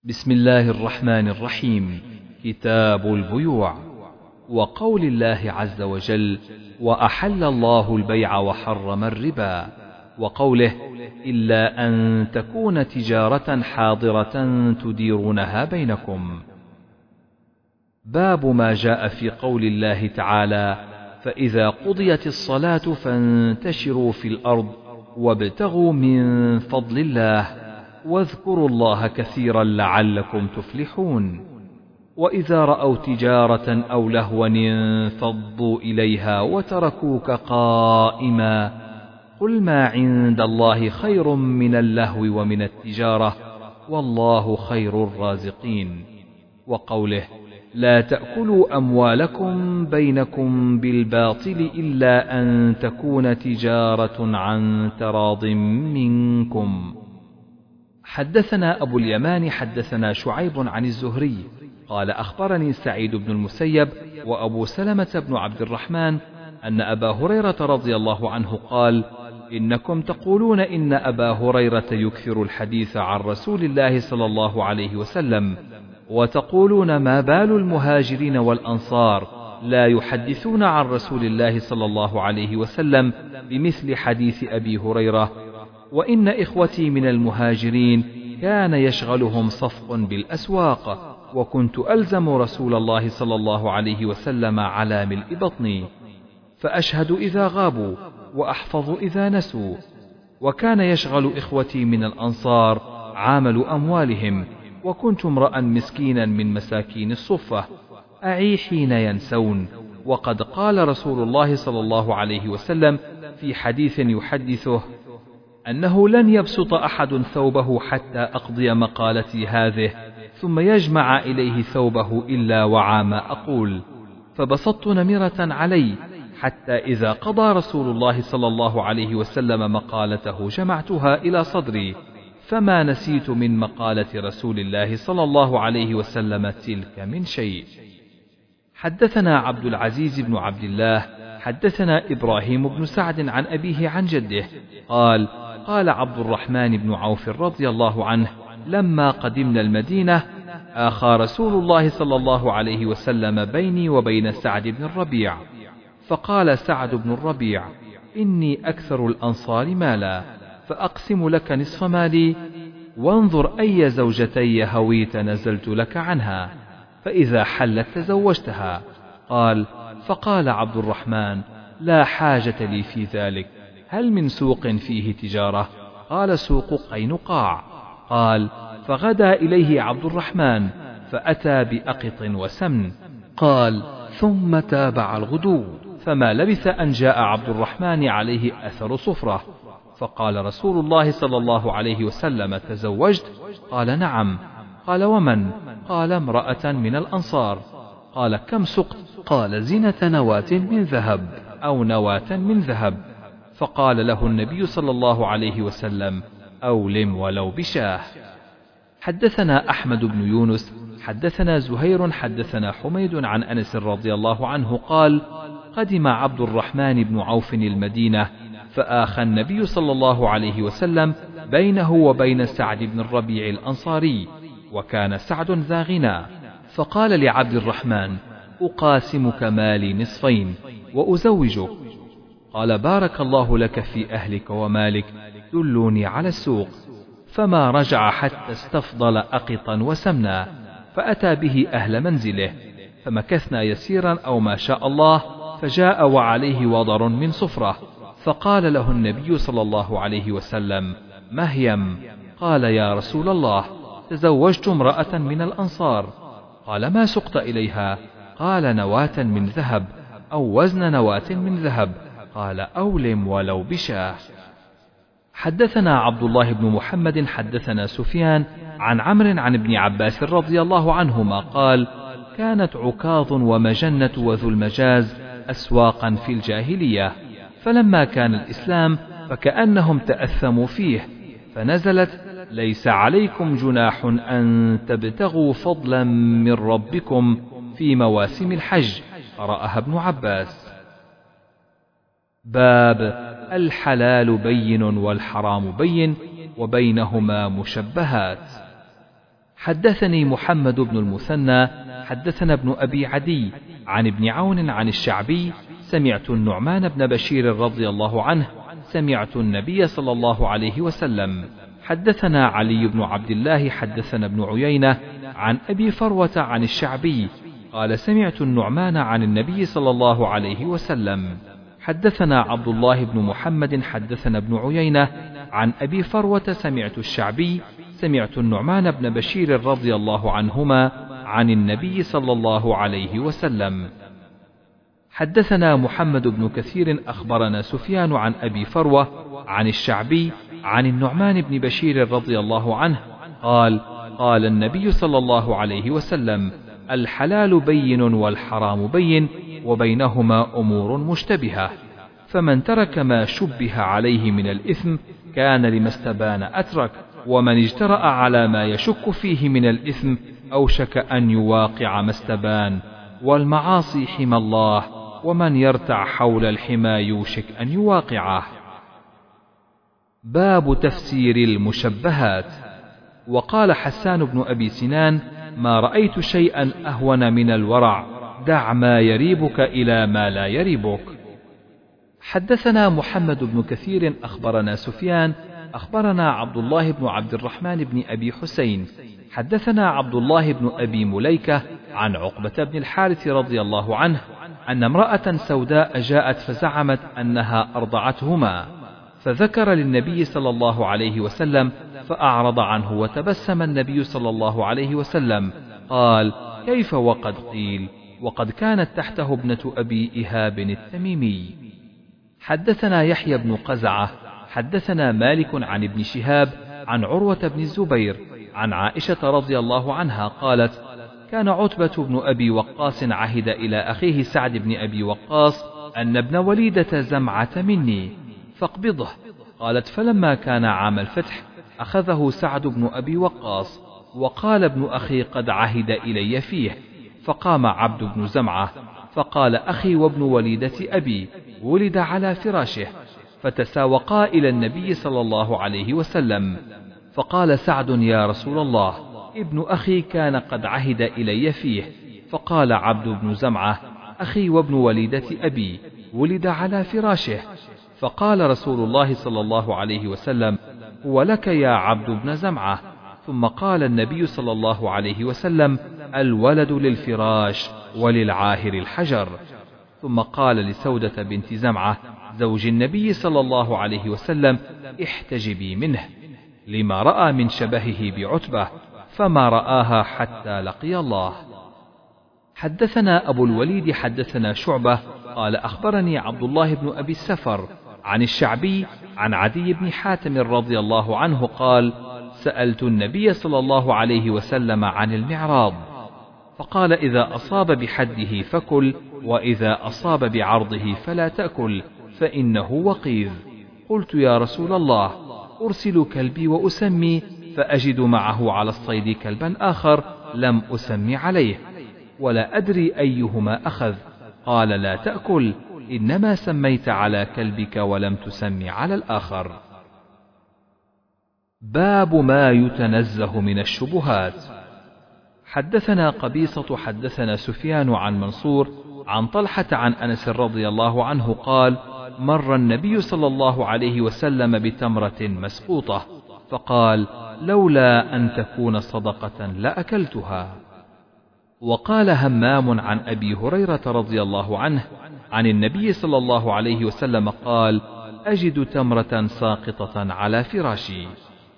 بسم الله الرحمن الرحيم. كتاب البيوع. وقول الله عز وجل: وأحل الله البيع وحرم الربا. وقوله: إلا أن تكون تجارة حاضرة تديرونها بينكم. باب ما جاء في قول الله تعالى: فإذا قضيت الصلاة فانتشروا في الأرض وابتغوا من فضل الله واذكروا الله كثيرا لعلكم تفلحون. وإذا رأوا تجارة أو لهوا انفضوا إليها وتركوك قائما قل ما عند الله خير من اللهو ومن التجارة والله خير الرازقين. وقوله: لا تأكلوا أموالكم بينكم بالباطل إلا أن تكون تجارة عن تراض منكم. حدثنا أبو اليمان حدثنا شعيب عن الزهري قال: أخبرني سعيد بن المسيب وأبو سلمة بن عبد الرحمن أن أبا هريرة رضي الله عنه قال: إنكم تقولون إن أبا هريرة يكثر الحديث عن رسول الله صلى الله عليه وسلم، وتقولون ما بال المهاجرين والأنصار لا يحدثون عن رسول الله صلى الله عليه وسلم بمثل حديث أبي هريرة. وإن إخوتي من المهاجرين كان يشغلهم صفق بالأسواق، وكنت ألزم رسول الله صلى الله عليه وسلم على ملء بطني، فأشهد إذا غابوا وأحفظ إذا نسوا. وكان يشغل إخوتي من الأنصار عامل أموالهم، وكنت امرأ مسكينا من مساكين الصفة أعي حين ينسون. وقد قال رسول الله صلى الله عليه وسلم في حديث يحدثه أنه لن يبسط أحد ثوبه حتى أقضي مقالتي هذه ثم يجمع إليه ثوبه إلا وعى ما أقول. فبسطت نمرة علي حتى إذا قضى رسول الله صلى الله عليه وسلم مقالته جمعتها إلى صدري، فما نسيت من مقالة رسول الله صلى الله عليه وسلم تلك من شيء. حدثنا عبد العزيز بن عبد الله حدثنا إبراهيم بن سعد عن أبيه عن جده قال: قال عبد الرحمن بن عوف رضي الله عنه: لما قدمنا المدينة آخى رسول الله صلى الله عليه وسلم بيني وبين سعد بن الربيع، فقال سعد بن الربيع: إني أكثر الأنصار مالا، فأقسم لك نصف مالي، وانظر أي زوجتي هويت نزلت لك عنها، فإذا حلت تزوجتها. قال: فقال عبد الرحمن: لا حاجة لي في ذلك، هل من سوق فيه تجارة؟ قال: سوق قينقاع. قال: فغدا إليه عبد الرحمن فأتى بأقط وسمن. قال: ثم تابع الغدو، فما لبث أن جاء عبد الرحمن عليه أثر صفرة، فقال رسول الله صلى الله عليه وسلم: تزوجت؟ قال: نعم. قال: ومن؟ قال: امرأة من الأنصار. قال: كم سقت؟ قال: زنة نواة من ذهب أو نواة من ذهب. فقال له النبي صلى الله عليه وسلم: أولم ولو بشاه. حدثنا أحمد بن يونس حدثنا زهير حدثنا حميد عن أنس رضي الله عنه قال: قدم عبد الرحمن بن عوف المدينة، فآخى النبي صلى الله عليه وسلم بينه وبين سعد بن الربيع الأنصاري، وكان سعد ذا غنى، فقال لعبد الرحمن: أقاسمك مالي نصفين وأزوجك. قال: بارك الله لك في أهلك ومالك، دلوني على السوق. فما رجع حتى استفضل أقطا وسمنا، فأتى به أهل منزله، فمكثنا يسيرا أو ما شاء الله، فجاء وعليه وضر من صفرة، فقال له النبي صلى الله عليه وسلم: مهيم. قال: يا رسول الله، تزوجت امرأة من الأنصار. قال: ما سقت إليها؟ قال: نواة من ذهب أو وزن نواة من ذهب. قال: أولم ولو بشاه. حدثنا عبد الله بن محمد حدثنا سفيان عن عمرو عن ابن عباس رضي الله عنهما قال: كانت عكاظ ومجنة وذو المجاز أسواقا في الجاهلية، فلما كان الإسلام فكأنهم تأثموا فيه، فنزلت: ليس عليكم جناح أن تبتغوا فضلا من ربكم في مواسم الحج، قرأها ابن عباس. باب الحلال بين والحرام بين وبينهما مشبهات. حدثني محمد بن المثنى حدثنا ابن أبي عدي عن ابن عون عن الشعبي سمعت النعمان بن بشير رضي الله عنه سمعت النبي صلى الله عليه وسلم. حدثنا علي بن عبد الله حدثنا ابن عيينة عن أبي فروة عن الشعبي قال سمعت النعمان عن النبي صلى الله عليه وسلم. حدثنا عبد الله بن محمد حدثنا ابن عيينة عن أبي فروة سمعت الشعبي سمعت النعمان بن بشير رضي الله عنهما عن النبي صلى الله عليه وسلم. حدثنا محمد بن كثير أخبرنا سفيان عن أبي فروة عن الشعبي عن النعمان بن بشير رضي الله عنه قال قال النبي صلى الله عليه وسلم الحلال بين والحرام بين وبينهما أمور مشتبهة، فمن ترك ما شبه عليه من الإثم كان لما استبان أترك، ومن اجترأ على ما يشك فيه من الإثم أوشك أن يواقع ما استبان. والمعاصي حمى الله، ومن يرتع حول الحمى يوشك أن يواقعه. باب تفسير المشبهات. وقال حسان بن أبي سنان ما رأيت شيئا أهون من الورع، دع ما يريبك إلى ما لا يريبك. حدثنا محمد بن كثير أخبرنا سفيان أخبرنا عبد الله بن عبد الرحمن بن أبي حسين حدثنا عبد الله بن أبي مليكة عن عقبة بن الحارث رضي الله عنه أن امرأة سوداء جاءت فزعمت أنها أرضعتهما، فذكر للنبي صلى الله عليه وسلم فأعرض عنه، وتبسم النبي صلى الله عليه وسلم قال كيف وقد قيل، وقد كانت تحته ابنة أبي إهاب التميمي. حدثنا يحيى بن قزعة حدثنا مالك عن ابن شهاب عن عروة بن الزبير عن عائشة رضي الله عنها قالت كان عتبة بن أبي وقاص عهد إلى أخيه سعد بن أبي وقاص أن ابن وليدة زمعة مني فاقبضه. قالت فلما كان عام الفتح أخذه سعد بن أبي وقاص، وقال ابن أخي قد عهد إلي فيه، فقام عبد بن زمعة فقال أخي وابن وليدة أبي ولد على فراشه، فتساوقا إلى النبي صلى الله عليه وسلم، فقال سعد يا رسول الله ابن أخي كان قد عهد إلي فيه، فقال عبد بن زمعة أخي وابن وليدة أبي ولد على فراشه، فقال رسول الله صلى الله عليه وسلم هو لك يا عبد بن زمعة. ثم قال النبي صلى الله عليه وسلم الولد للفراش وللعاهر الحجر. ثم قال لسودة بنت زمعة زوج النبي صلى الله عليه وسلم احتجبي منه، لما رأى من شبهه بعتبة، فما رآها حتى لقي الله. حدثنا أبو الوليد حدثنا شعبة قال أخبرني عبد الله بن أبي السفر عن الشعبي عن عدي بن حاتم رضي الله عنه قال سألت النبي صلى الله عليه وسلم عن المعراض، فقال إذا أصاب بحده فكل، وإذا أصاب بعرضه فلا تأكل، فإنه وقيذ. قلت يا رسول الله أرسل كلبي وأسمي، فأجد معه على الصيد كلبا آخر لم أسمي عليه، ولا أدري أيهما أخذ. قال لا تأكل، إنما سميت على كلبك ولم تسمي على الآخر. باب ما يتنزه من الشبهات. حدثنا قبيصة حدثنا سفيان عن منصور عن طلحة عن أنس رضي الله عنه قال مر النبي صلى الله عليه وسلم بتمرة مسقوطة، فقال لولا أن تكون صدقة لأكلتها. وقال همام عن أبي هريرة رضي الله عنه عن النبي صلى الله عليه وسلم قال أجد تمرة ساقطة على فراشي.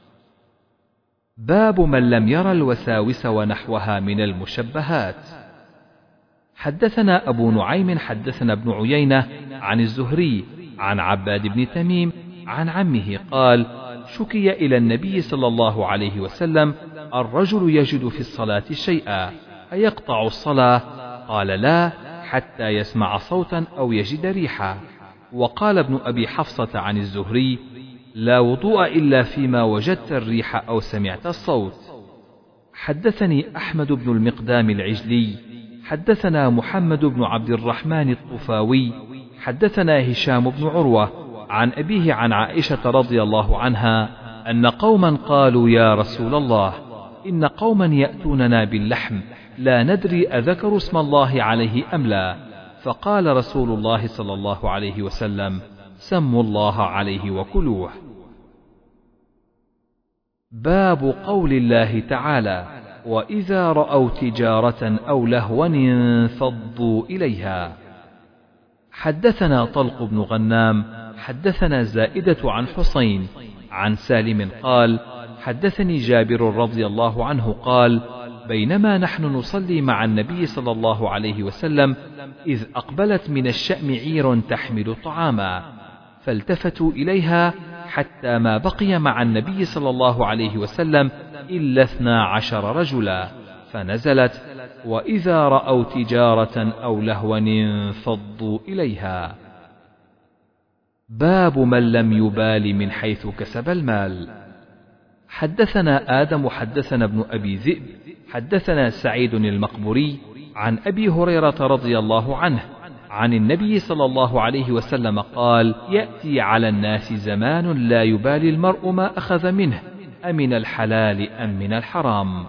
باب من لم ير الوساوس ونحوها من المشبهات. حدثنا أبو نعيم حدثنا ابن عيينة عن الزهري عن عباد بن تميم عن عمه قال شكي إلى النبي صلى الله عليه وسلم الرجل يجد في الصلاة شيئا أيقطع الصلاة؟ قال لا، حتى يسمع صوتا أو يجد ريحا. وقال ابن أبي حفصة عن الزهري لا وضوء إلا فيما وجدت الريح أو سمعت الصوت. حدثني أحمد بن المقدام العجلي حدثنا محمد بن عبد الرحمن الطفاوي حدثنا هشام بن عروة عن أبيه عن عائشة رضي الله عنها أن قوما قالوا يا رسول الله إن قوما يأتوننا باللحم لا ندري أذكروا اسم الله عليه أم لا، فقال رسول الله صلى الله عليه وسلم: سموا الله عليه وكلوه. باب قول الله تعالى: وإذا رأوا تجارة أو لهوا انفضوا إليها. حدثنا طلق بن غنام حدثنا زائدة عن حسين عن سالم قال: حدثني جابر رضي الله عنه قال: بينما نحن نصلي مع النبي صلى الله عليه وسلم إذ أقبلت من الشأم عير تحمل طعاما، فالتفتوا إليها حتى ما بقي مع النبي صلى الله عليه وسلم إلا 12 رجلا، فنزلت: وإذا رأوا تجارة أو لهوا انفضوا إليها. باب من لم يبال من حيث كسب المال. حدثنا آدم حدثنا ابن أبي ذئب حدثنا سعيد المقبري عن أبي هريرة رضي الله عنه عن النبي صلى الله عليه وسلم قال: يأتي على الناس زمان لا يبالي المرء ما أخذ منه أمن الحلال أم من الحرام.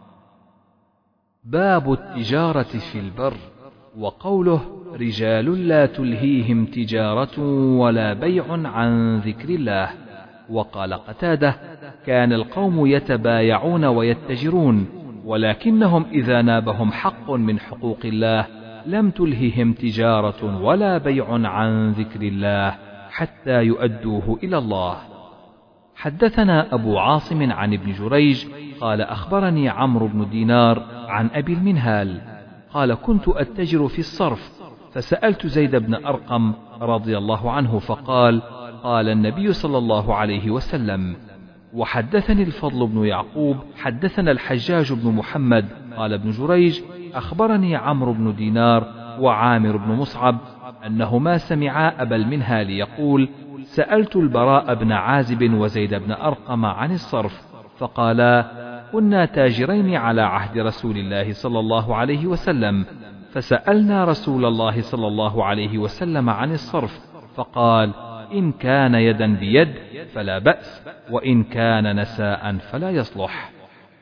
باب التجارة في البر. وقوله: رجال لا تلهيهم تجارة ولا بيع عن ذكر الله. وقال قتادة: كان القوم يتبايعون ويتجرون، ولكنهم إذا نابهم حق من حقوق الله لم تلههم تجارة ولا بيع عن ذكر الله حتى يؤدوه إلى الله. حدثنا أبو عاصم عن ابن جريج قال: أخبرني عمرو بن دينار عن أبي المنهال قال: كنت أتجر في الصرف، فسألت زيد بن أرقم رضي الله عنه فقال: قال النبي صلى الله عليه وسلم. وحدثني الفضل بن يعقوب حدثنا الحجاج بن محمد قال ابن جريج: أخبرني عمرو بن دينار وعامر بن مصعب أنهما سمعا أبا المنهال يقول: سألت البراء بن عازب وزيد بن أرقم عن الصرف، فقالا: كنا تاجرين على عهد رسول الله صلى الله عليه وسلم، فسألنا رسول الله صلى الله عليه وسلم عن الصرف، فقال: إن كان يدا بيد فلا بأس، وإن كان نساء فلا يصلح.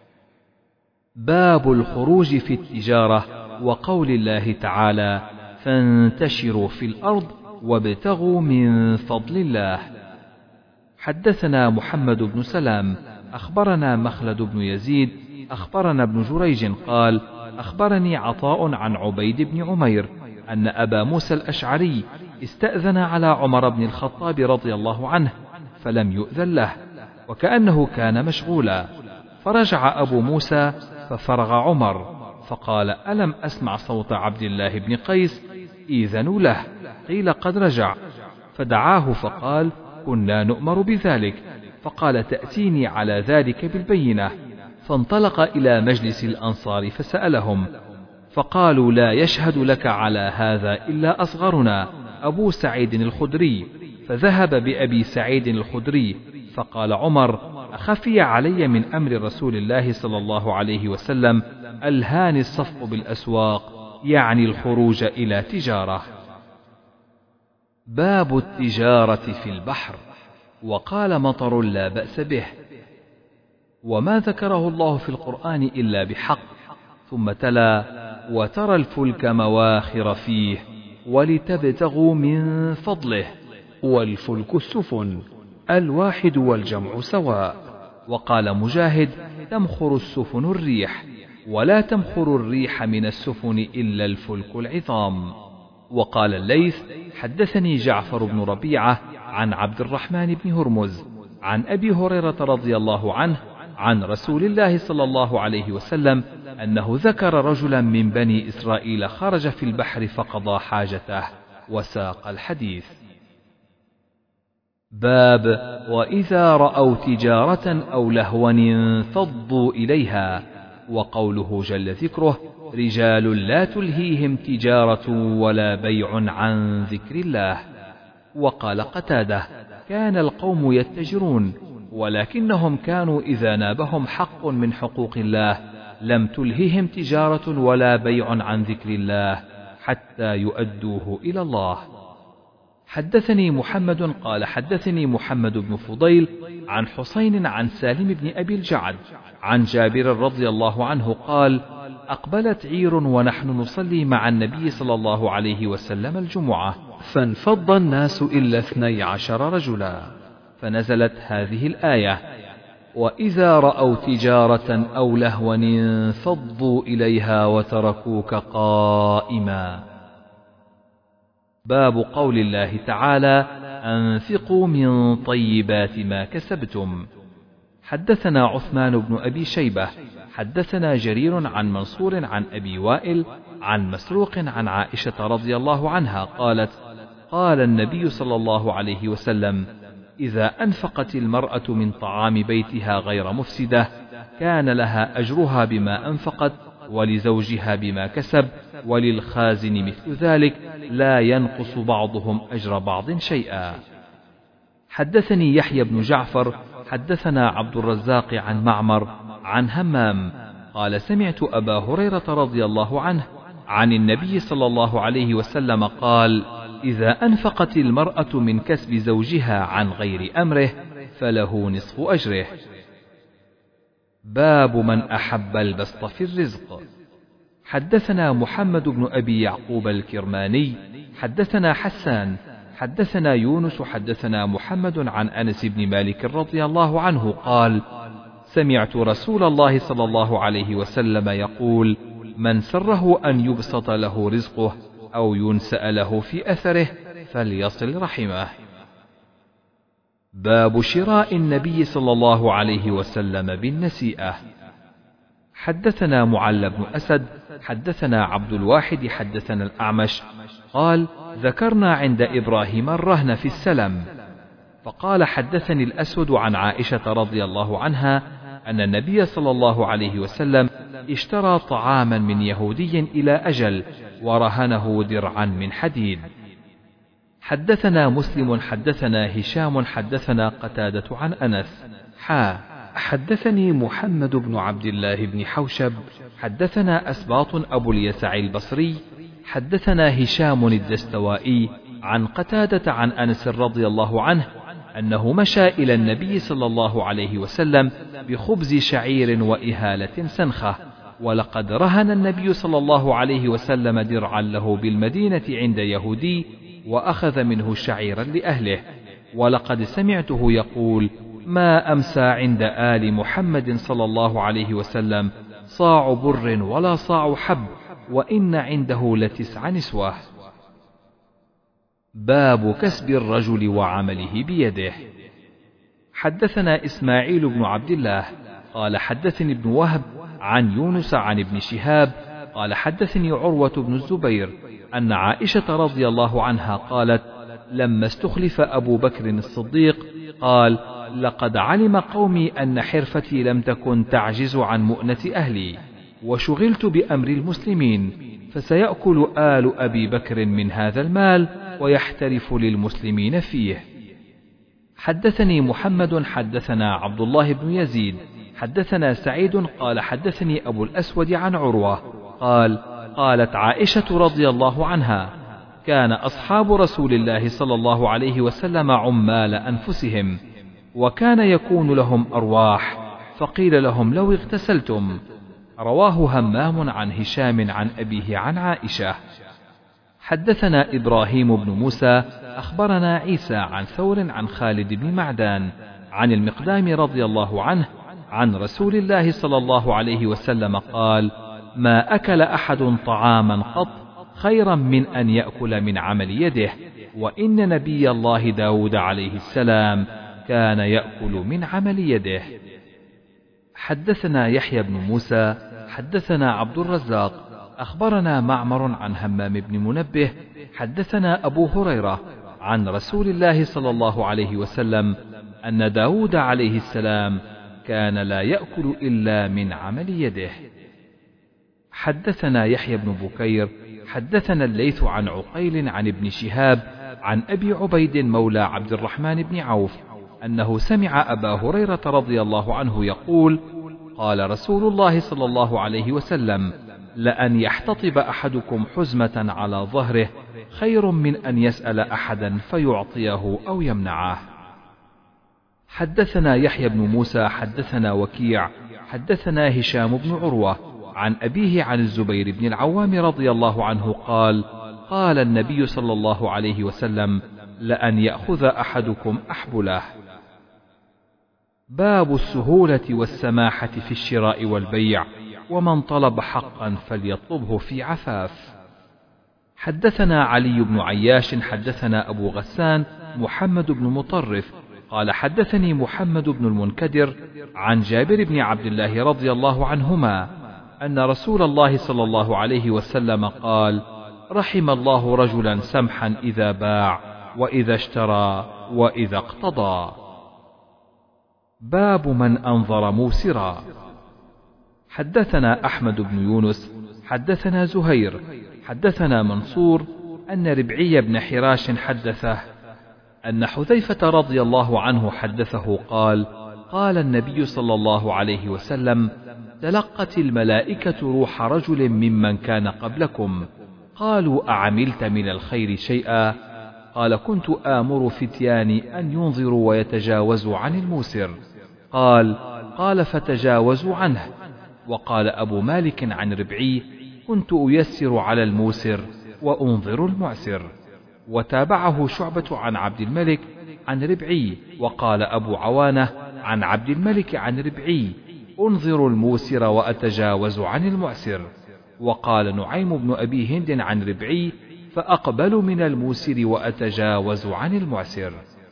باب الخروج في التجارة. وقول الله تعالى: فانتشروا في الأرض وابتغوا من فضل الله. حدثنا محمد بن سلام أخبرنا مخلد بن يزيد أخبرنا ابن جريج قال: أخبرني عطاء عن عبيد بن عمير أن أبا موسى الأشعري استأذن على عمر بن الخطاب رضي الله عنه فلم يؤذن له، وكأنه كان مشغولا، فرجع أبو موسى ففرغ عمر فقال: ألم أسمع صوت عبد الله بن قيس؟ إذنوا له. قيل: قد رجع. فدعاه فقال: كنا نؤمر بذلك. فقال: تأتيني على ذلك بالبينة. فانطلق إلى مجلس الأنصار فسألهم، فقالوا: لا يشهد لك على هذا إلا أصغرنا أبو سعيد الخدري. فذهب بأبي سعيد الخدري. فقال عمر: أخفي علي من أمر رسول الله صلى الله عليه وسلم ألهاني الصفق بالأسواق، يعني الخروج إلى تجارة. باب التجارة في البحر. وقال مطر: لا بأس به. وما ذكره الله في القرآن إلا بحق. ثم تلا: وترى الفلك مواخر فيه ولتبتغوا من فضله. والفلك السفن، الواحد والجمع سواء. وقال مجاهد: تمخر السفن الريح، ولا تمخر الريح من السفن إلا الفلك العظام. وقال الليث: حدثني جعفر بن ربيعة عن عبد الرحمن بن هرمز عن أبي هريرة رضي الله عنه عن رسول الله صلى الله عليه وسلم أنه ذكر رجلا من بني إسرائيل خرج في البحر فقضى حاجته، وساق الحديث. باب وإذا رأوا تجارة أو لهوا انفضوا إليها. وقوله جل ذكره: رجال لا تلهيهم تجارة ولا بيع عن ذكر الله. وقال قتادة: كان القوم يتجرون، ولكنهم كانوا إذا نابهم حق من حقوق الله لم تلههم تجارة ولا بيع عن ذكر الله حتى يؤدوه إلى الله. حدثني محمد قال حدثني محمد بن فضيل عن حسين عن سالم بن أبي الجعد عن جابر رضي الله عنه قال: أقبلت عير ونحن نصلي مع النبي صلى الله عليه وسلم الجمعة، فانفض الناس إلا 12 رجلا، فنزلت هذه الآية: وإذا رأوا تجارة أو لهوا انفضوا إليها وتركوك قائما. باب قول الله تعالى: أنفقوا من طيبات ما كسبتم. حدثنا عثمان بن أبي شيبة حدثنا جرير عن منصور عن أبي وائل عن مسروق عن عائشة رضي الله عنها قالت: قال النبي صلى الله عليه وسلم: إذا أنفقت المرأة من طعام بيتها غير مفسدة كان لها أجرها بما أنفقت، ولزوجها بما كسب، وللخازن مثل ذلك، لا ينقص بعضهم أجر بعض شيئا. حدثني يحيى بن جعفر حدثنا عبد الرزاق عن معمر عن همام قال: سمعت أبا هريرة رضي الله عنه عن النبي صلى الله عليه وسلم قال: إذا أنفقت المرأة من كسب زوجها عن غير أمره فله نصف أجره. باب من أحب البسط في الرزق. حدثنا محمد بن أبي يعقوب الكرماني حدثنا حسان حدثنا يونس حدثنا محمد عن أنس بن مالك رضي الله عنه قال: سمعت رسول الله صلى الله عليه وسلم يقول: من سره أن يبسط له رزقه أو ينسأ له في أثره فليصل رحمه. باب شراء النبي صلى الله عليه وسلم بالنسيئة. حدثنا معل بن أسد حدثنا عبد الواحد حدثنا الأعمش قال: ذكرنا عند إبراهيم الرهن في السلم، فقال: حدثني الأسود عن عائشة رضي الله عنها أن النبي صلى الله عليه وسلم اشترى طعاما من يهودي إلى أجل ورهنه درعا من حديد. حدثنا مسلم حدثنا هشام حدثنا قتادة عن أنس حدثني محمد بن عبد الله بن حوشب حدثنا أسباط أبو اليسع البصري حدثنا هشام الدستوائي عن قتادة عن أنس رضي الله عنه أنه مشى إلى النبي صلى الله عليه وسلم بخبز شعير وإهالة سنخة، ولقد رهن النبي صلى الله عليه وسلم درعا له بالمدينة عند يهودي وأخذ منه شعيرا لأهله، ولقد سمعته يقول: ما أمسى عند آل محمد صلى الله عليه وسلم صاع بر ولا صاع حب، وإن عنده ل9 نسوة. باب كسب الرجل وعمله بيده. حدثنا إسماعيل بن عبد الله قال حدثني ابن وهب عن يونس عن ابن شهاب قال حدثني عروة بن الزبير أن عائشة رضي الله عنها قالت: لما استخلف أبو بكر الصديق قال: لقد علم قومي أن حرفتي لم تكن تعجز عن مؤنة أهلي، وشغلت بأمر المسلمين، فسيأكل آل أبي بكر من هذا المال ويحترف للمسلمين فيه. حدثني محمد حدثنا عبد الله بن يزيد حدثنا سعيد قال حدثني أبو الأسود عن عروة قال: قالت عائشة رضي الله عنها: كان أصحاب رسول الله صلى الله عليه وسلم عمال أنفسهم، وكان يكون لهم أرواح، فقيل لهم: لو اغتسلتم. رواه همام عن هشام عن أبيه عن عائشة. حدثنا إبراهيم بن موسى أخبرنا عيسى عن ثور عن خالد بن معدان عن المقدام رضي الله عنه عن رسول الله صلى الله عليه وسلم قال: ما أكل أحد طعاما قط خيرا من أن يأكل من عمل يده، وإن نبي الله داود عليه السلام كان يأكل من عمل يده. حدثنا يحيى بن موسى حدثنا عبد الرزاق أخبرنا معمر عن همام بن منبه حدثنا أبو هريرة عن رسول الله صلى الله عليه وسلم أن داود عليه السلام كان لا يأكل إلا من عمل يده. حدثنا يحيى بن بكير حدثنا الليث عن عقيل عن ابن شهاب عن أبي عبيد مولى عبد الرحمن بن عوف أنه سمع أبا هريرة رضي الله عنه يقول: قال رسول الله صلى الله عليه وسلم: لأن يحتطب أحدكم حزمة على ظهره خير من أن يسأل أحدا فيعطيه أو يمنعه. حدثنا يحيى بن موسى حدثنا وكيع حدثنا هشام بن عروة عن أبيه عن الزبير بن العوام رضي الله عنه قال: قال النبي صلى الله عليه وسلم: لأن يأخذ أحدكم أحبله. باب السهولة والسماحة في الشراء والبيع، ومن طلب حقا فليطلبه في عفاف. حدثنا علي بن عياش حدثنا أبو غسان محمد بن مطرف قال حدثني محمد بن المنكدر عن جابر بن عبد الله رضي الله عنهما أن رسول الله صلى الله عليه وسلم قال: رحم الله رجلا سمحا إذا باع وإذا اشترى وإذا اقتضى. باب من أنظر موسرا. حدثنا أحمد بن يونس حدثنا زهير حدثنا منصور أن ربعي بن حراش حدثه أن حذيفة رضي الله عنه حدثه قال: قال النبي صلى الله عليه وسلم: تلقت الملائكة روح رجل ممن كان قبلكم، قالوا: أعملت من الخير شيئا؟ قال: كنت آمر فتياني أن ينظروا ويتجاوزوا عن الموسر. قال فتجاوزوا عنه. وقال أبو مالك عن ربعي: كنت أيسر على الموسر وأنظر المعسر. وتابعه شعبة عن عبد الملك عن ربعي. وقال أبو عوانة عن عبد الملك عن ربعي: أنظر الموسر وأتجاوز عن المعسر. وقال نعيم بن أبي هند عن ربعي: فأقبل من الموسر وأتجاوز عن المعسر.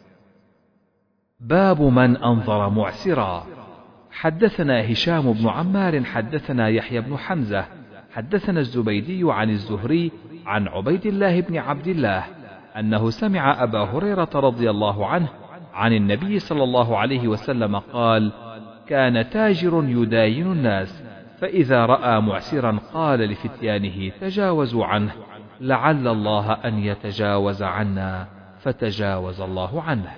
باب من أنظر معسرا. حدثنا هشام بن عمار حدثنا يحيى بن حمزة حدثنا الزبيدي عن الزهري عن عبيد الله بن عبد الله أنه سمع أبا هريرة رضي الله عنه عن النبي صلى الله عليه وسلم قال: كان تاجر يداين الناس، فإذا رأى معسرا قال لفتيانه: تجاوزوا عنه، لعل الله أن يتجاوز عنا، فتجاوز الله عنه.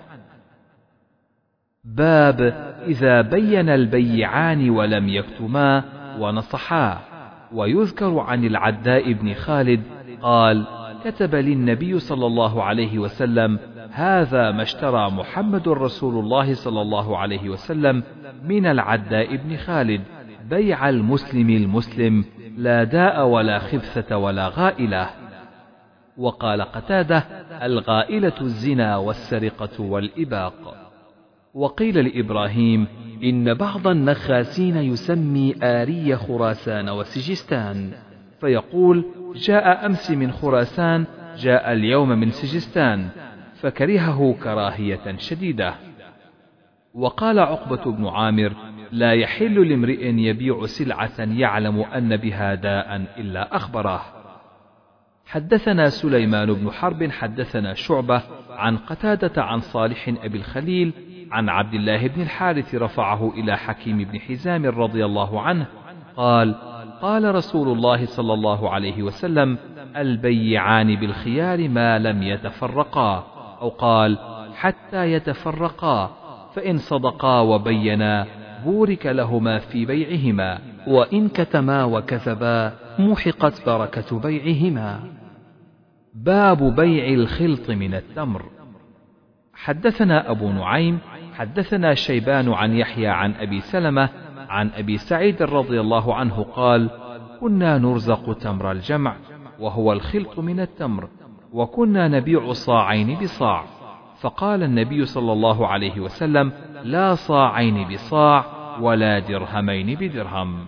باب إذا بين البيعان ولم يكتما ونصحا. ويذكر عن العداء بن خالد قال: كتب لي النبي صلى الله عليه وسلم: هذا ما اشترى محمد رسول الله صلى الله عليه وسلم من العداء بن خالد، بيع المسلم المسلم، لا داء ولا خبثة ولا غائلة. وقال قتادة: الغائلة الزنا والسرقة والإباق. وقيل لإبراهيم: إن بعض النخاسين يسمي آري خراسان وسجستان، فيقول: جاء أمس من خراسان، جاء اليوم من سجستان، فكرهه كراهية شديدة. وقال عقبة بن عامر: لا يحل لامرئ يبيع سلعة يعلم أن بها داء إلا أخبره. حدثنا سليمان بن حرب حدثنا شعبة عن قتادة عن صالح أبي الخليل عن عبد الله بن الحارث رفعه إلى حكيم بن حزام رضي الله عنه قال: قال رسول الله صلى الله عليه وسلم: البيعان بالخيار ما لم يتفرقا، أو قال: حتى يتفرقا، فإن صدقا وبينا بورك لهما في بيعهما، وإن كتما وكذبا محقت بركة بيعهما. باب بيع الخلط من التمر. حدثنا أبو نعيم حدثنا شيبان عن يحيى عن أبي سلمة عن أبي سعيد رضي الله عنه قال: كنا نرزق تمر الجمع، وهو الخلط من التمر، وكنا نبيع صاعين بصاع، فقال النبي صلى الله عليه وسلم: لا صاعين بصاع ولا درهمين بدرهم.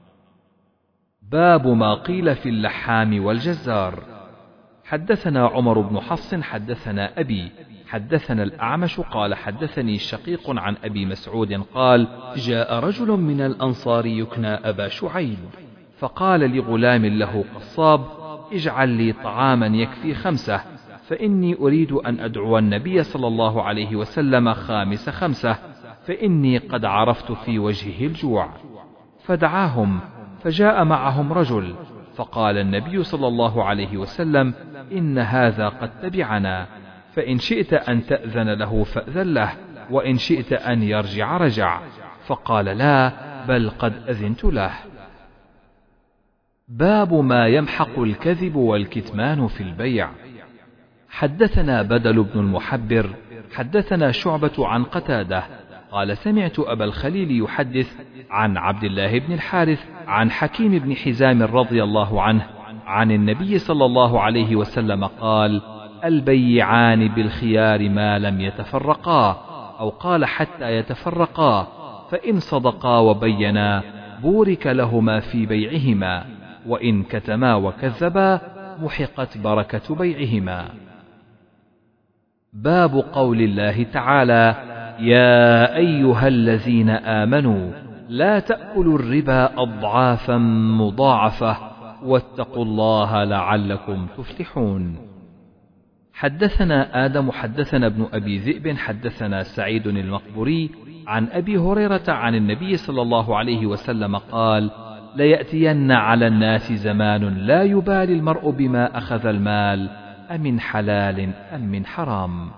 باب ما قيل في اللحام والجزار. حدثنا عمر بن حفص حدثنا أبي حدثنا الأعمش قال: حدثني شقيق عن أبي مسعود قال: جاء رجل من الأنصار يكنى أبا شعيب، فقال لغلام له قصاب: اجعل لي طعاما يكفي 5، فإني أريد أن أدعو النبي صلى الله عليه وسلم 5، فإني قد عرفت في وجهه الجوع. فدعاهم، فجاء معهم رجل، فقال النبي صلى الله عليه وسلم: إن هذا قد تبعنا، فإن شئت أن تأذن له فأذن له، وإن شئت أن يرجع رجع. فقال: لا، بل قد أذنت له. باب ما يمحق الكذب والكتمان في البيع. حدثنا بدل بن المحبر حدثنا شعبة عن قتادة قال سمعت أبا الخليل يحدث عن عبد الله بن الحارث عن حكيم بن حزام رضي الله عنه عن النبي صلى الله عليه وسلم قال: البيعان بالخيار ما لم يتفرقا، أو قال حتى يتفرقا، فإن صدقا وبينا بورك لهما في بيعهما، وإن كتما وكذبا محقت بركة بيعهما. باب قول الله تعالى: يا أيها الذين آمنوا لا تأكلوا الربا أضعافا مضاعفة واتقوا الله لعلكم تفلحون. حدثنا آدم حدثنا ابن أبي ذئب حدثنا سعيد المقبوري عن أبي هريرة عن النبي صلى الله عليه وسلم قال: ليأتين على الناس زمان لا يبالي المرء بما أخذ المال أمن حلال أم من حرام.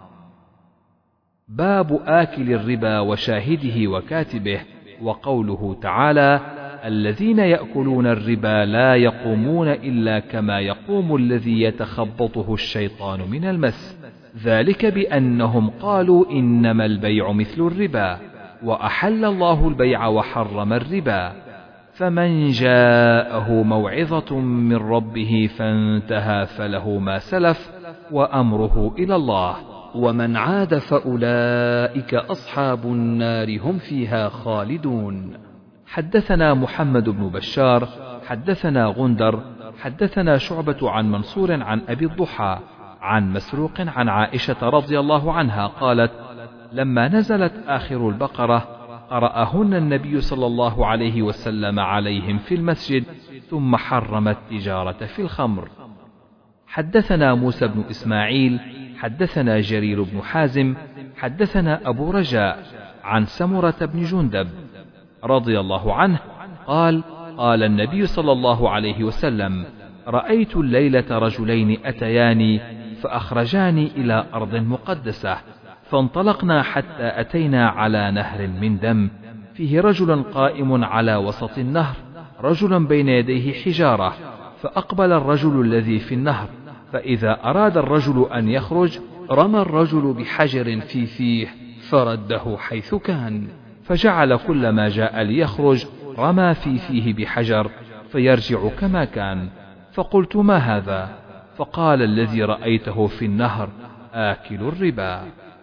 باب آكل الربا وشاهده وكاتبه، وقوله تعالى: الذين يأكلون الربا لا يقومون إلا كما يقوم الذي يتخبطه الشيطان من المس، ذلك بأنهم قالوا إنما البيع مثل الربا، وأحل الله البيع وحرم الربا، فمن جاءه موعظة من ربه فانتهى فله ما سلف وأمره إلى الله، ومن عاد فأولئك أصحاب النار هم فيها خالدون. حدثنا محمد بن بشار حدثنا غندر حدثنا شعبة عن منصور عن أبي الضحى عن مسروق عن عائشة رضي الله عنها قالت: لما نزلت آخر البقرة قرأهن النبي صلى الله عليه وسلم عليهم في المسجد، ثم حرم التجارة في الخمر. حدثنا موسى بن إسماعيل حدثنا جرير بن حازم حدثنا أبو رجاء عن سمرة بن جندب رضي الله عنه قال: قال النبي صلى الله عليه وسلم: رأيت الليلة رجلين أتياني فأخرجاني إلى أرض مقدسة، فانطلقنا حتى أتينا على نهر من دم فيه رجل قائم على وسط النهر، رجل بين يديه حجارة، فأقبل الرجل الذي في النهر، فإذا أراد الرجل أن يخرج رمى الرجل بحجر في فيه فرده حيث كان، فجعل كل ما جاء ليخرج رمى في فيه بحجر فيرجع كما كان. فقلت: ما هذا؟ فقال: الذي رأيته في النهر آكل الربا.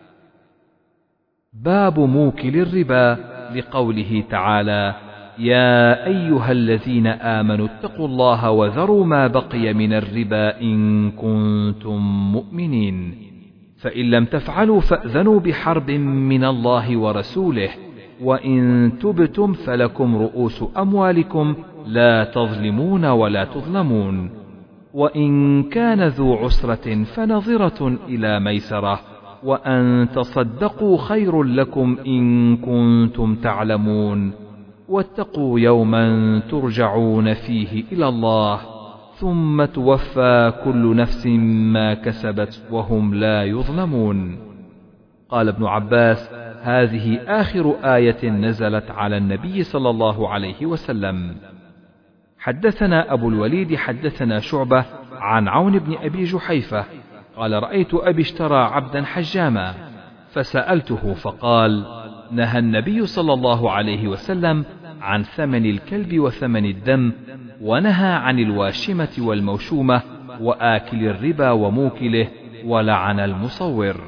باب موكل الربا، لقوله تعالى: يا أيها الذين آمنوا اتقوا الله وذروا ما بقي من الربا إن كنتم مؤمنين، فإن لم تفعلوا فأذنوا بحرب من الله ورسوله، وإن تبتم فلكم رؤوس أموالكم لا تظلمون ولا تظلمون، وإن كان ذو عسرة فنظرة إلى ميسرة، وأن تصدقوا خير لكم إن كنتم تعلمون، واتقوا يوما ترجعون فيه إلى الله ثم توفى كل نفس ما كسبت وهم لا يظلمون. قال ابن عباس: هذه آخر آية نزلت على النبي صلى الله عليه وسلم. حدثنا أبو الوليد حدثنا شعبة عن عون بن أبي جحيفة قال: رأيت أبي اشترى عبدا حجاما، فسألته فقال: نهى النبي صلى الله عليه وسلم عن ثمن الكلب وثمن الدم، ونهى عن الواشمة والموشومة وآكل الربا وموكله، ولعن المصور.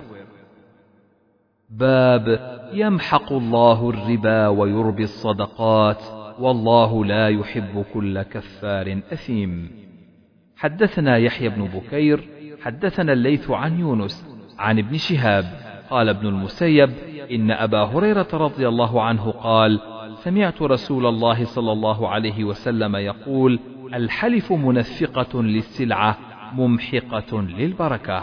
باب يمحق الله الربا ويربي الصدقات، والله لا يحب كل كفار أثيم. حدثنا يحيى بن بكير حدثنا الليث عن يونس عن ابن شهاب قال ابن المسيب: إن أبا هريرة رضي الله عنه قال: سمعت رسول الله صلى الله عليه وسلم يقول: الحلف منفقة للسلعة ممحقة للبركة.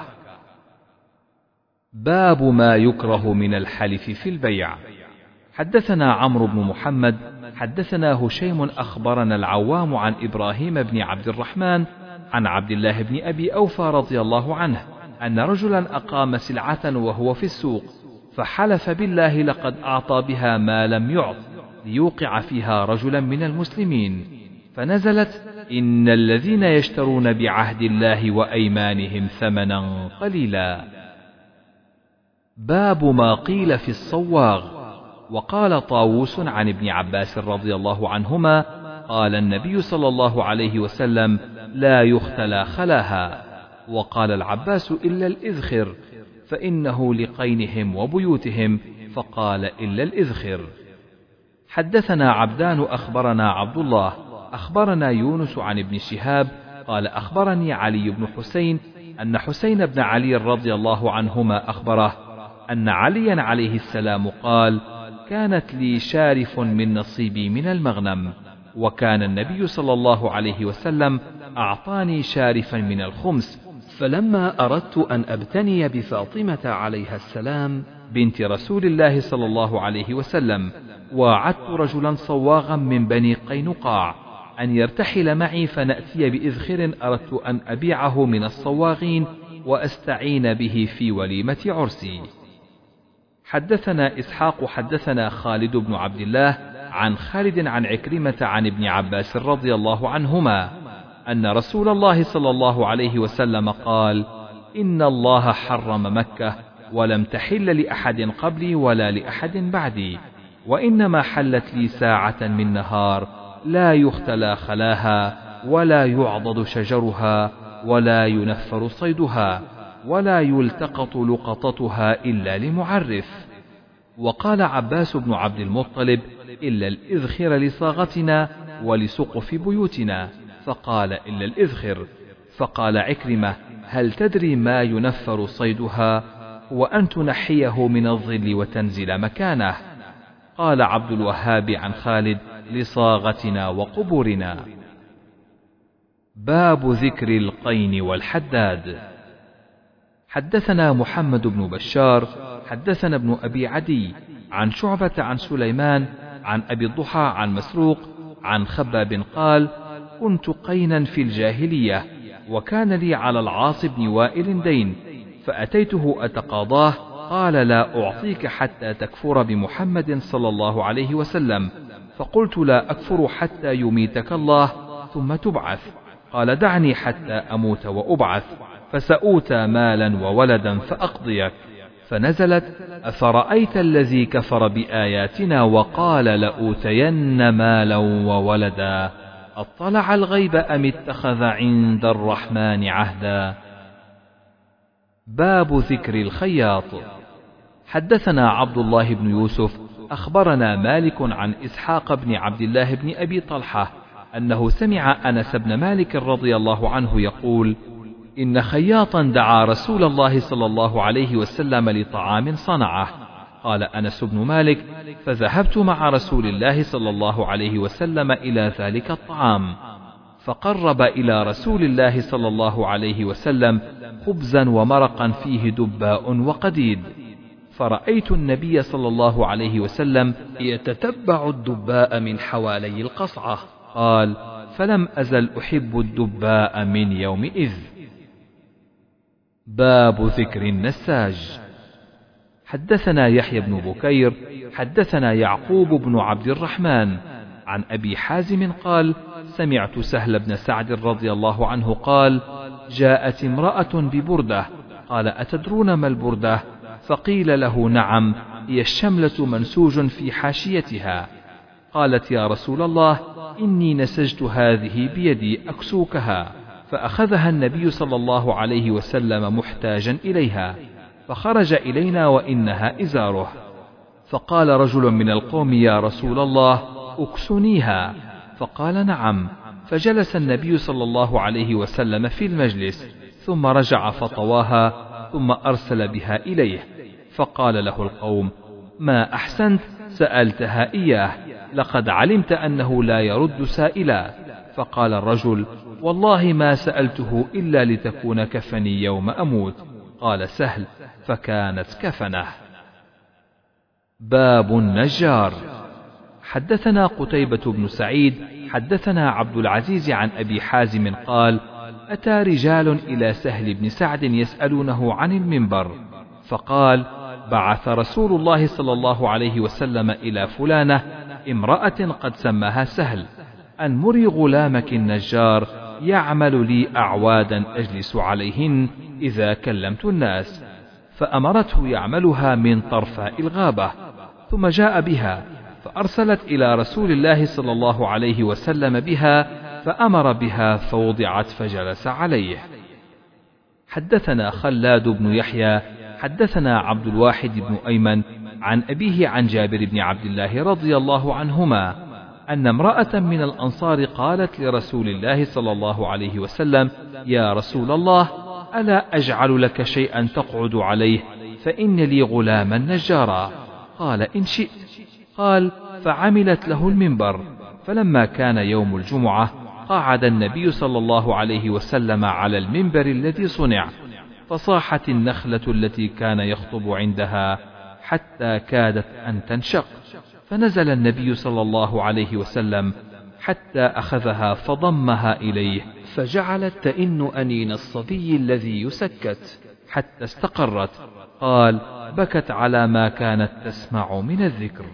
باب ما يكره من الحلف في البيع. حدثنا عمرو بن محمد حدثنا هشيم أخبرنا العوام عن إبراهيم بن عبد الرحمن عن عبد الله بن أبي أوفى رضي الله عنه أن رجلا أقام سلعة وهو في السوق، فحلف بالله لقد أعطى بها ما لم يعط ليوقع فيها رجلا من المسلمين، فنزلت: إن الذين يشترون بعهد الله وأيمانهم ثمنا قليلا. باب ما قيل في الصواغ. وقال طاووس عن ابن عباس رضي الله عنهما: قال النبي صلى الله عليه وسلم: لا يختلى خلاها. وقال العباس: إلا الإذخر، فإنه لقينهم وبيوتهم، فقال: إلا الإذخر. حدثنا عبدان أخبرنا عبد الله أخبرنا يونس عن ابن شهاب قال: أخبرني علي بن حسين أن حسين بن علي رضي الله عنهما أخبره أن عليا عليه السلام قال: كانت لي شارف من نصيبي من المغنم، وكان النبي صلى الله عليه وسلم أعطاني شارفا من الخمس، فلما أردت أن أبتني بفاطمة عليها السلام بنت رسول الله صلى الله عليه وسلم، وعدت رجلا صواغا من بني قينقاع أن يرتحل معي فنأتي بإذخر أردت أن أبيعه من الصواغين وأستعين به في وليمة عرسي. حدثنا إسحاق حدثنا خالد بن عبد الله عن خالد عن عكرمة عن ابن عباس رضي الله عنهما أن رسول الله صلى الله عليه وسلم قال: إن الله حرم مكة ولم تحل لأحد قبلي ولا لأحد بعدي، وإنما حلت لي ساعة من نهار لا يختلى خلاها ولا يعضد شجرها ولا ينفر صيدها ولا يلتقط لقطتها إلا لمعرف. وقال عباس بن عبد المطلب: إلا الإذخر لصاغتنا ولسقف بيوتنا، فقال: إلا الإذخر. فقال عكرمة: هل تدري ما ينفر صيدها؟ وأن تنحيه من الظل وتنزل مكانه. قال عبد الوهاب عن خالد: لصاغتنا وقبورنا. باب ذكر القين والحداد. حدثنا محمد بن بشار حدثنا ابن أبي عدي عن شعبة عن سليمان عن أبي الضحى عن مسروق عن خباب قال: كنت قينا في الجاهلية، وكان لي على العاص بن وائل دين، فأتيته أتقاضاه، قال: لا أعطيك حتى تكفر بمحمد صلى الله عليه وسلم. فقلت: لا أكفر حتى يميتك الله ثم تبعث. قال: دعني حتى أموت وأبعث، فسأوتى مالا وولدا فأقضيك. فنزلت: أفرأيت الذي كفر بآياتنا وقال لأوتين مالا وولدا أطلع الغيب أم اتخذ عند الرحمن عهدا. باب ذكر الخياط. حدثنا عبد الله بن يوسف أخبرنا مالك عن إسحاق بن عبد الله بن أبي طلحة أنه سمع أنس بن مالك رضي الله عنه يقول: إن خياطا دعا رسول الله صلى الله عليه وسلم لطعام صنعه. قال أنس بن مالك: فذهبت مع رسول الله صلى الله عليه وسلم إلى ذلك الطعام، فقرب إلى رسول الله صلى الله عليه وسلم خبزا ومرقا فيه دباء وقديد، فرأيت النبي صلى الله عليه وسلم يتتبع الدباء من حوالي القصعة. قال: فلم أزل أحب الدباء من يومئذ. باب ذكر النساج. حدثنا يحيى بن بكير حدثنا يعقوب بن عبد الرحمن عن أبي حازم قال: سمعت سهل بن سعد رضي الله عنه قال: جاءت امرأة ببردة، قال: أتدرون ما البردة؟ فقيل له: نعم، هي الشملة منسوج في حاشيتها. قالت: يا رسول الله، إني نسجت هذه بيدي أكسوكها. فأخذها النبي صلى الله عليه وسلم محتاجا إليها، فخرج إلينا وإنها إزاره. فقال رجل من القوم: يا رسول الله، أكسنيها. فقال: نعم. فجلس النبي صلى الله عليه وسلم في المجلس، ثم رجع فطواها، ثم أرسل بها إليه. فقال له القوم: ما أحسنت، سألتها إياه، لقد علمت أنه لا يرد سائلا. فقال الرجل: والله ما سألته إلا لتكون كفني يوم أموت. قال سهل: فكانت كفنه. باب النجار. حدثنا قتيبة بن سعيد حدثنا عبد العزيز عن أبي حازم قال: أتى رجال إلى سهل بن سعد يسألونه عن المنبر، فقال: بعث رسول الله صلى الله عليه وسلم إلى فلانة امرأة قد سماها سهل، أن مري غلامك النجار يعمل لي أعوادا أجلس عليهن إذا كلمت الناس، فأمرته يعملها من طرفاء الغابة، ثم جاء بها فأرسلت إلى رسول الله صلى الله عليه وسلم بها، فأمر بها فوضعت فجلس عليه. حدثنا خلاد بن يحيى حدثنا عبد الواحد بن أيمن عن أبيه عن جابر بن عبد الله رضي الله عنهما أن امرأة من الأنصار قالت لرسول الله صلى الله عليه وسلم: يا رسول الله، ألا أجعل لك شيئا تقعد عليه، فإن لي غلاما نجارا. قال: إن شئت. قال: فعملت له المنبر، فلما كان يوم الجمعة قعد النبي صلى الله عليه وسلم على المنبر الذي صنع، فصاحت النخلة التي كان يخطب عندها حتى كادت أن تنشق، فنزل النبي صلى الله عليه وسلم حتى أخذها فضمها إليه، فجعلت تئن أنين الصبي الذي يسكت حتى استقرت. قال: بكت على ما كانت تسمع من الذكر.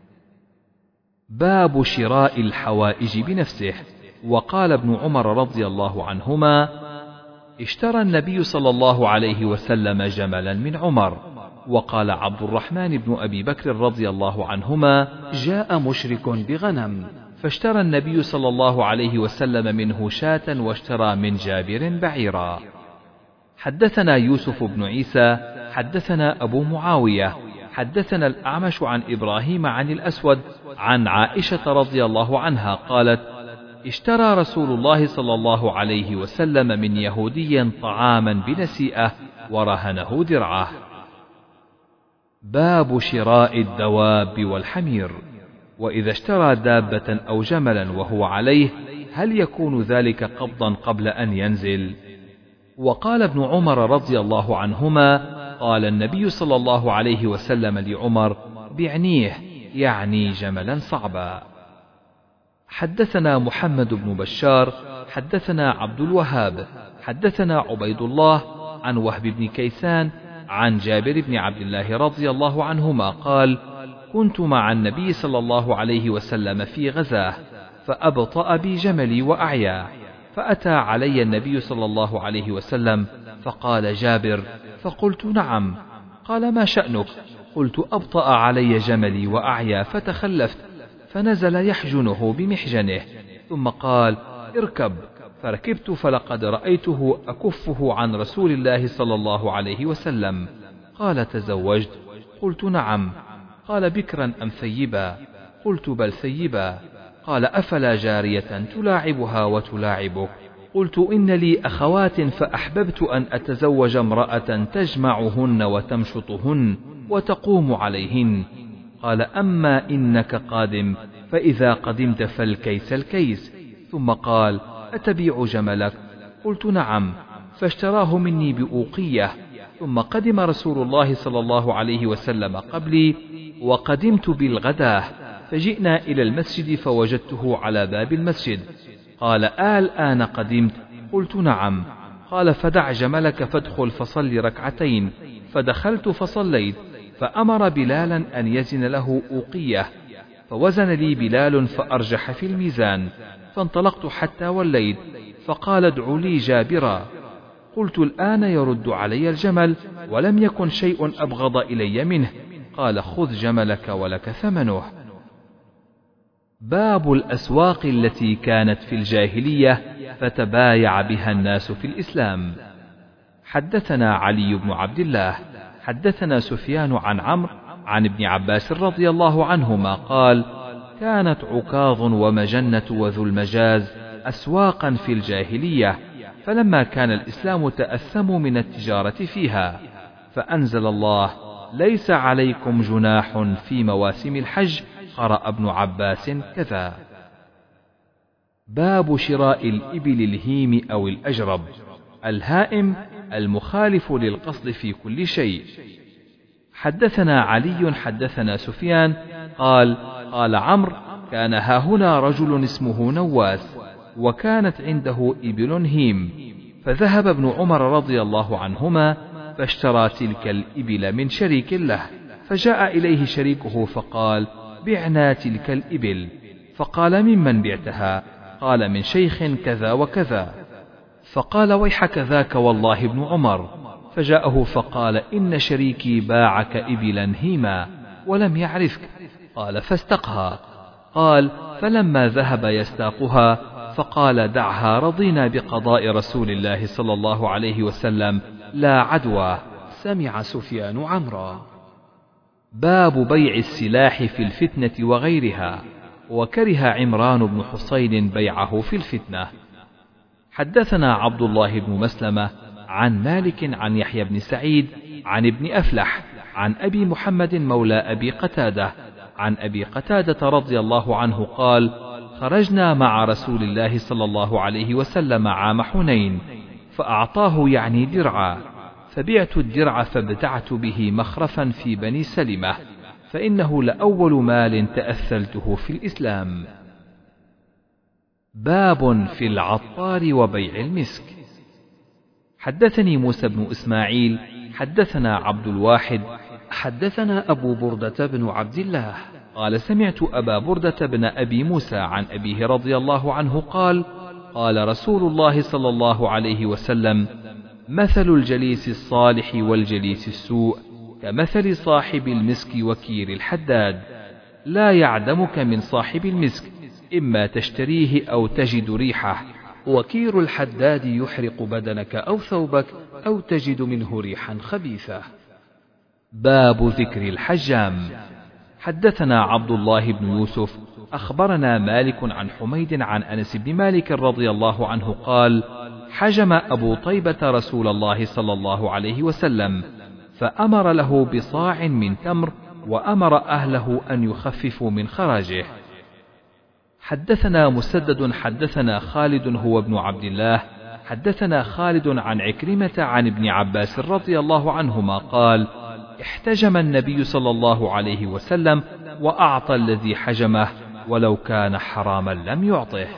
باب شراء الحوائج بنفسه. وقال ابن عمر رضي الله عنهما: اشترى النبي صلى الله عليه وسلم جملا من عمر. وقال عبد الرحمن بن أبي بكر رضي الله عنهما: جاء مشرك بغنم، فاشترى النبي صلى الله عليه وسلم منه شاة، واشترى من جابر بعيرا. حدثنا يوسف بن عيسى حدثنا أبو معاوية حدثنا الأعمش عن إبراهيم عن الأسود عن عائشة رضي الله عنها قالت: اشترى رسول الله صلى الله عليه وسلم من يهودي طعاما بنسيئة ورهنه درعه. باب شراء الدواب والحمير. وإذا اشترى دابة أو جملا وهو عليه، هل يكون ذلك قبضا قبل أن ينزل؟ وقال ابن عمر رضي الله عنهما: قال النبي صلى الله عليه وسلم لعمر: بعنيه، يعني جملا صعبا. حدثنا محمد بن بشار حدثنا عبد الوهاب حدثنا عبيد الله عن وهب بن كيسان عن جابر بن عبد الله رضي الله عنهما قال: كنت مع النبي صلى الله عليه وسلم في غزاه، فأبطأ بي جملي وأعيا، فأتى علي النبي صلى الله عليه وسلم فقال: جابر؟ فقلت: نعم. قال: ما شأنك؟ قلت: أبطأ علي جملي وأعيا فتخلفت، فنزل يحجنه بمحجنه، ثم قال: اركب، فركبت، فلقد رأيته أكفه عن رسول الله صلى الله عليه وسلم. قال: تزوجت؟ قلت: نعم. قال: بكرا أم ثيبا؟ قلت: بل ثيبا. قال: أفلا جارية تلاعبها وتلاعبك؟ قلت: إن لي أخوات، فأحببت أن أتزوج امرأة تجمعهن وتمشطهن وتقوم عليهن. قال: أما إنك قادم، فإذا قدمت فالكيس الكيس. ثم قال: أتبيع جملك؟ قلت: نعم. فاشتراه مني بأوقية. ثم قدم رسول الله صلى الله عليه وسلم قبلي، وقدمت بالغداه، فجئنا إلى المسجد فوجدته على باب المسجد. قال: الآن قدمت؟ قلت: نعم. قال: فدع جملك فادخل فصل ركعتين. فدخلت فصليت، فأمر بلالا أن يزن له أوقية، فوزن لي بلال فأرجح في الميزان، فانطلقت حتى وليت، فقال: ادعوا لي جابرا. قلت: الآن يرد علي الجمل، ولم يكن شيء أبغض إلي منه. قال: خذ جملك ولك ثمنه. باب الأسواق التي كانت في الجاهلية فتبايع بها الناس في الإسلام. حدثنا علي بن عبد الله حدثنا سفيان عن عمرو عن ابن عباس رضي الله عنهما قال: كانت عكاظ ومجنة وذو المجاز أسواقا في الجاهلية، فلما كان الإسلام تأثموا من التجارة فيها، فأنزل الله: ليس عليكم جناح في مواسم الحج. قرأ ابن عباس كذا. باب شراء الإبل الهيم أو الأجرب. الهائم المخالف للقصد في كل شيء. حدثنا علي حدثنا سفيان قال: قال عمرو: كان هاهنا رجل اسمه نواس، وكانت عنده إبل هيم، فذهب ابن عمر رضي الله عنهما فاشترى تلك الإبل من شريك له، فجاء إليه شريكه فقال: بعنا تلك الإبل. فقال: ممن بعتها؟ قال من شيخ كذا وكذا، فقال ويحك ذاك والله ابن عمر، فجاءه فقال إن شريكي باعك إبلا هيما ولم يعرفك، قال فاستقها. قال فلما ذهب يستاقها فقال دعها رضينا بقضاء رسول الله صلى الله عليه وسلم لا عدوى. سمع سفيان عمرا. باب بيع السلاح في الفتنة وغيرها، وكره عمران بن حسين بيعه في الفتنة. حدثنا عبد الله بن مسلمة عن مالك عن يحيى بن سعيد عن ابن أفلح عن أبي محمد مولى أبي قتادة عن أبي قتادة رضي الله عنه قال خرجنا مع رسول الله صلى الله عليه وسلم عام حنين، فأعطاه يعني درعا، فبعت الدرع فابتعت به مخرفا في بني سلمة، فإنه لأول مال تأثلته في الإسلام. باب في العطار وبيع المسك. حدثني موسى بن إسماعيل حدثنا عبد الواحد حدثنا أبو بردة بن عبد الله قال سمعت أبا بردة بن أبي موسى عن أبيه رضي الله عنه قال قال رسول الله صلى الله عليه وسلم مثل الجليس الصالح والجليس السوء كمثل صاحب المسك وكير الحداد، لا يعدمك من صاحب المسك، إما تشتريه أو تجد ريحه، وكير الحداد يحرق بدنك أو ثوبك أو تجد منه ريحا خبيثة. باب ذكر الحجام. حدثنا عبد الله بن يوسف أخبرنا مالك عن حميد عن أنس بن مالك رضي الله عنه قال حجم أبو طيبة رسول الله صلى الله عليه وسلم، فأمر له بصاع من تمر، وأمر أهله أن يخففوا من خراجه. حدثنا مسدد حدثنا خالد هو ابن عبد الله حدثنا خالد عن عكرمة عن ابن عباس رضي الله عنهما قال احتجم النبي صلى الله عليه وسلم وأعطى الذي حجمه، ولو كان حراما لم يعطه.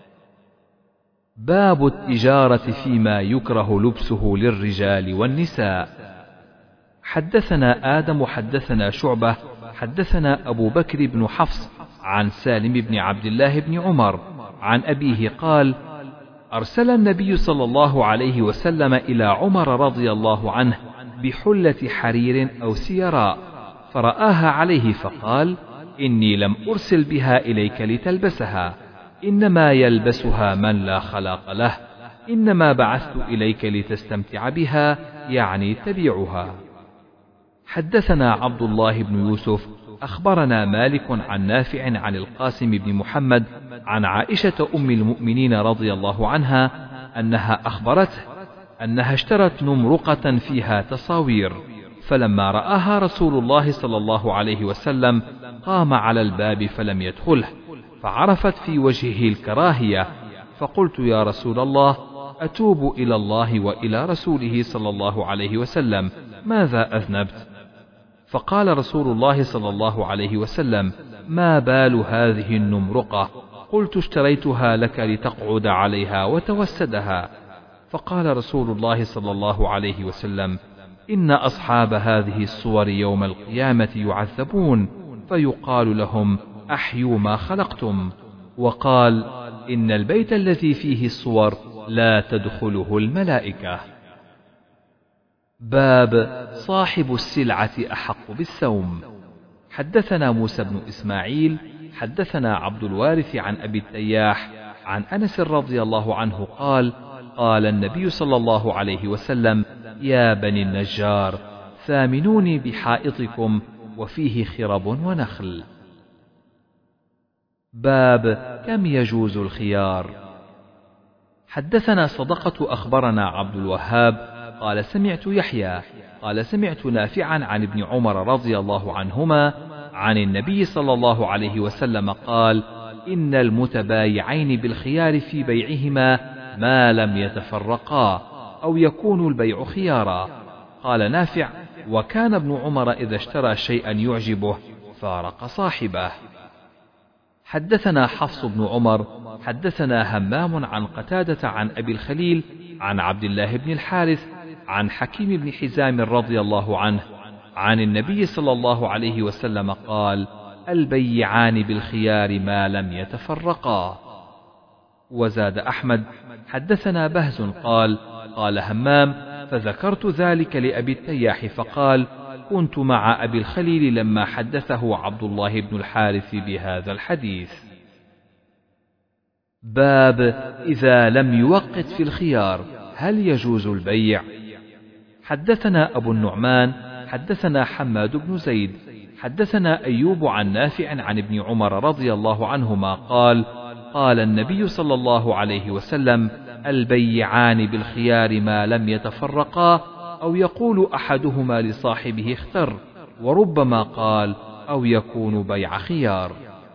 باب التجارة فيما يكره لبسه للرجال والنساء. حدثنا آدم حدثنا شعبة حدثنا أبو بكر بن حفص عن سالم بن عبد الله بن عمر عن أبيه قال أرسل النبي صلى الله عليه وسلم إلى عمر رضي الله عنه بحلة حرير أو سيراء، فرآها عليه فقال إني لم أرسل بها إليك لتلبسها، إنما يلبسها من لا خلاق له، إنما بعثت إليك لتستمتع بها، يعني تبيعها. حدثنا عبد الله بن يوسف أخبرنا مالك عن نافع عن القاسم بن محمد عن عائشة أم المؤمنين رضي الله عنها أنها أخبرته أنها اشترت نمرقة فيها تصاوير، فلما رآها رسول الله صلى الله عليه وسلم قام على الباب فلم يدخله، فعرفت في وجهه الكراهية، فقلت يا رسول الله أتوب إلى الله وإلى رسوله صلى الله عليه وسلم، ماذا أذنبت؟ فقال رسول الله صلى الله عليه وسلم ما بال هذه النمرقة؟ قلت اشتريتها لك لتقعد عليها وتوسدها. فقال رسول الله صلى الله عليه وسلم إن أصحاب هذه الصور يوم القيامة يعذبون، فيقال لهم أحيوا ما خلقتم. وقال إن البيت الذي فيه الصور لا تدخله الملائكة. باب صاحب السلعة أحق بالسوم. حدثنا موسى بن إسماعيل حدثنا عبد الوارث عن أبي التياح عن أنس رضي الله عنه قال قال النبي صلى الله عليه وسلم يا بني النجار ثامنوني بحائطكم وفيه خرب ونخل. باب كم يجوز الخيار. حدثنا صدقة أخبرنا عبد الوهاب قال سمعت يحيى قال سمعت نافعا عن ابن عمر رضي الله عنهما عن النبي صلى الله عليه وسلم قال إن المتبايعين بالخيار في بيعهما ما لم يتفرقا أو يكون البيع خيارا. قال نافع وكان ابن عمر إذا اشترى شيئا يعجبه فارق صاحبه. حدثنا حفص بن عمر حدثنا همام عن قتادة عن أبي الخليل عن عبد الله بن الحارث عن حكيم بن حزام رضي الله عنه عن النبي صلى الله عليه وسلم قال البيعان بالخيار ما لم يتفرقا. وزاد أحمد: حدثنا بهز قال: قال همام: فذكرت ذلك لأبي التياح فقال: كنت مع أبي الخليل لما حدثه عبد الله بن الحارث بهذا الحديث. باب إذا لم يوقت في الخيار هل يجوز البيع؟ حدثنا أبو النعمان حدثنا حماد بن زيد حدثنا أيوب عن نافع عن ابن عمر رضي الله عنهما قال: قال النبي صلى الله عليه وسلم: البيعان بالخيار ما لم يتفرقا، أو يقول أحدهما لصاحبه اختر، وربما قال: أو يكون بيع خيار.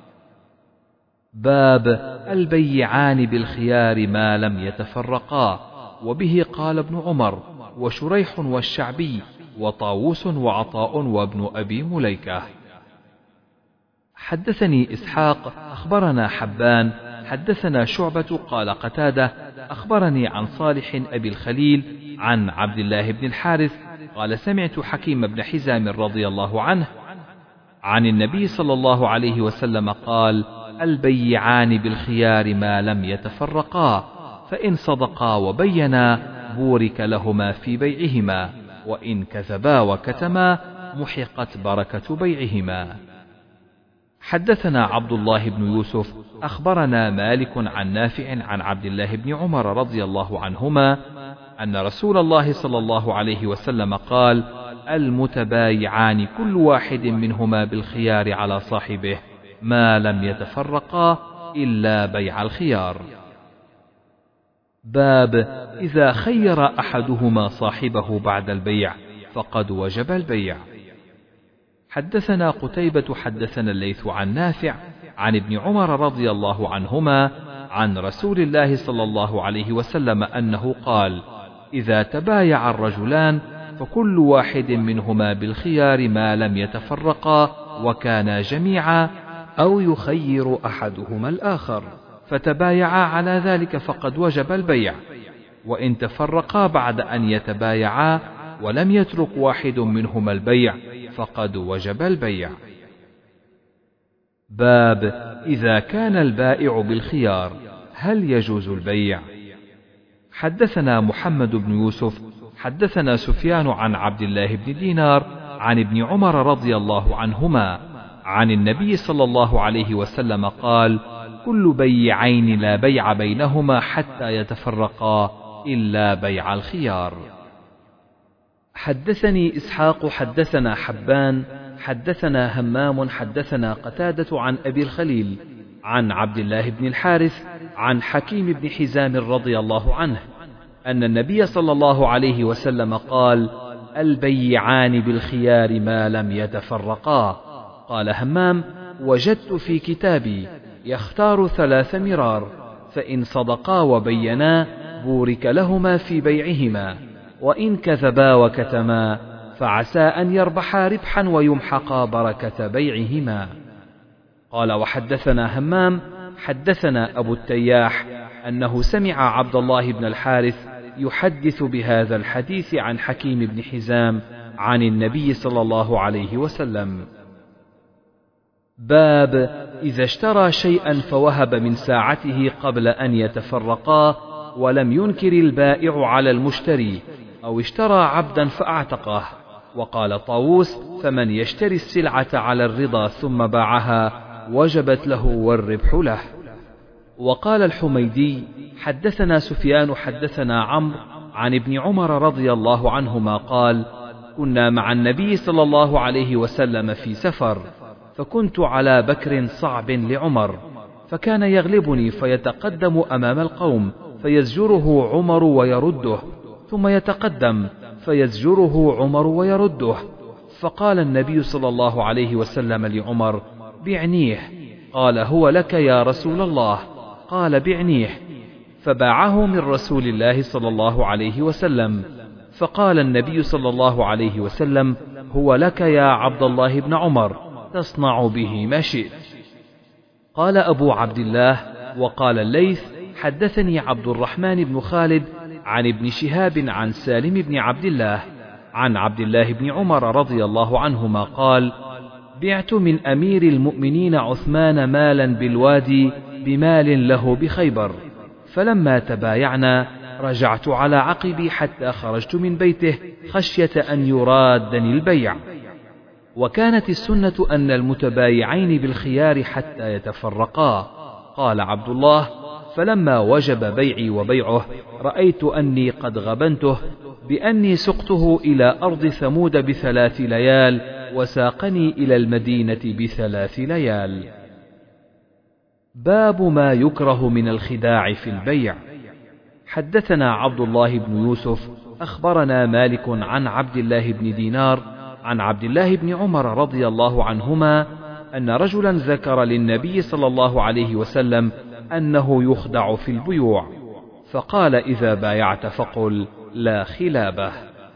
باب البيعان بالخيار ما لم يتفرقا، وبه قال ابن عمر وشريح والشعبي وطاووس وعطاء وابن أبي مليكة. حدثني إسحاق أخبرنا حبان حدثنا شعبة قال قتادة أخبرني عن صالح أبي الخليل عن عبد الله بن الحارث قال: سمعت حكيم بن حزام رضي الله عنه عن النبي صلى الله عليه وسلم قال: البيعان بالخيار ما لم يتفرقا، فإن صدقا وبينا بورك لهما في بيعهما، وإن كذبا وكتما محقت بركة بيعهما. حدثنا عبد الله بن يوسف أخبرنا مالك عن نافع عن عبد الله بن عمر رضي الله عنهما أن رسول الله صلى الله عليه وسلم قال: المتبايعان كل واحد منهما بالخيار على صاحبه ما لم يتفرقا إلا بيع الخيار. باب إذا خير أحدهما صاحبه بعد البيع فقد وجب البيع. حدثنا قتيبة حدثنا الليث عن نافع عن ابن عمر رضي الله عنهما عن رسول الله صلى الله عليه وسلم أنه قال: إذا تبايع الرجلان فكل واحد منهما بالخيار ما لم يتفرقا وكانا جميعا، أو يخير أحدهما الآخر، فتبايعا على ذلك فقد وجب البيع، وإن تفرقا بعد أن يتبايعا ولم يترك واحد منهما البيع فقد وجب البيع. باب إذا كان البائع بالخيار هل يجوز البيع؟ حدثنا محمد بن يوسف حدثنا سفيان عن عبد الله بن دينار عن ابن عمر رضي الله عنهما عن النبي صلى الله عليه وسلم قال: كل بيعين لا بيع بينهما حتى يتفرقا إلا بيع الخيار. حدثني إسحاق حدثنا حبان حدثنا همام حدثنا قتادة عن أبي الخليل عن عبد الله بن الحارث عن حكيم بن حزام رضي الله عنه أن النبي صلى الله عليه وسلم قال: البيعان بالخيار ما لم يتفرقا. قال همام: وجدت في كتابي يختار 3 مرار، فإن صدقا وبينا بورك لهما في بيعهما، وإن كذبا وكتما فعسى أن يربحا ربحا ويمحقا بركة بيعهما. قال: وحدثنا همام حدثنا أبو التياح أنه سمع عبد الله بن الحارث يحدث بهذا الحديث عن حكيم بن حزام عن النبي صلى الله عليه وسلم. باب إذا اشترى شيئا فوهب من ساعته قبل أن يتفرقا ولم ينكر البائع على المشتري، أو اشترى عبدا فأعتقه. وقال طاووس: فمن يشتري السلعة على الرضا ثم باعها وجبت له والربح له. وقال الحميدي: حدثنا سفيان حدثنا عمرو عن ابن عمر رضي الله عنهما قال: كنا مع النبي صلى الله عليه وسلم في سفر، فكنت على بكر صعب لعمر، فكان يغلبني فيتقدم أمام القوم فيزجره عمر ويرده، ثم يتقدم فيزجره عمر ويرده. فقال النبي صلى الله عليه وسلم لعمر: بعنيه. قال: هو لك يا رسول الله. قال: بعنيه. فباعه من رسول الله صلى الله عليه وسلم. فقال النبي صلى الله عليه وسلم: هو لك يا عبد الله بن عمر، تصنع به ما شئت. قال أبو عبد الله: وقال الليث: حدثني عبد الرحمن بن خالد عن ابن شهاب عن سالم بن عبد الله عن عبد الله بن عمر رضي الله عنهما قال: بعت من أمير المؤمنين عثمان مالا بالوادي بمال له بخيبر، فلما تبايعنا رجعت على عقبي حتى خرجت من بيته خشية أن يرادني البيع. وكانت السنة أن المتبايعين بالخيار حتى يتفرقا. قال عبد الله: فلما وجب بيعي وبيعه رأيت أني قد غبنته بأني سقته إلى أرض ثمود ب3 ليال وساقني إلى المدينة ب3 ليال. باب ما يكره من الخداع في البيع. حدثنا عبد الله بن يوسف أخبرنا مالك عن عبد الله بن دينار عن عبد الله بن عمر رضي الله عنهما أن رجلا ذكر للنبي صلى الله عليه وسلم أنه يخدع في البيوع، فقال: إذا بايعت فقل لا خلابه.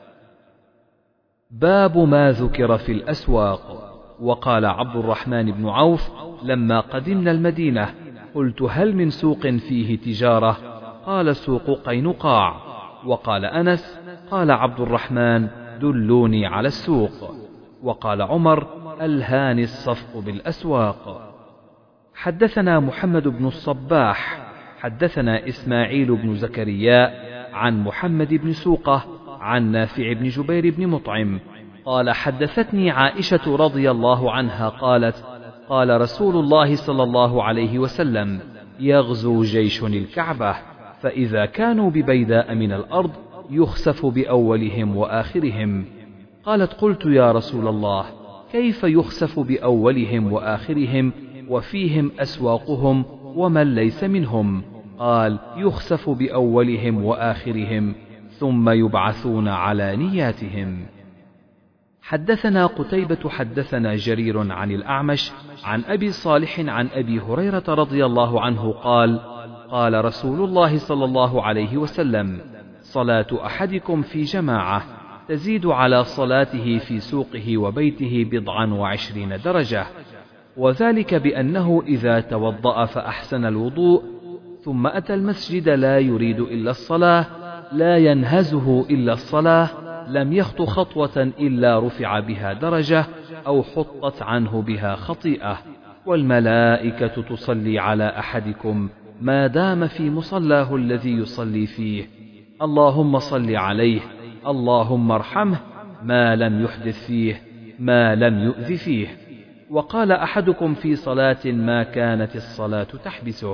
باب ما ذكر في الأسواق. وقال عبد الرحمن بن عوف: لما قدمنا المدينة قلت: هل من سوق فيه تجارة؟ قال: سوق قينقاع. وقال أنس: قال عبد الرحمن: دلوني على السوق. وقال عمر: ألهاني الصفق بالأسواق. حدثنا محمد بن الصباح حدثنا إسماعيل بن زكريا عن محمد بن سوقة عن نافع بن جبير بن مطعم قال: حدثتني عائشة رضي الله عنها قالت: قال رسول الله صلى الله عليه وسلم: يغزو جيش الكعبة، فإذا كانوا ببيداء من الأرض يخسف بأولهم وآخرهم. قالت: قلت يا رسول الله، كيف يخسف بأولهم وآخرهم وفيهم أسواقهم ومن ليس منهم؟ قال: يخسف بأولهم وآخرهم ثم يبعثون على نياتهم. حدثنا قتيبة حدثنا جرير عن الأعمش عن أبي صالح عن أبي هريرة رضي الله عنه قال: قال رسول الله صلى الله عليه وسلم: صلاة أحدكم في جماعة تزيد على صلاته في سوقه وبيته 20 درجة، وذلك بأنه إذا توضأ فأحسن الوضوء ثم أتى المسجد لا يريد إلا الصلاة، لا ينهزه إلا الصلاة، لم يخط خطوة إلا رفع بها درجة أو حطت عنه بها خطيئة، والملائكة تصلي على أحدكم ما دام في مصلاه الذي يصلي فيه، اللهم صل عليه، اللهم ارحمه، ما لم يحدث فيه، ما لم يؤذ فيه. وقال أحدكم في صلاة ما كانت الصلاة تحبسه.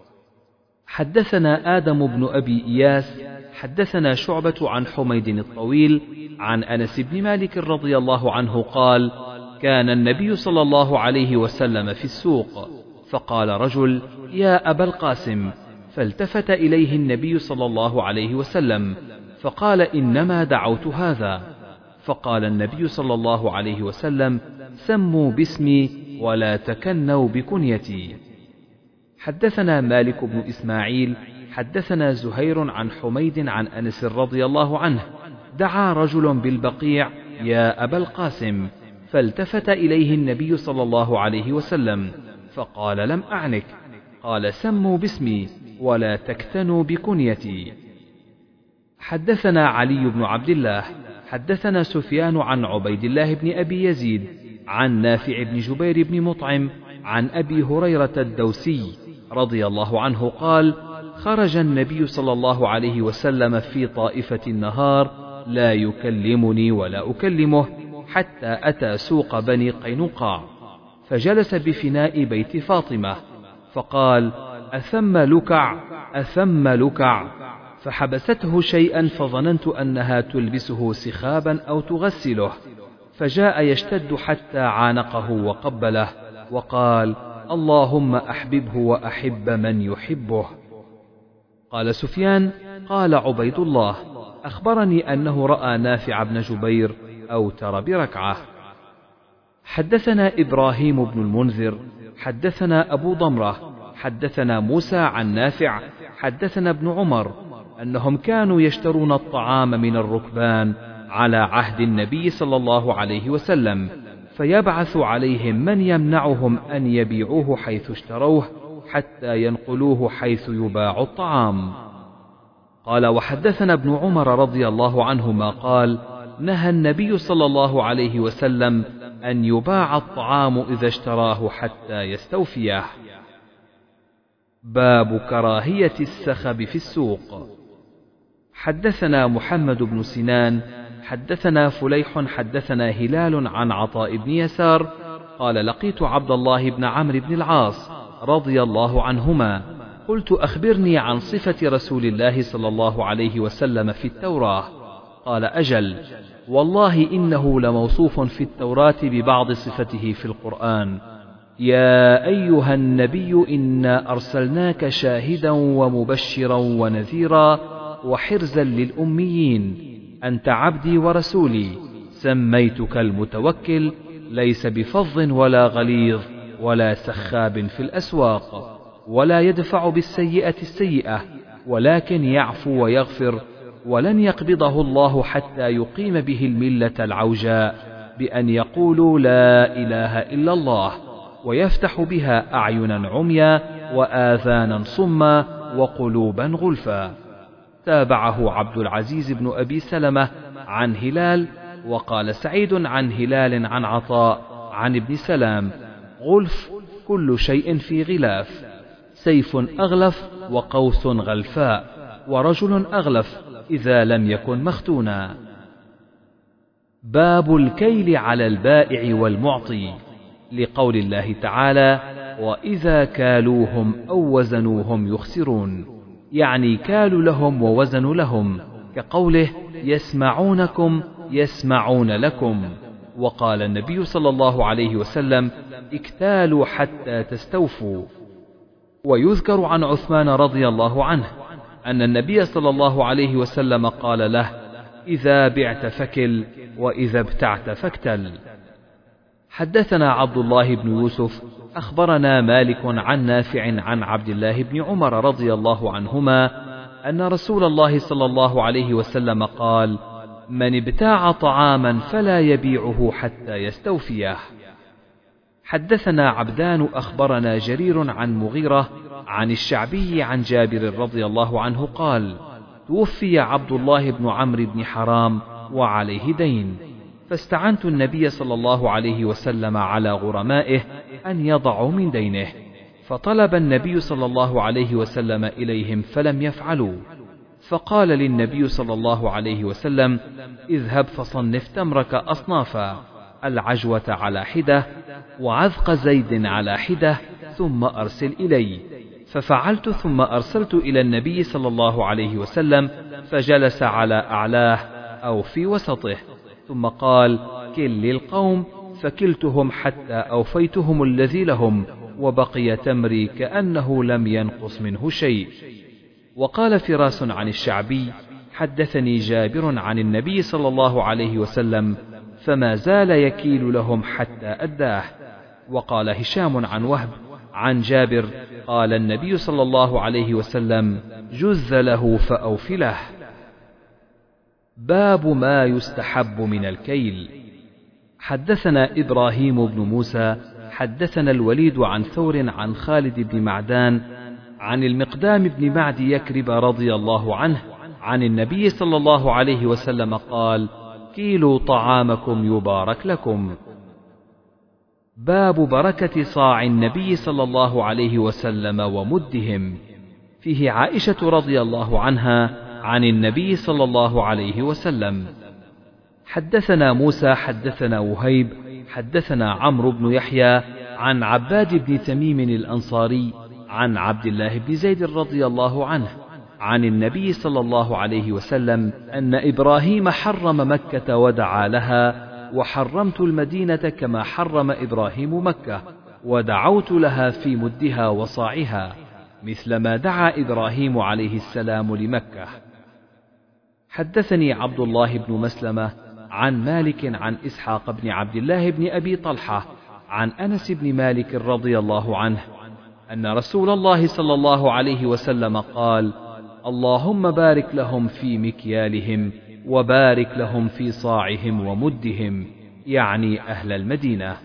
حدثنا آدم بن أبي إياس حدثنا شعبة عن حميد الطويل عن أنس بن مالك رضي الله عنه قال: كان النبي صلى الله عليه وسلم في السوق، فقال رجل: يا أبا القاسم، فالتفت إليه النبي صلى الله عليه وسلم فقال: إنما دعوت هذا. فقال النبي صلى الله عليه وسلم: سموا باسمي ولا تكنوا بكنيتي. حدثنا مالك بن إسماعيل حدثنا زهير عن حميد عن أنس رضي الله عنه: دعا رجل بالبقيع: يا أبا القاسم، فالتفت إليه النبي صلى الله عليه وسلم فقال: لم أعنك. قال: سموا باسمي ولا تكتنوا بكنيتي. حدثنا علي بن عبد الله حدثنا سفيان عن عبيد الله بن أبي يزيد عن نافع بن جبير بن مطعم عن أبي هريرة الدوسي رضي الله عنه قال: خرج النبي صلى الله عليه وسلم في طائفة النهار لا يكلمني ولا أكلمه حتى أتى سوق بني قينقاع، فجلس بفناء بيت فاطمة فقال: أثم لكع أثم لكع، فحبسته شيئا فظننت أنها تلبسه سخابا أو تغسله، فجاء يشتد حتى عانقه وقبله وقال: اللهم أحببه وأحب من يحبه. قال سفيان: قال عبيد الله: أخبرني أنه رأى نافع بن جبير أوتر بركعة. حدثنا إبراهيم بن المنذر حدثنا أبو ضمرة حدثنا موسى عن نافع حدثنا ابن عمر أنهم كانوا يشترون الطعام من الركبان على عهد النبي صلى الله عليه وسلم، فيبعث عليهم من يمنعهم أن يبيعوه حيث اشتروه حتى ينقلوه حيث يباع الطعام. قال: وحدثنا ابن عمر رضي الله عنهما قال: نهى النبي صلى الله عليه وسلم أن يباع الطعام إذا اشتراه حتى يستوفيه. باب كراهية السخب في السوق. حدثنا محمد بن سنان حدثنا فليح حدثنا هلال عن عطاء بن يسار قال لقيت عبد الله بن عمرو بن العاص رضي الله عنهما قلت أخبرني عن صفة رسول الله صلى الله عليه وسلم في التوراة. قال أجل، والله إنه لموصوف في التوراة ببعض صفته في القرآن. يا أيها النبي إنا أرسلناك شاهدا ومبشرا ونذيرا وحرزا للأميين أنت عبدي ورسولي سميتك المتوكل ليس بفظ ولا غليظ ولا سخاب في الأسواق ولا يدفع بالسيئة السيئة ولكن يعفو ويغفر ولن يقبضه الله حتى يقيم به الملة العوجاء بأن يقولوا لا إله إلا الله ويفتح بها أعينا عميا وآذانا صما وقلوبا غلفا. تابعه عبد العزيز بن أبي سلمة عن هلال وقال سعيد عن هلال عن عطاء عن ابن سلام غلف كل شيء في غلاف، سيف أغلف وقوس غلفاء ورجل أغلف إذا لم يكن مختونا. باب الكيل على البائع والمعطي، لقول الله تعالى وإذا كالوهم أو وزنوهم يخسرون، يعني كالوا لهم ووزنوا لهم، كقوله يسمعونكم يسمعون لكم. وقال النبي صلى الله عليه وسلم اكتالوا حتى تستوفوا. ويذكر عن عثمان رضي الله عنه أن النبي صلى الله عليه وسلم قال له إذا بعت فكل وإذا ابتعت فاكتل. حدثنا عبد الله بن يوسف أخبرنا مالك عن نافع عن عبد الله بن عمر رضي الله عنهما أن رسول الله صلى الله عليه وسلم قال من ابتاع طعاما فلا يبيعه حتى يستوفيه. حدثنا عبدان أخبرنا جرير عن مغيرة عن الشعبي عن جابر رضي الله عنه قال توفي عبد الله بن عمرو بن حرام وعليه دين، فاستعنت النبي صلى الله عليه وسلم على غرمائه أن يضعوا من دينه، فطلب النبي صلى الله عليه وسلم إليهم فلم يفعلوا، فقال للنبي صلى الله عليه وسلم اذهب فصنف تمرك أصنافا، العجوة على حدة وعذق زيد على حدة ثم أرسل إلي، ففعلت ثم أرسلت إلى النبي صلى الله عليه وسلم فجلس على أعلاه أو في وسطه، ثم قال كل للقوم، فكلتهم حتى أوفيتهم الذي لهم وبقي تمري كأنه لم ينقص منه شيء. وقال فراس عن الشعبي حدثني جابر عن النبي صلى الله عليه وسلم فما زال يكيل لهم حتى أداه. وقال هشام عن وهب عن جابر قال النبي صلى الله عليه وسلم جز له فأوف له. باب ما يستحب من الكيل. حدثنا إبراهيم بن موسى حدثنا الوليد عن ثور عن خالد بن معدان عن المقدام بن معد يكرب رضي الله عنه عن النبي صلى الله عليه وسلم قال كيلوا طعامكم يبارك لكم. باب بركة صاع النبي صلى الله عليه وسلم ومدهم، فيه عائشة رضي الله عنها عن النبي صلى الله عليه وسلم. حدثنا موسى حدثنا وهيب حدثنا عمرو بن يحيى عن عباد بن تميم الأنصاري عن عبد الله بن زيد رضي الله عنه عن النبي صلى الله عليه وسلم أن إبراهيم حرم مكة ودعا لها، وحرمت المدينة كما حرم إبراهيم مكة، ودعوت لها في مدها وصاعها مثل ما دعا إبراهيم عليه السلام لمكة. حدثني عبد الله بن مسلمة عن مالك عن إسحاق بن عبد الله بن أبي طلحة عن أنس بن مالك رضي الله عنه أن رسول الله صلى الله عليه وسلم قال اللهم بارك لهم في مكيالهم وبارك لهم في صاعهم ومدهم، يعني أهل المدينة.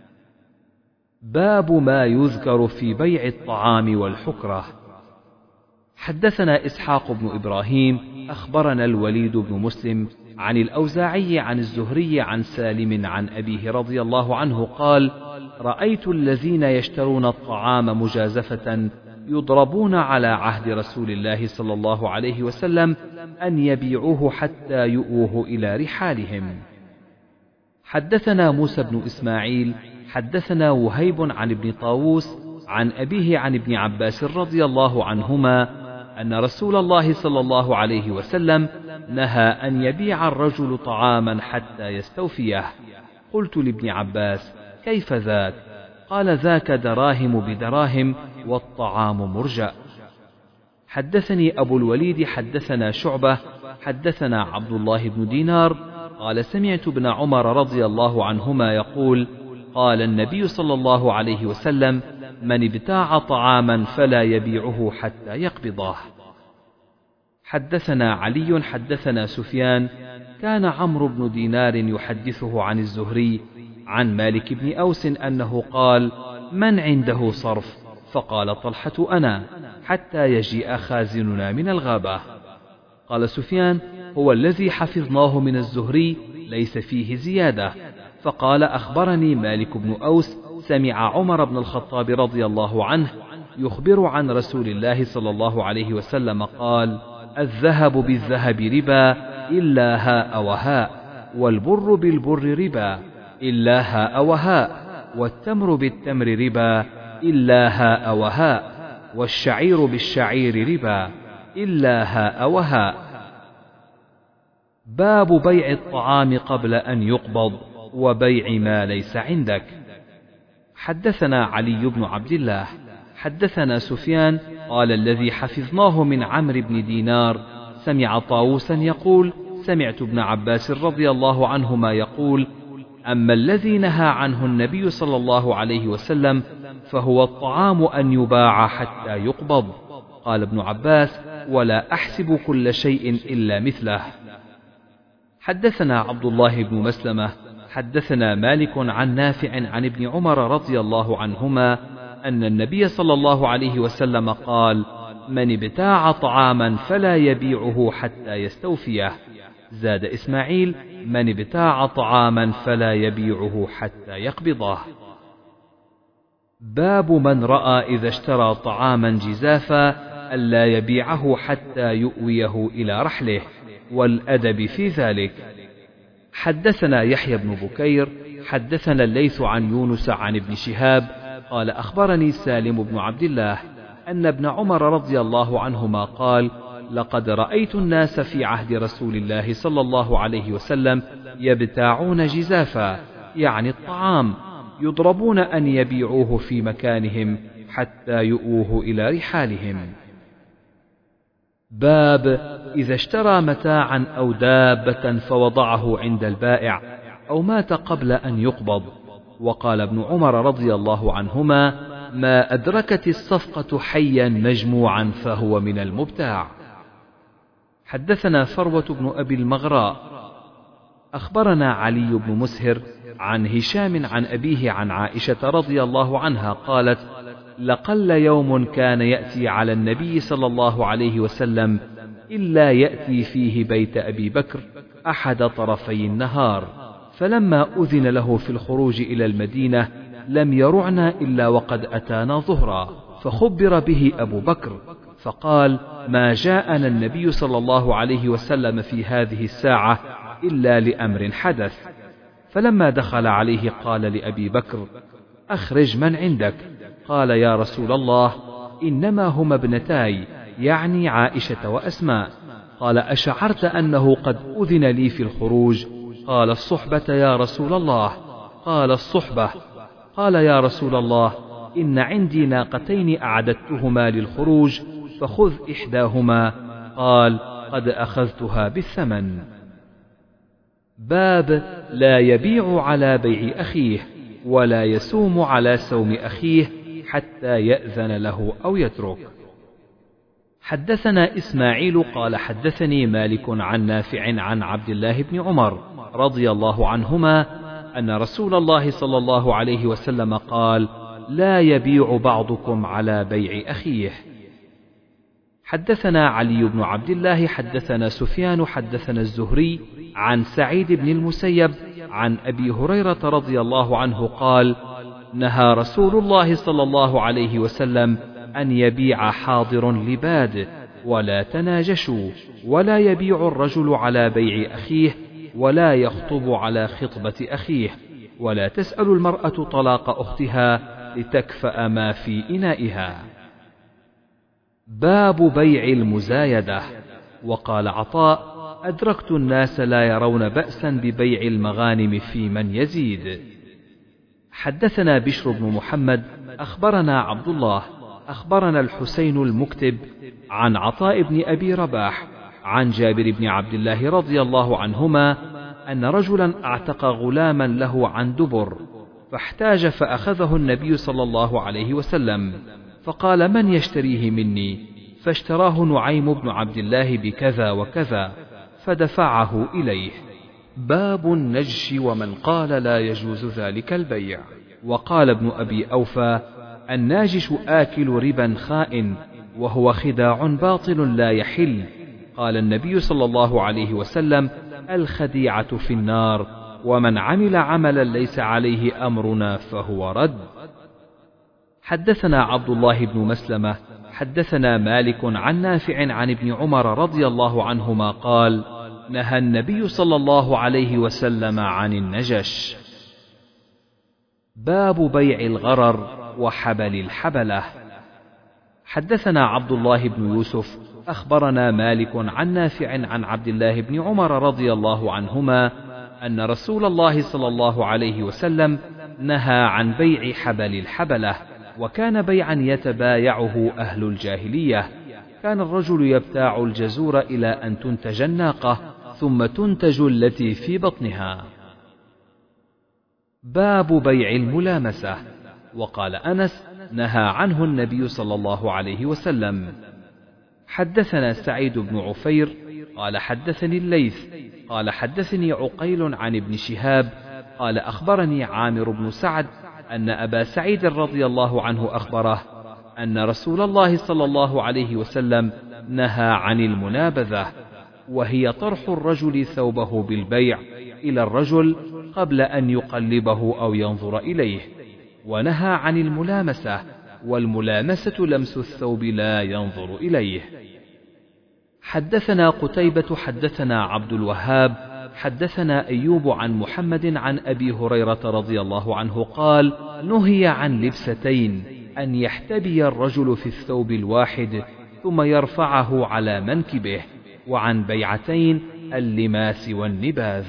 باب ما يذكر في بيع الطعام والحكرة. حدثنا إسحاق بن إبراهيم أخبرنا الوليد بن مسلم عن الأوزاعي عن الزهري عن سالم عن أبيه رضي الله عنه قال رأيت الذين يشترون الطعام مجازفة يضربون على عهد رسول الله صلى الله عليه وسلم أن يبيعوه حتى يؤوه إلى رحالهم. حدثنا موسى بن إسماعيل حدثنا وهيب عن ابن طاووس عن أبيه عن ابن عباس رضي الله عنهما أن رسول الله صلى الله عليه وسلم نهى أن يبيع الرجل طعاما حتى يستوفيه. قلت لابن عباس: كيف ذاك؟ قال: ذاك دراهم بدراهم والطعام مرجأ. حدثني أبو الوليد حدثنا شعبة حدثنا عبد الله بن دينار قال: سمعت ابن عمر رضي الله عنهما يقول: قال النبي صلى الله عليه وسلم: من ابتاع طعاما فلا يبيعه حتى يقبضه. حدثنا علي حدثنا سفيان كان عمرو بن دينار يحدثه عن الزهري عن مالك بن أوس أنه قال: من عنده صرف؟ فقال طلحة: أنا، حتى يجيء خازننا من الغابة. قال سفيان: هو الذي حفظناه من الزهري ليس فيه زيادة. فقال: أخبرني مالك بن أوس سمع عمر بن الخطاب رضي الله عنه يخبر عن رسول الله صلى الله عليه وسلم قال: الذهب بالذهب ربا إلا هاء وهاء، والبر بالبر ربا إلا هاء وهاء، والتمر بالتمر ربا إلا هاء وهاء، والشعير بالشعير ربا إلا هاء وهاء. باب بيع الطعام قبل أن يقبض وبيع ما ليس عندك. حدثنا علي بن عبد الله حدثنا سفيان قال: الذي حفظناه من عمرو بن دينار سمع طاووسا يقول: سمعت ابن عباس رضي الله عنهما يقول: أما الذي نهى عنه النبي صلى الله عليه وسلم فهو الطعام أن يباع حتى يقبض. قال ابن عباس: ولا أحسب كل شيء إلا مثله. حدثنا عبد الله بن مسلمة حدثنا مالك عن نافع عن ابن عمر رضي الله عنهما أن النبي صلى الله عليه وسلم قال: من ابتاع طعاما فلا يبيعه حتى يستوفيه. زاد إسماعيل: من ابتاع طعاما فلا يبيعه حتى يقبضه. باب من رأى إذا اشترى طعاما جزافا ألا يبيعه حتى يؤويه إلى رحله، والأدب في ذلك. حدثنا يحيى بن بكير حدثنا الليث عن يونس عن ابن شهاب قال: أخبرني سالم بن عبد الله أن ابن عمر رضي الله عنهما قال: لقد رأيت الناس في عهد رسول الله صلى الله عليه وسلم يبتاعون جزافا، يعني الطعام، يضربون أن يبيعوه في مكانهم حتى يؤوه إلى رحالهم. باب إذا اشترى متاعا أو دابة فوضعه عند البائع أو مات قبل أن يقبض. وقال ابن عمر رضي الله عنهما: ما أدركت الصفقة حيا مجموعا فهو من المبتاع. حدثنا فروة بن أبي المغراء أخبرنا علي بن مسهر عن هشام عن أبيه عن عائشة رضي الله عنها قالت: لقل يوم كان يأتي على النبي صلى الله عليه وسلم إلا يأتي فيه بيت أبي بكر أحد طرفي النهار، فلما أذن له في الخروج إلى المدينة لم يرعنا إلا وقد أتانا ظهرا، فخبر به أبو بكر فقال: ما جاءنا النبي صلى الله عليه وسلم في هذه الساعة إلا لأمر حدث. فلما دخل عليه قال لأبي بكر: أخرج من عندك. قال: يا رسول الله، إنما هما ابنتاي، يعني عائشة وأسماء. قال: أشعرت أنه قد أذن لي في الخروج؟ قال: الصحبة يا رسول الله. قال: الصحبة. قال: يا رسول الله، إن عندي ناقتين أعددتهما للخروج، فخذ إحداهما. قال: قد أخذتها بالثمن. باب لا يبيع على بيع أخيه ولا يسوم على سوم أخيه حتى يأذن له أو يترك. حدثنا إسماعيل قال: حدثني مالك عن نافع عن عبد الله بن عمر رضي الله عنهما أن رسول الله صلى الله عليه وسلم قال: لا يبيع بعضكم على بيع أخيه. حدثنا علي بن عبد الله حدثنا سفيان حدثنا الزهري عن سعيد بن المسيب عن أبي هريرة رضي الله عنه قال: نهى رسول الله صلى الله عليه وسلم أن يبيع حاضر لباد، ولا تناجشوا، ولا يبيع الرجل على بيع أخيه، ولا يخطب على خطبة أخيه، ولا تسأل المرأة طلاق أختها لتكفأ ما في إنائها. باب بيع المزايدة. وقال عطاء: أدركت الناس لا يرون بأسا ببيع المغانم في من يزيد. حدثنا بشر بن محمد أخبرنا عبد الله أخبرنا الحسين المكتب عن عطاء بن أبي رباح عن جابر بن عبد الله رضي الله عنهما أن رجلا اعتق غلاما له عن دبر، فاحتاج فأخذه النبي صلى الله عليه وسلم، فقال: من يشتريه مني؟ فاشتراه نعيم بن عبد الله بكذا وكذا، فدفعه إليه. باب النجش ومن قال لا يجوز ذلك البيع. وقال ابن أبي أوفى: الناجش آكل ربا خائن، وهو خداع باطل لا يحل. قال النبي صلى الله عليه وسلم: الخديعة في النار، ومن عمل عملا ليس عليه أمرنا فهو رد. حدثنا عبد الله بن مسلمة حدثنا مالك عن نافع عن ابن عمر رضي الله عنهما قال: نهى النبي صلى الله عليه وسلم عن النجش. باب بيع الغرر وحبل الحبلة. حدثنا عبد الله بن يوسف أخبرنا مالك عن نافع عن عبد الله بن عمر رضي الله عنهما أن رسول الله صلى الله عليه وسلم نهى عن بيع حبل الحبلة، وكان بيعا يتبايعه أهل الجاهلية. كان الرجل يبتاع الجزور إلى أن تنتج الناقة، ثم تنتج التي في بطنها. باب بيع الملامسة. وقال أنس: نهى عنه النبي صلى الله عليه وسلم. حدثنا سعيد بن عفير قال حدثني الليث قال حدثني عقيل عن ابن شهاب قال أخبرني عامر بن سعد أن أبا سعيد رضي الله عنه أخبره أن رسول الله صلى الله عليه وسلم نهى عن المنابذة، وهي طرح الرجل ثوبه بالبيع إلى الرجل قبل أن يقلبه أو ينظر إليه، ونهى عن الملامسة، والملامسة لمس الثوب لا ينظر إليه. حدثنا قتيبة حدثنا عبد الوهاب حدثنا أيوب عن محمد عن أبي هريرة رضي الله عنه قال: نهي عن لبستين: أن يحتبي الرجل في الثوب الواحد ثم يرفعه على منكبه، وعن بيعتين: اللماس والنباذ.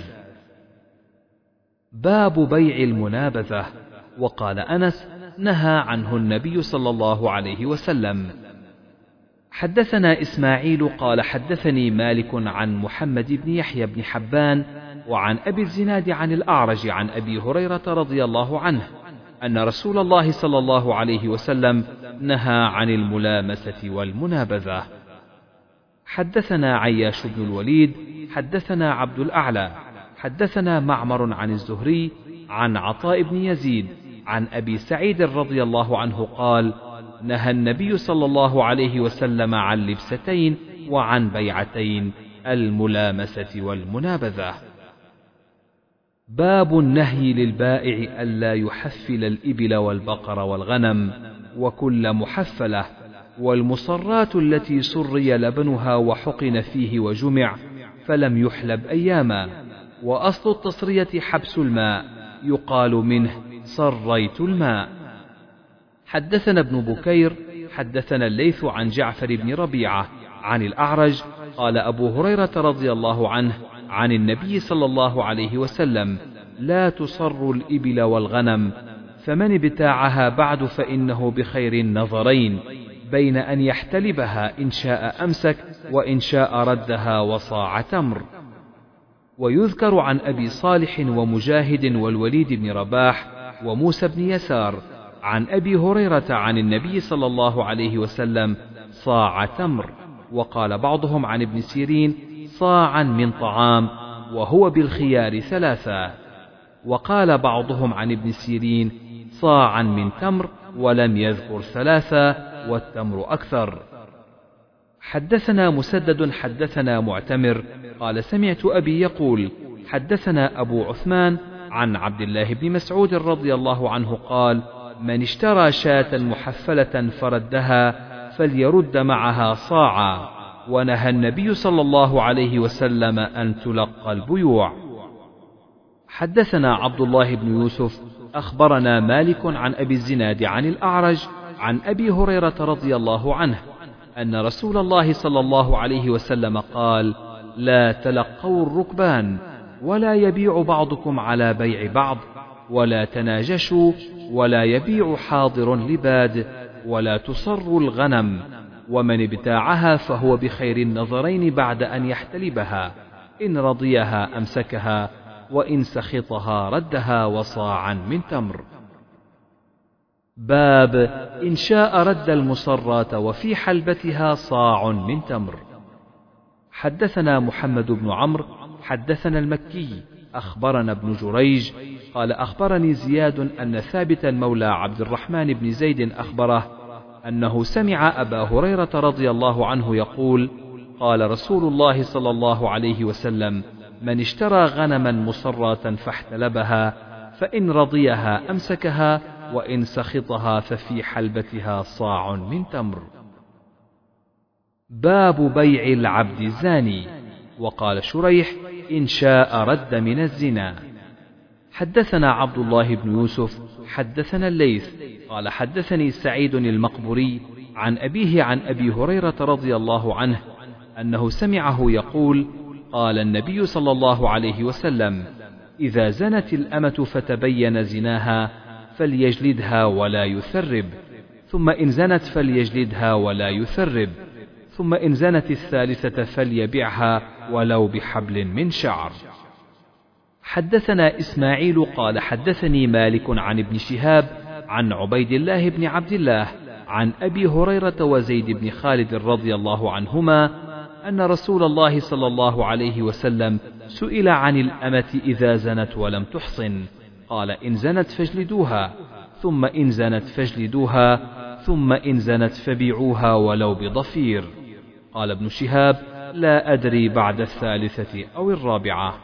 باب بيع المنابذة. وقال أنس: نهى عنه النبي صلى الله عليه وسلم. حدثنا إسماعيل قال حدثني مالك عن محمد بن يحيى بن حبان وعن أبي الزناد عن الأعرج عن أبي هريرة رضي الله عنه أن رسول الله صلى الله عليه وسلم نهى عن الملامسة والمنابذة. حدثنا عياش بن الوليد حدثنا عبد الأعلى حدثنا معمر عن الزهري عن عطاء بن يزيد عن أبي سعيد رضي الله عنه قال: نهى النبي صلى الله عليه وسلم عن لبستين وعن بيعتين: الملامسة والمنابذة. باب النهي للبائع ألا يحفل الإبل والبقر والغنم وكل محفلة، والمصرات التي سري لبنها وحقن فيه وجمع فلم يحلب أياما. وأصل التصرية حبس الماء، يقال منه صريت الماء. حدثنا ابن بكير حدثنا الليث عن جعفر بن ربيعة عن الأعرج قال أبو هريرة رضي الله عنه عن النبي صلى الله عليه وسلم: لا تصر الإبل والغنم، فمن ابتاعها بعد فإنه بخير النظرين، بين أن يحتلبها إن شاء أمسك وإن شاء ردها وصاع تمر. ويذكر عن أبي صالح ومجاهد والوليد بن رباح وموسى بن يسار عن أبي هريرة عن النبي صلى الله عليه وسلم: صاع تمر. وقال بعضهم عن ابن سيرين: صاعا من طعام، وهو بالخيار ثلاثا. وقال بعضهم عن ابن سيرين: صاعا من تمر، ولم يذكر ثلاثا، والتمر أكثر. حدثنا مسدد حدثنا معتمر قال: سمعت أبي يقول: حدثنا أبو عثمان عن عبد الله بن مسعود رضي الله عنه قال: من اشترى شاة محفلة فردها فليرد معها صاعا. ونهى النبي صلى الله عليه وسلم أن تلقى البيوع. حدثنا عبد الله بن يوسف أخبرنا مالك عن أبي الزناد عن الأعرج عن أبي هريرة رضي الله عنه أن رسول الله صلى الله عليه وسلم قال: لا تلقوا الركبان، ولا يبيع بعضكم على بيع بعض، ولا تناجشوا، ولا يبيع حاضر لباد، ولا تصروا الغنم، ومن ابتاعها فهو بخير النظرين بعد أن يحتلبها، إن رضيها أمسكها، وإن سخطها ردها وصاعا من تمر. باب إن شاء رد المصرات وفي حلبتها صاع من تمر. حدثنا محمد بن عمرو حدثنا المكي أخبرنا ابن جريج قال أخبرني زياد أن ثابتا مولى عبد الرحمن بن زيد أخبره أنه سمع أبا هريرة رضي الله عنه يقول: قال رسول الله صلى الله عليه وسلم: من اشترى غنما مصرة فاحتلبها فإن رضيها أمسكها، وإن سخطها ففي حلبتها صاع من تمر. باب بيع العبد الزاني. وقال شريح: إن شاء رد من الزنا. حدثنا عبد الله بن يوسف حدثنا الليث قال حدثني سعيد المقبري عن أبيه عن أبي هريرة رضي الله عنه أنه سمعه يقول: قال النبي صلى الله عليه وسلم: إذا زنت الأمة فتبين زناها فليجلدها ولا يثرب، ثم إن زنت فليجلدها ولا يثرب، ثم إن زنت الثالثة فليبعها ولو بحبل من شعر. حدثنا إسماعيل قال حدثني مالك عن ابن شهاب عن عبيد الله بن عبد الله عن أبي هريرة وزيد بن خالد رضي الله عنهما أن رسول الله صلى الله عليه وسلم سئل عن الأمة إذا زنت ولم تحصن، قال: إن زنت فاجلدوها، ثم إن زنت فاجلدوها، ثم إن زنت فبيعوها ولو بضفير. قال ابن شهاب: لا أدري بعد الثالثة أو الرابعة.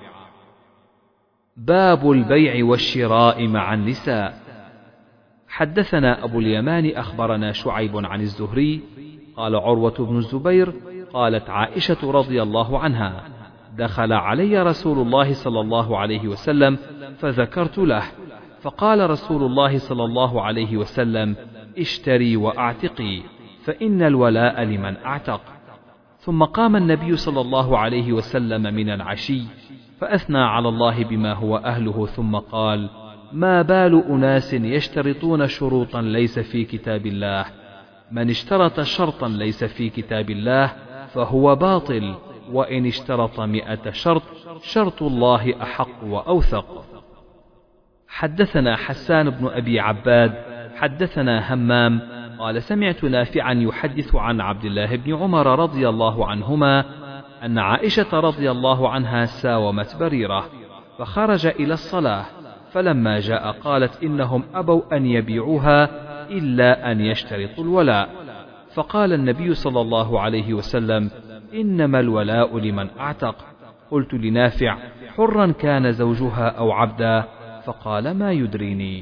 باب البيع والشراء مع النساء. حدثنا أبو اليمان أخبرنا شعيب عن الزهري قال عروة بن الزبير قالت عائشة رضي الله عنها: دخل علي رسول الله صلى الله عليه وسلم فذكرت له، فقال رسول الله صلى الله عليه وسلم: اشتري وأعتقي، فإن الولاء لمن أعتق. ثم قام النبي صلى الله عليه وسلم من العشي فأثنى على الله بما هو أهله، ثم قال: ما بال أناس يشترطون شروطا ليس في كتاب الله، من اشترط شرطا ليس في كتاب الله فهو باطل، وإن اشترط 100 شرط شرط الله أحق وأوثق. حدثنا حسان بن أبي عباد حدثنا همام قال سمعت نافعا يحدث عن عبد الله بن عمر رضي الله عنهما أن عائشة رضي الله عنها ساومت بريرة فخرج إلى الصلاة، فلما جاء قالت: إنهم أبوا أن يبيعوها إلا أن يشترطوا الولاء. فقال النبي صلى الله عليه وسلم: إنما الولاء لمن أعتق. قلت لنافع: حرا كان زوجها أو عبدا؟ فقال: ما يدريني.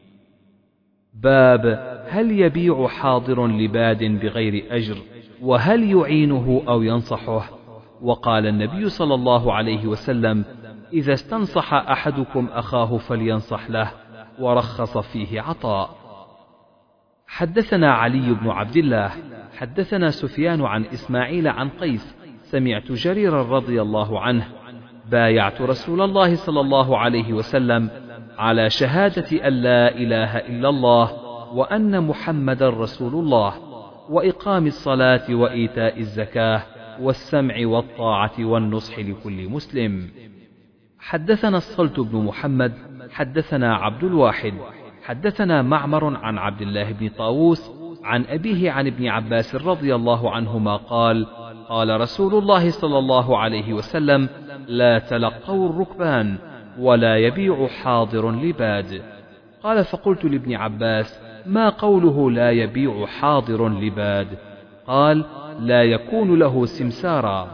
باب هل يبيع حاضر لباد بغير أجر، وهل يعينه أو ينصحه؟ وقال النبي صلى الله عليه وسلم: إذا استنصح أحدكم أخاه فلينصح له، ورخص فيه عطاء. حدثنا علي بن عبد الله حدثنا سفيان عن إسماعيل عن قيس سمعت جريرا رضي الله عنه: بايعت رسول الله صلى الله عليه وسلم على شهادة أن لا إله إلا الله وأن محمدا رسول الله، وإقام الصلاة وإيتاء الزكاة والسمع والطاعة والنصح لكل مسلم. حدثنا الصلت بن محمد حدثنا عبد الواحد حدثنا معمر عن عبد الله بن طاووس عن أبيه عن ابن عباس رضي الله عنهما قال: قال رسول الله صلى الله عليه وسلم: لا تلقوا الركبان، ولا يبيع حاضر لباد. قال: فقلت لابن عباس: ما قوله لا يبيع حاضر لباد؟ قال: لا يكون له سمسارا.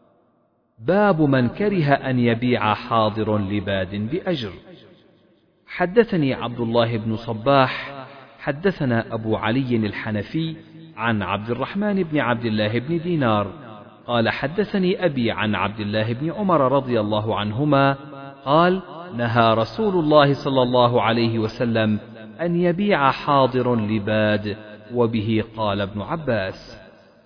باب من كره أن يبيع حاضر لباد بأجر. حدثني عبد الله بن صباح حدثنا أبو علي الحنفي عن عبد الرحمن بن عبد الله بن دينار قال حدثني أبي عن عبد الله بن عمر رضي الله عنهما قال نهى رسول الله صلى الله عليه وسلم أن يبيع حاضر لباد، وبه قال ابن عباس.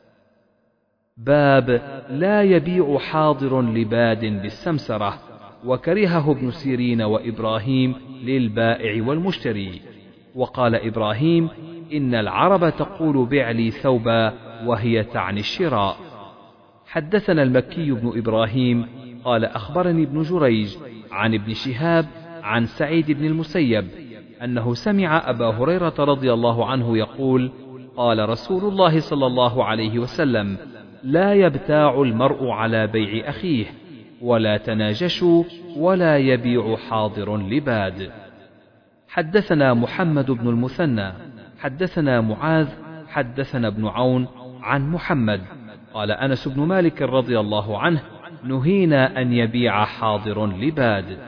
باب لا يبيع حاضر لباد بالسمسرة، وكرهه ابن سيرين وإبراهيم للبائع والمشتري. وقال إبراهيم إن العرب تقول بع لي ثوبا وهي تعني الشراء. حدثنا المكي بن إبراهيم قال أخبرني ابن جريج عن ابن شهاب عن سعيد بن المسيب أنه سمع أبا هريرة رضي الله عنه يقول قال رسول الله صلى الله عليه وسلم لا يبتاع المرء على بيع أخيه، ولا تناجشوا، ولا يبيع حاضر لباد. حدثنا محمد بن المثنى حدثنا معاذ حدثنا ابن عون عن محمد قال أنس بن مالك رضي الله عنه نهينا أن يبيع حاضر لباد.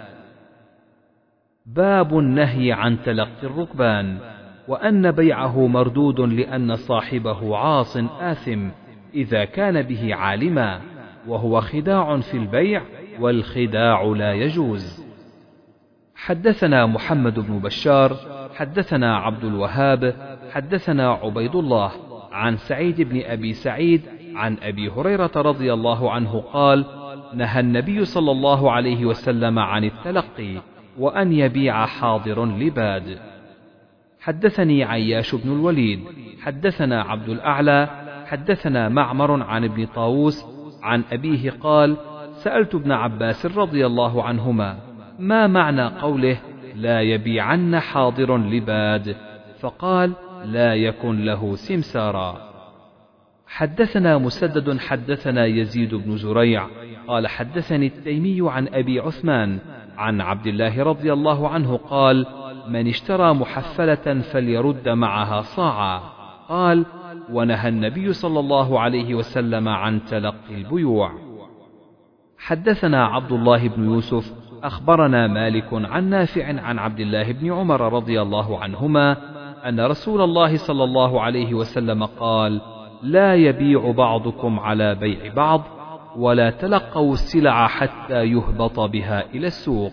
باب النهي عن تلقي الركبان، وأن بيعه مردود لأن صاحبه عاص آثم إذا كان به عالما، وهو خداع في البيع، والخداع لا يجوز. حدثنا محمد بن بشار حدثنا عبد الوهاب حدثنا عبيد الله عن سعيد بن أبي سعيد عن أبي هريرة رضي الله عنه قال نهى النبي صلى الله عليه وسلم عن التلقي، وأن يبيع حاضر لباد. حدثني عياش بن الوليد حدثنا عبد الأعلى حدثنا معمر عن ابن طاووس عن أبيه قال سألت ابن عباس رضي الله عنهما ما معنى قوله لا يبيعن حاضر لباد، فقال لا يكن له سمسارا. حدثنا مسدد حدثنا يزيد بن زريع قال حدثني التيمي عن أبي عثمان عن عبد الله رضي الله عنه قال من اشترى محفلة فليرد معها صاعا. قال ونهى النبي صلى الله عليه وسلم عن تلقي البيوع. حدثنا عبد الله بن يوسف أخبرنا مالك عن نافع عن عبد الله بن عمر رضي الله عنهما أن رسول الله صلى الله عليه وسلم قال لا يبيع بعضكم على بيع بعض، ولا تلقوا السلع حتى يهبط بها إلى السوق.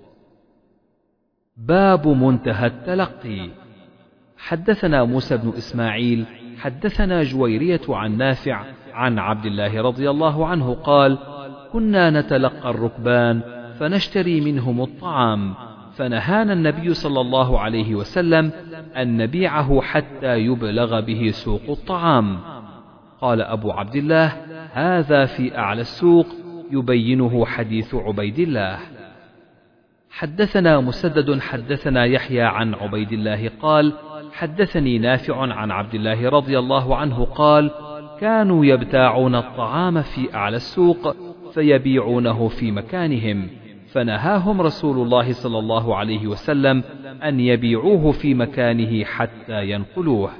باب منتهى التلقي. حدثنا موسى بن إسماعيل حدثنا جويرية عن نافع عن عبد الله رضي الله عنه قال كنا نتلقى الركبان فنشتري منهم الطعام، فنهانا النبي صلى الله عليه وسلم أن نبيعه حتى يبلغ به سوق الطعام. قال أبو عبد الله هذا في أعلى السوق، يبينه حديث عبيد الله. حدثنا مسدد حدثنا يحيى عن عبيد الله قال حدثني نافع عن عبد الله رضي الله عنه قال كانوا يبتاعون الطعام في أعلى السوق فيبيعونه في مكانهم، فنهاهم رسول الله صلى الله عليه وسلم أن يبيعوه في مكانه حتى ينقلوه.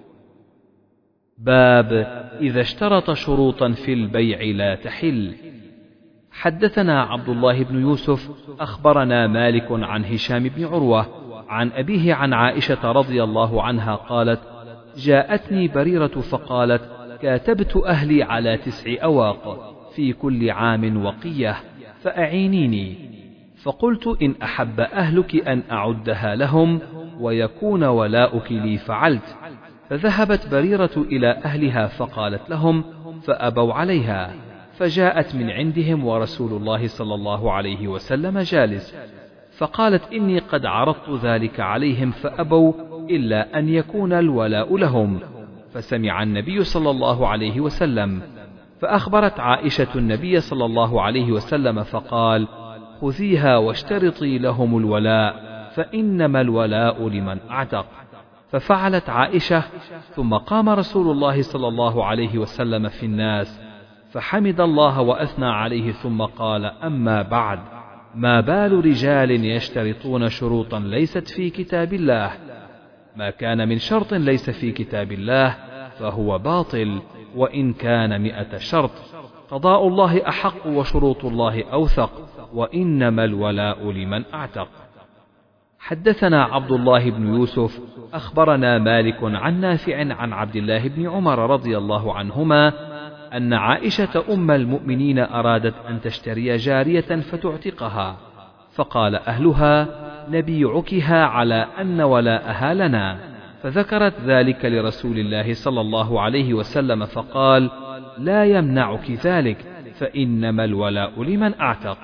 باب إذا اشترط شروطا في البيع لا تحل. حدثنا عبد الله بن يوسف أخبرنا مالك عن هشام بن عروة عن أبيه عن عائشة رضي الله عنها قالت جاءتني بريرة فقالت كاتبت أهلي على 9 أواق في كل عام وقية فأعينيني، فقلت إن أحب أهلك أن أعدها لهم ويكون ولاؤك لي فعلت، فذهبت بريرة إلى أهلها فقالت لهم فأبوا عليها، فجاءت من عندهم ورسول الله صلى الله عليه وسلم جالس، فقالت إني قد عرضت ذلك عليهم فأبوا إلا أن يكون الولاء لهم، فسمع النبي صلى الله عليه وسلم، فأخبرت عائشة النبي صلى الله عليه وسلم فقال خذيها واشترطي لهم الولاء، فإنما الولاء لمن أعتق. ففعلت عائشة، ثم قام رسول الله صلى الله عليه وسلم في الناس فحمد الله وأثنى عليه ثم قال أما بعد، ما بال رجال يشترطون شروطا ليست في كتاب الله، ما كان من شرط ليس في كتاب الله فهو باطل، وإن كان 100 شرط، قضاء الله أحق وشروط الله أوثق، وإنما الولاء لمن أعتق. حدثنا عبد الله بن يوسف أخبرنا مالك عن نافع عن عبد الله بن عمر رضي الله عنهما أن عائشة أم المؤمنين أرادت أن تشتري جارية فتعتقها، فقال أهلها: نبيعكها على أن ولاءها لنا، فذكرت ذلك لرسول الله صلى الله عليه وسلم فقال: لا يمنعك ذلك، فإنما الولاء لمن أعتق.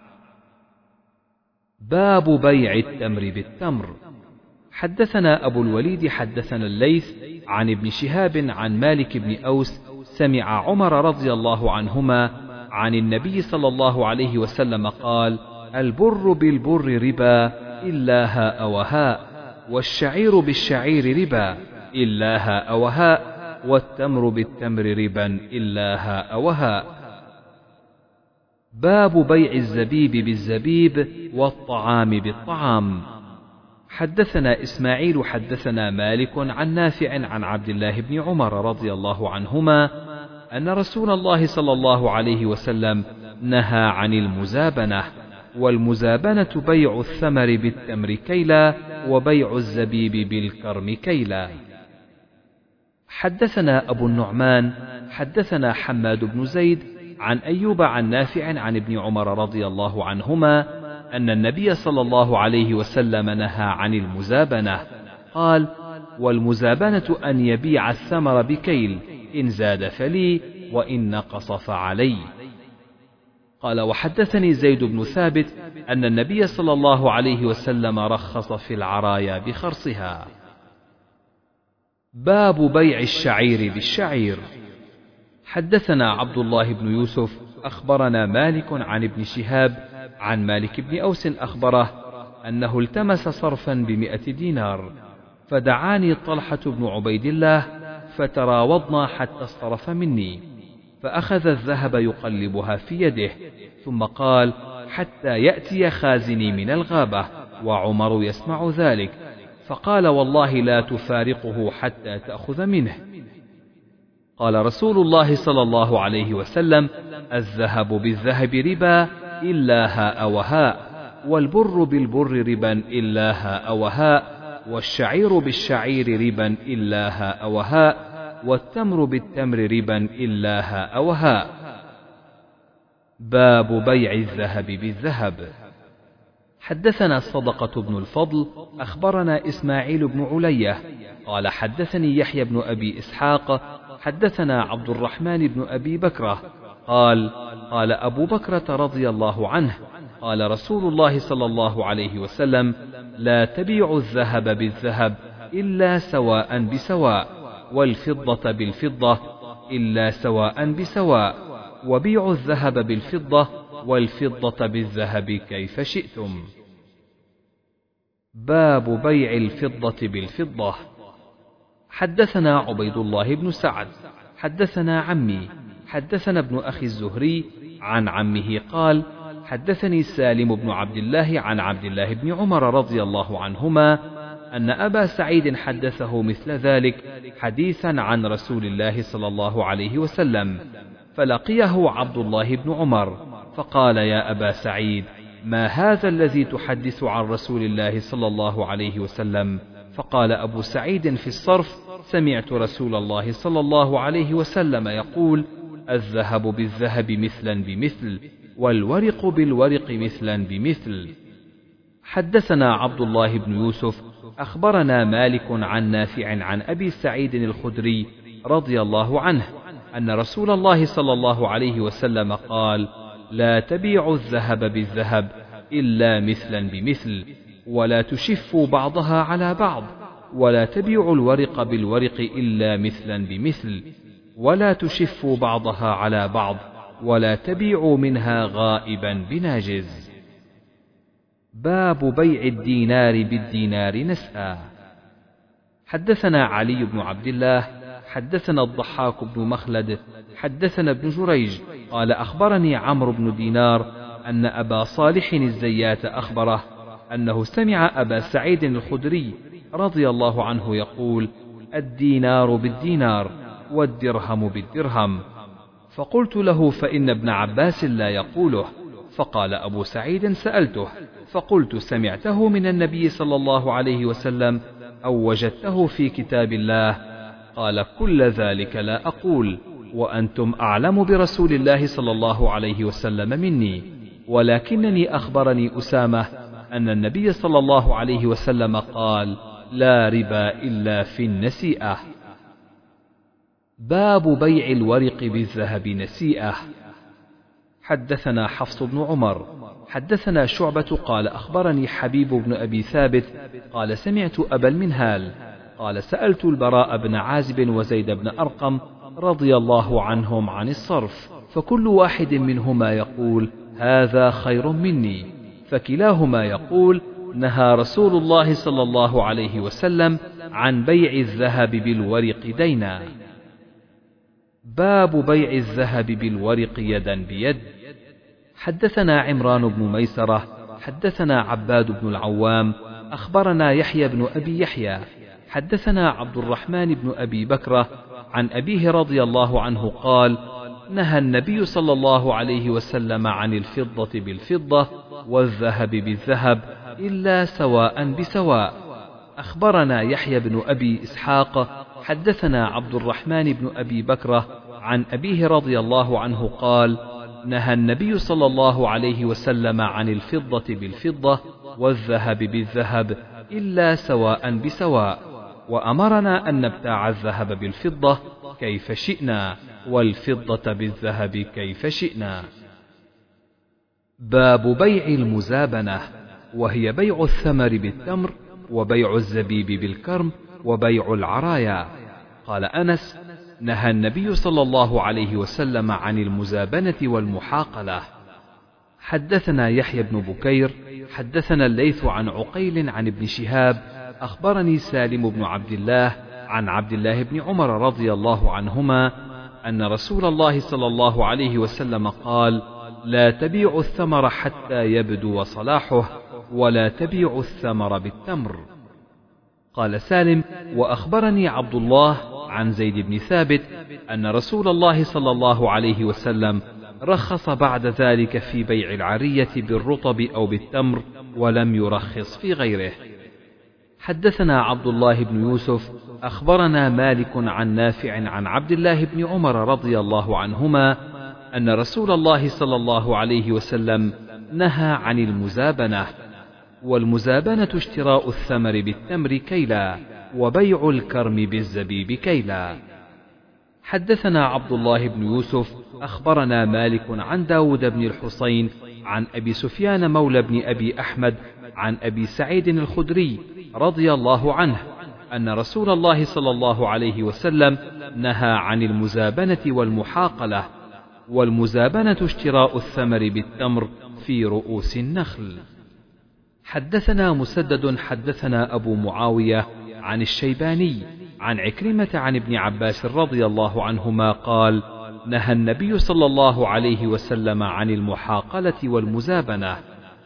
باب بيع التمر بالتمر. حدثنا أبو الوليد حدثنا الليث عن ابن شهاب عن مالك بن أوس سمع عمر رضي الله عنهما عن النبي صلى الله عليه وسلم قال: البر بالبر ربا إلا هاء وهاء، والشعير بالشعير ربا إلا هاء وهاء، والتمر بالتمر ربا إلا هاء وهاء. باب بيع الزبيب بالزبيب والطعام بالطعام. حدثنا إسماعيل حدثنا مالك عن نافع عن عبد الله بن عمر رضي الله عنهما أن رسول الله صلى الله عليه وسلم نهى عن المزابنة، والمزابنة بيع الثمر بالتمر كيلا، وبيع الزبيب بالكرم كيلا. حدثنا أبو النعمان حدثنا حماد بن زيد عن أيوب عن نافع عن ابن عمر رضي الله عنهما أن النبي صلى الله عليه وسلم نهى عن المزابنة، قال: والمزابنة أن يبيع الثمر بكيل، إن زاد فلي، وإن نقص فعلي. قال: وحدثني زيد بن ثابت أن النبي صلى الله عليه وسلم رخص في العرايا بخرصها. باب بيع الشعير بالشعير. حدثنا عبد الله بن يوسف أخبرنا مالك عن ابن شهاب عن مالك بن أوس أخبره أنه التمس صرفا ب100 دينار، فدعاني طلحة بن عبيد الله فتراوضنا حتى اصطرف مني، فأخذ الذهب يقلبها في يده، ثم قال: حتى يأتي خازني من الغابة، وعمر يسمع ذلك، فقال: والله لا تفارقه حتى تأخذ منه. قال رسول الله صلى الله عليه وسلم: الذهب بالذهب ربا إلا هاء وهاء، والبر بالبر ربا إلا هاء وهاء، والشعير بالشعير ربا إلا هاء وهاء، والتمر بالتمر ربا إلا هاء وهاء. باب بيع الذهب بالذهب. حدثنا الصدقة بن الفضل أخبرنا إسماعيل بن علية قال: حدثني يحيى بن أبي إسحاق حدثنا عبد الرحمن بن أبي بكرة قال: قال أبو بكرة رضي الله عنه: قال رسول الله صلى الله عليه وسلم: لا تبيعوا الذهب بالذهب إلا سواء بسواء، والفضة بالفضة إلا سواء بسواء، وبيعوا الذهب بالفضة والفضة بالذهب كيف شئتم. باب بيع الفضة بالفضة. حدثنا عبيد الله بن سعد حدثنا عمي حدثنا ابن أخي الزهري عن عمه قال: حدثني سالم بن عبد الله عن عبد الله بن عمر رضي الله عنهما أن أبا سعيد حدثه مثل ذلك حديثا عن رسول الله صلى الله عليه وسلم، فلقيه عبد الله بن عمر فقال: يا أبا سعيد، ما هذا الذي تحدث عن رسول الله صلى الله عليه وسلم؟ فقال أبو سعيد في الصرف: سمعت رسول الله صلى الله عليه وسلم يقول: الذهب بالذهب مثلا بمثل، والورق بالورق مثلا بمثل. حدثنا عبد الله بن يوسف أخبرنا مالك عن نافع عن أبي سعيد الخدري رضي الله عنه أن رسول الله صلى الله عليه وسلم قال: لا تبيعوا الذهب بالذهب إلا مثلا بمثل، ولا تشفوا بعضها على بعض، ولا تبيعوا الورق بالورق إلا مثلا بمثل، ولا تشفوا بعضها على بعض، ولا تبيعوا منها غائبا بناجز. باب بيع الدينار بالدينار نسأ. حدثنا علي بن عبد الله حدثنا الضحاك بن مخلد حدثنا ابن جريج قال: أخبرني عمرو بن دينار أن أبا صالح الزيات أخبره أنه سمع أبا سعيد الخدري رضي الله عنه يقول: الدينار بالدينار، والدرهم بالدرهم. فقلت له: فإن ابن عباس لا يقوله. فقال أبو سعيد: سألته فقلت: سمعته من النبي صلى الله عليه وسلم أو وجدته في كتاب الله؟ قال: كل ذلك لا أقول، وأنتم أعلم برسول الله صلى الله عليه وسلم مني، ولكنني أخبرني أسامة أن النبي صلى الله عليه وسلم قال: لا ربا إلا في النسيئة. باب بيع الورق بالذهب نسيئة. حدثنا حفص بن عمر حدثنا شعبة قال أخبرني حبيب بن أبي ثابت قال سمعت أبا المنهال قال سألت البراء بن عازب وزيد بن أرقم رضي الله عنهم عن الصرف، فكل واحد منهما يقول: هذا خير مني، فكلاهما يقول: نهى رسول الله صلى الله عليه وسلم عن بيع الذهب بالورق دينا. باب بيع الذهب بالورق يدا بيد. حدثنا عمران بن ميسرة حدثنا عباد بن العوام أخبرنا يحيى بن أبي يحيى حدثنا عبد الرحمن بن أبي بكرة عن أبيه رضي الله عنه قال: نهى النبي صلى الله عليه وسلم عن الفضة بالفضة والذهب بالذهب إلا سواء بسواء. أخبرنا يحيى بن أبي إسحاق حدثنا عبد الرحمن بن أبي بكرة عن أبيه رضي الله عنه قال: نهى النبي صلى الله عليه وسلم عن الفضة بالفضة والذهب بالذهب إلا سواء بسواء، وأمرنا أن نبتاع الذهب بالفضة كيف شئنا والفضة بالذهب كيف شئنا. باب بيع المزابنة، وهي بيع الثمر بالتمر وبيع الزبيب بالكرم وبيع العرايا. قال أنس: نهى النبي صلى الله عليه وسلم عن المزابنة والمحاقلة. حدثنا يحيى بن بكير حدثنا الليث عن عقيل عن ابن شهاب أخبرني سالم بن عبد الله عن عبد الله بن عمر رضي الله عنهما أن رسول الله صلى الله عليه وسلم قال: لا تبيعوا الثمر حتى يبدو صلاحه، ولا تبيعوا الثمر بالتمر. قال سالم: وأخبرني عبد الله عن زيد بن ثابت أن رسول الله صلى الله عليه وسلم رخص بعد ذلك في بيع العرية بالرطب أو بالتمر، ولم يرخص في غيره. حدثنا عبد الله بن يوسف أخبرنا مالك عن نافع عن عبد الله بن عمر رضي الله عنهما أن رسول الله صلى الله عليه وسلم نهى عن المزابنة، والمزابنة اشتراء الثمر بالتمر كيلا، وبيع الكرم بالزبيب كيلا. حدثنا عبد الله بن يوسف أخبرنا مالك عن داود بن الحصين عن أبي سفيان مولى بن أبي أحمد عن أبي سعيد الخدري رضي الله عنه أن رسول الله صلى الله عليه وسلم نهى عن المزابنة والمحاقلة، والمزابنة اشتراء الثمر بالتمر في رؤوس النخل. حدثنا مسدد حدثنا أبو معاوية عن الشيباني عن عكرمة عن ابن عباس رضي الله عنهما قال: نهى النبي صلى الله عليه وسلم عن المحاقلة والمزابنة.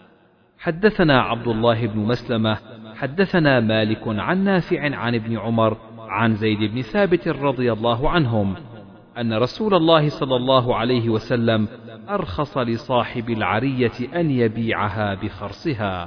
حدثنا عبد الله بن مسلمة حدثنا مالك عن نافع عن ابن عمر عن زيد بن ثابت رضي الله عنهم أن رسول الله صلى الله عليه وسلم أرخص لصاحب العرية أن يبيعها بخرصها.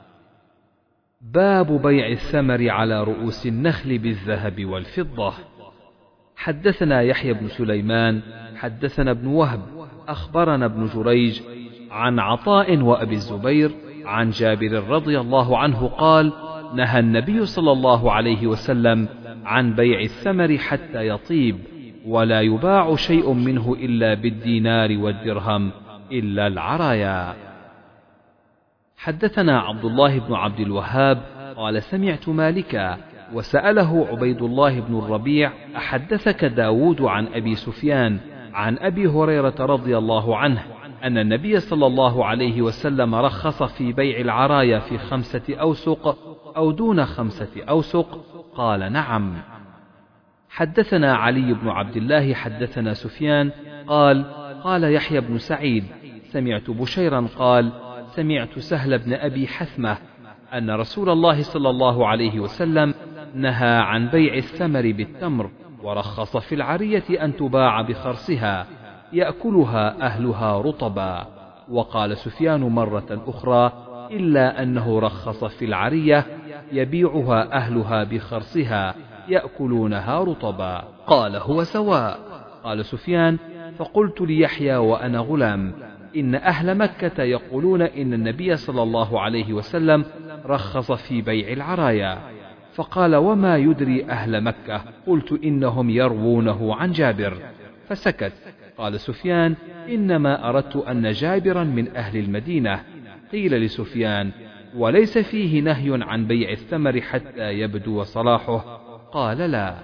باب بيع الثمر على رؤوس النخل بالذهب والفضة. حدثنا يحيى بن سليمان حدثنا ابن وهب أخبرنا ابن جريج عن عطاء وأبي الزبير عن جابر رضي الله عنه قال: نهى النبي صلى الله عليه وسلم عن بيع الثمر حتى يطيب، ولا يباع شيء منه إلا بالدينار والدرهم إلا العرايا. حدثنا عبد الله بن عبد الوهاب قال: سمعت مالكا وسأله عبيد الله بن الربيع: أحدثك داود عن أبي سفيان عن أبي هريرة رضي الله عنه أن النبي صلى الله عليه وسلم رخص في بيع العرايا في 5 أوسق أو دون 5 أوسق؟ قال: نعم. حدثنا علي بن عبد الله حدثنا سفيان قال: قال يحيى بن سعيد: سمعت بشيرا قال: سمعت سهل بن أبي حثمة أن رسول الله صلى الله عليه وسلم نهى عن بيع الثمر بالتمر، ورخص في العرية أن تباع بخرصها يأكلها أهلها رطبا. وقال سفيان مرة أخرى: إلا أنه رخص في العرية يبيعها أهلها بخرصها يأكلونها رطبا. قال: هو سواء. قال سفيان: فقلت ليحيى وأنا غلام: إن أهل مكة يقولون إن النبي صلى الله عليه وسلم رخص في بيع العرايا. فقال: وما يدري أهل مكة؟ قلت: إنهم يروونه عن جابر. فسكت. قال سفيان: إنما أردت أن جابرا من أهل المدينة. قيل لسفيان: وليس فيه نهي عن بيع الثمر حتى يبدو صلاحه؟ قال: لا.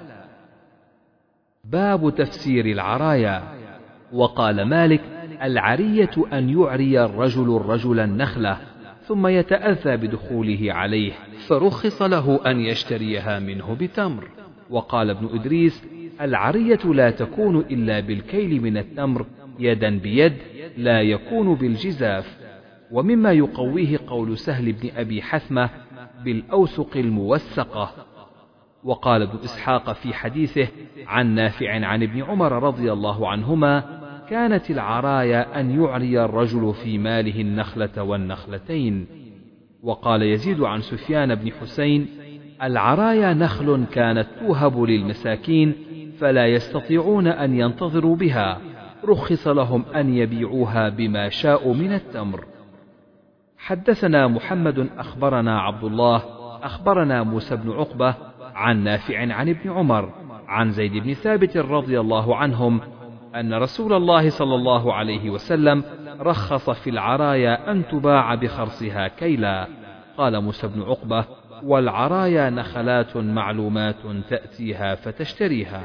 باب تفسير العرايا. وقال مالك: العرية أن يعري الرجل النخلة ثم يتأذى بدخوله عليه، فرخص له أن يشتريها منه بتمر. وقال ابن إدريس: العرية لا تكون إلا بالكيل من التمر يدا بيد، لا يكون بالجزاف. ومما يقويه قول سهل بن أبي حثمة: بالأوسق الموسقة. وقال ابن إسحاق في حديثه عن نافع عن ابن عمر رضي الله عنهما: كانت العرايا أن يعري الرجل في ماله النخلة والنخلتين. وقال يزيد عن سفيان بن حسين: العرايا نخل كانت توهب للمساكين فلا يستطيعون أن ينتظروا بها، رخص لهم أن يبيعوها بما شاءوا من التمر. حدثنا محمد أخبرنا عبد الله أخبرنا موسى بن عقبة عن نافع عن ابن عمر عن زيد بن ثابت رضي الله عنهم أن رسول الله صلى الله عليه وسلم رخص في العرايا أن تباع بخرصها كيلا. قال موسى بن عقبة: والعرايا نخلات معلومات تأتيها فتشتريها.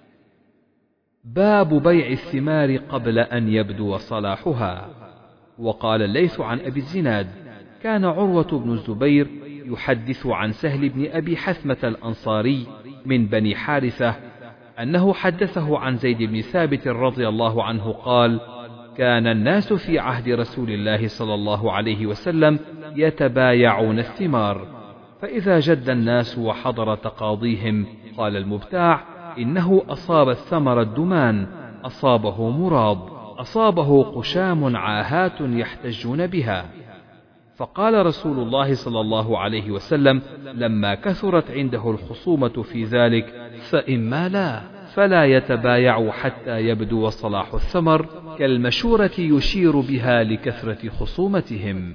باب بيع الثمار قبل أن يبدو صلاحها. وقال الليث عن أبي الزناد: كان عروة بن الزبير يحدث عن سهل بن أبي حثمة الأنصاري من بني حارثة أنه حدثه عن زيد بن ثابت رضي الله عنه قال: كان الناس في عهد رسول الله صلى الله عليه وسلم يتبايعون الثمار، فإذا جد الناس وحضر تقاضيهم قال المبتاع: إنه أصاب الثمر الدمان، أصابه مراض، أصابه قشام عاهات يحتجون بها. فقال رسول الله صلى الله عليه وسلم لما كثرت عنده الخصومة في ذلك: فإما لا فلا يتبايع حتى يبدو صلاح الثمر، كالمشورة يشير بها لكثرة خصومتهم.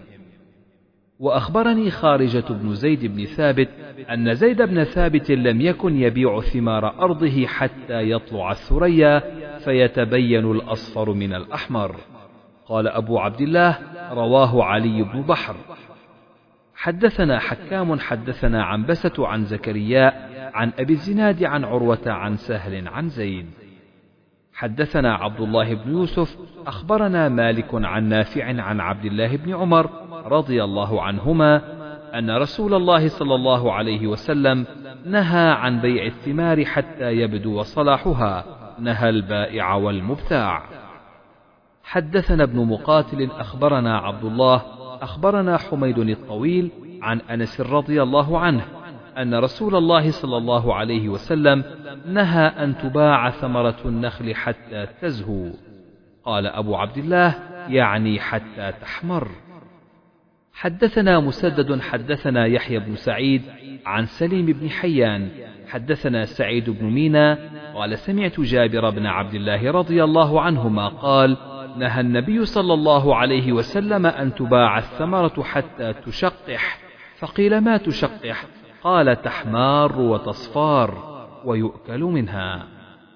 وأخبرني خارجة بن زيد بن ثابت أن زيد بن ثابت لم يكن يبيع ثمار أرضه حتى يطلع الثريا فيتبين الأصفر من الأحمر. قال أبو عبد الله: رواه علي بن بحر. حدثنا حكام حدثنا عنبسة عن زكريا عن أبي الزناد عن عروة عن سهل عن زيد. حدثنا عبد الله بن يوسف أخبرنا مالك عن نافع عن عبد الله بن عمر رضي الله عنهما أن رسول الله صلى الله عليه وسلم نهى عن بيع الثمار حتى يبدو صلاحها، نهى البائع والمبتاع. حدثنا ابن مقاتل أخبرنا عبد الله أخبرنا حميد الطويل عن أنس رضي الله عنه أن رسول الله صلى الله عليه وسلم نهى أن تباع ثمرة النخل حتى تزهو. قال أبو عبد الله: يعني حتى تحمر. حدثنا مسدد حدثنا يحيى بن سعيد عن سليم بن حيان حدثنا سعيد بن مينا قال: سمعت جابر بن عبد الله رضي الله عنهما قال: نهى النبي صلى الله عليه وسلم أن تباع الثمرة حتى تشقح. فقيل: ما تشقح؟ قال: تحمار وتصفار ويؤكل منها.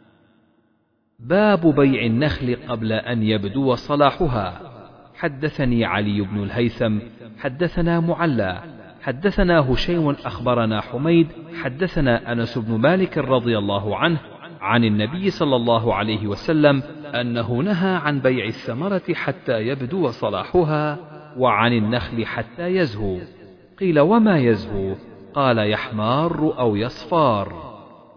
باب بيع النخل قبل أن يبدو صلاحها. حدثني علي بن الهيثم حدثنا معلى حدثنا هشيم أخبرنا حميد حدثنا أنس بن مالك رضي الله عنه عن النبي صلى الله عليه وسلم أنه نهى عن بيع الثمرة حتى يبدو صلاحها وعن النخل حتى يزهو. قيل: وما يزهو؟ قال: يحمار أو يصفار.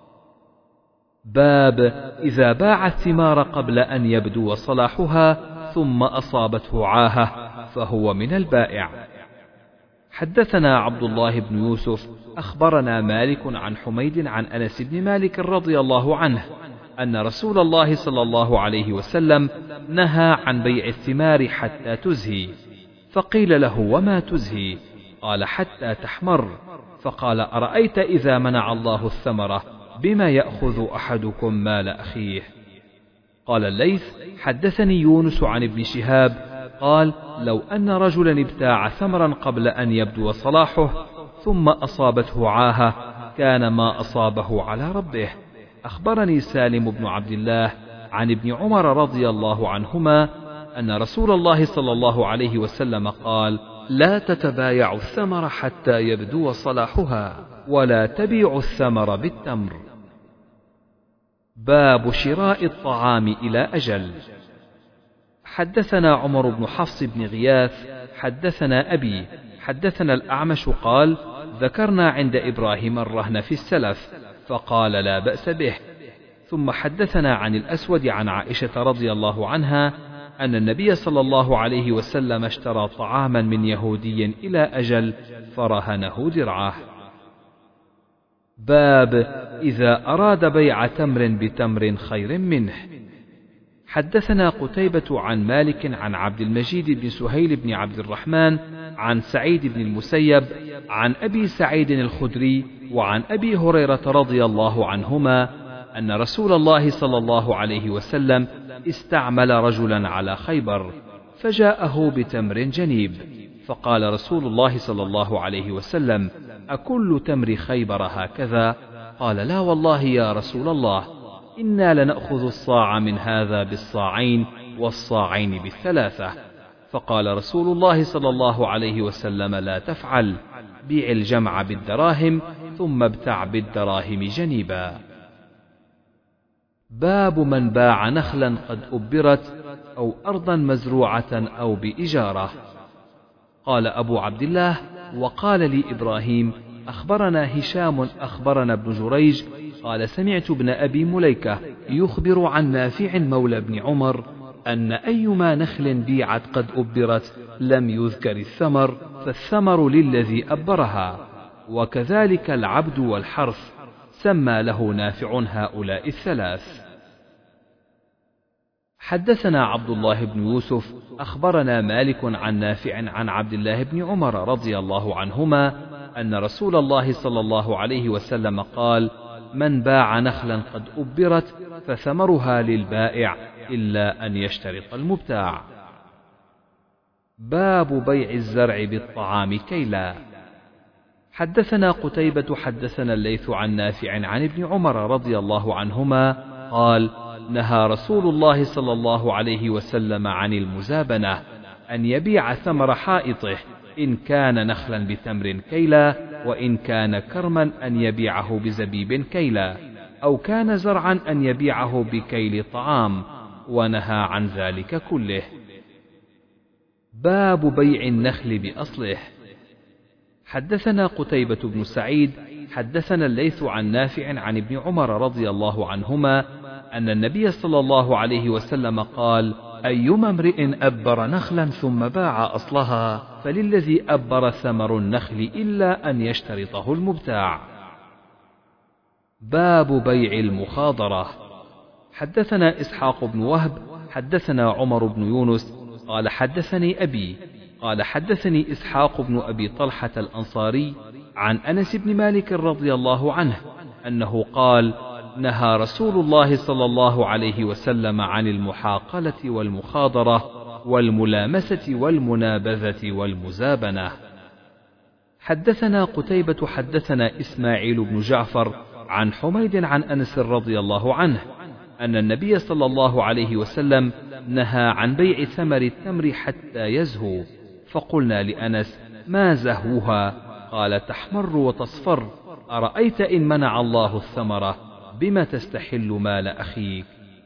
باب إذا باع الثمار قبل أن يبدو صلاحها ثم أصابته عاهة فهو من البائع. حدثنا عبد الله بن يوسف أخبرنا مالك عن حميد عن أنس بن مالك رضي الله عنه أن رسول الله صلى الله عليه وسلم نهى عن بيع الثمار حتى تزهي، فقيل له: وما تزهي؟ قال: حتى تحمر. فقال: أرأيت إذا منع الله الثمرة بما يأخذ أحدكم مال أخيه؟ قال الليث: حدثني يونس عن ابن شهاب قال: لو أن رجلا ابتاع ثمرا قبل أن يبدو صلاحه ثم أصابته عاهة كان ما أصابه على ربه. أخبرني سالم بن عبد الله عن ابن عمر رضي الله عنهما أن رسول الله صلى الله عليه وسلم قال: لا تتبايعوا الثمر حتى يبدو صلاحها، ولا تبيعوا الثمر بالتمر. باب شراء الطعام إلى أجل. حدثنا عمر بن حفص بن غياث حدثنا أبي حدثنا الأعمش قال: ذكرنا عند إبراهيم الرهن في السلف فقال: لا بأس به. ثم حدثنا عن الأسود عن عائشة رضي الله عنها أن النبي صلى الله عليه وسلم اشترى طعاما من يهودي إلى أجل فرهنه درعه. باب إذا أراد بيع تمر بتمر خير منه. حدثنا قتيبة عن مالك عن عبد المجيد بن سهيل بن عبد الرحمن عن سعيد بن المسيب عن أبي سعيد الخدري وعن أبي هريرة رضي الله عنهما أن رسول الله صلى الله عليه وسلم استعمل رجلا على خيبر فجاءه بتمر جنيب، فقال رسول الله صلى الله عليه وسلم: أكل تمر خيبر هكذا؟ قال: لا والله يا رسول الله، إنا لنأخذ الصاع من هذا بالصاعين والصاعين بالثلاثة. فقال رسول الله صلى الله عليه وسلم: لا تفعل، بيع الجمع بالدراهم ثم ابتع بالدراهم جنيبا. باب من باع نخلا قد أبرت أو أرضا مزروعة أو بإجارة. قال أبو عبد الله: وقال لي إبراهيم أخبرنا هشام أخبرنا ابن جريج قال: سمعت ابن أبي مليكة يخبر عن نافع مولى بن عمر أن أيما نخل بيعت قد أبرت لم يذكر الثمر فالثمر للذي أبرها، وكذلك العبد والحرث، سمى له نافع هؤلاء الثلاث. حدثنا عبد الله بن يوسف أخبرنا مالك عن نافع عن عبد الله بن عمر رضي الله عنهما أن رسول الله صلى الله عليه وسلم قال: من باع نخلا قد أبرت فثمرها للبائع إلا أن يشترط المبتاع. باب بيع الزرع بالطعام كيلا. حدثنا قتيبة حدثنا الليث عن نافع عن ابن عمر رضي الله عنهما قال: نهى رسول الله صلى الله عليه وسلم عن المزابنة، أن يبيع ثمر حائطه إن كان نخلا بتمر كيلا، وإن كان كرما أن يبيعه بزبيب كيلا، أو كان زرعا أن يبيعه بكيل طعام، ونهى عن ذلك كله. باب بيع النخل بأصله. حدثنا قتيبة بن سعيد حدثنا الليث عن نافع عن ابن عمر رضي الله عنهما أن النبي صلى الله عليه وسلم قال: أيما امرئ أبر نخلا ثم باع أصلها فللذي أبر ثمر النخل إلا أن يشترطه المبتاع. باب بيع المخاضرة. حدثنا إسحاق بن وهب حدثنا عمر بن يونس قال: حدثني أبي قال: حدثني إسحاق بن أبي طلحة الأنصاري عن أنس بن مالك رضي الله عنه أنه قال: نهى رسول الله صلى الله عليه وسلم عن المحاقلة والمخاضرة والملامسة والمنابذة والمزابنة. حدثنا قتيبة حدثنا إسماعيل بن جعفر عن حميد عن أنس رضي الله عنه أن النبي صلى الله عليه وسلم نهى عن بيع ثمر التمر حتى يزهو، فقلنا لأنس: ما زهوها؟ قال: تحمر وتصفر، أرأيت إن منع الله الثمرة بما تستحل مال أخيك.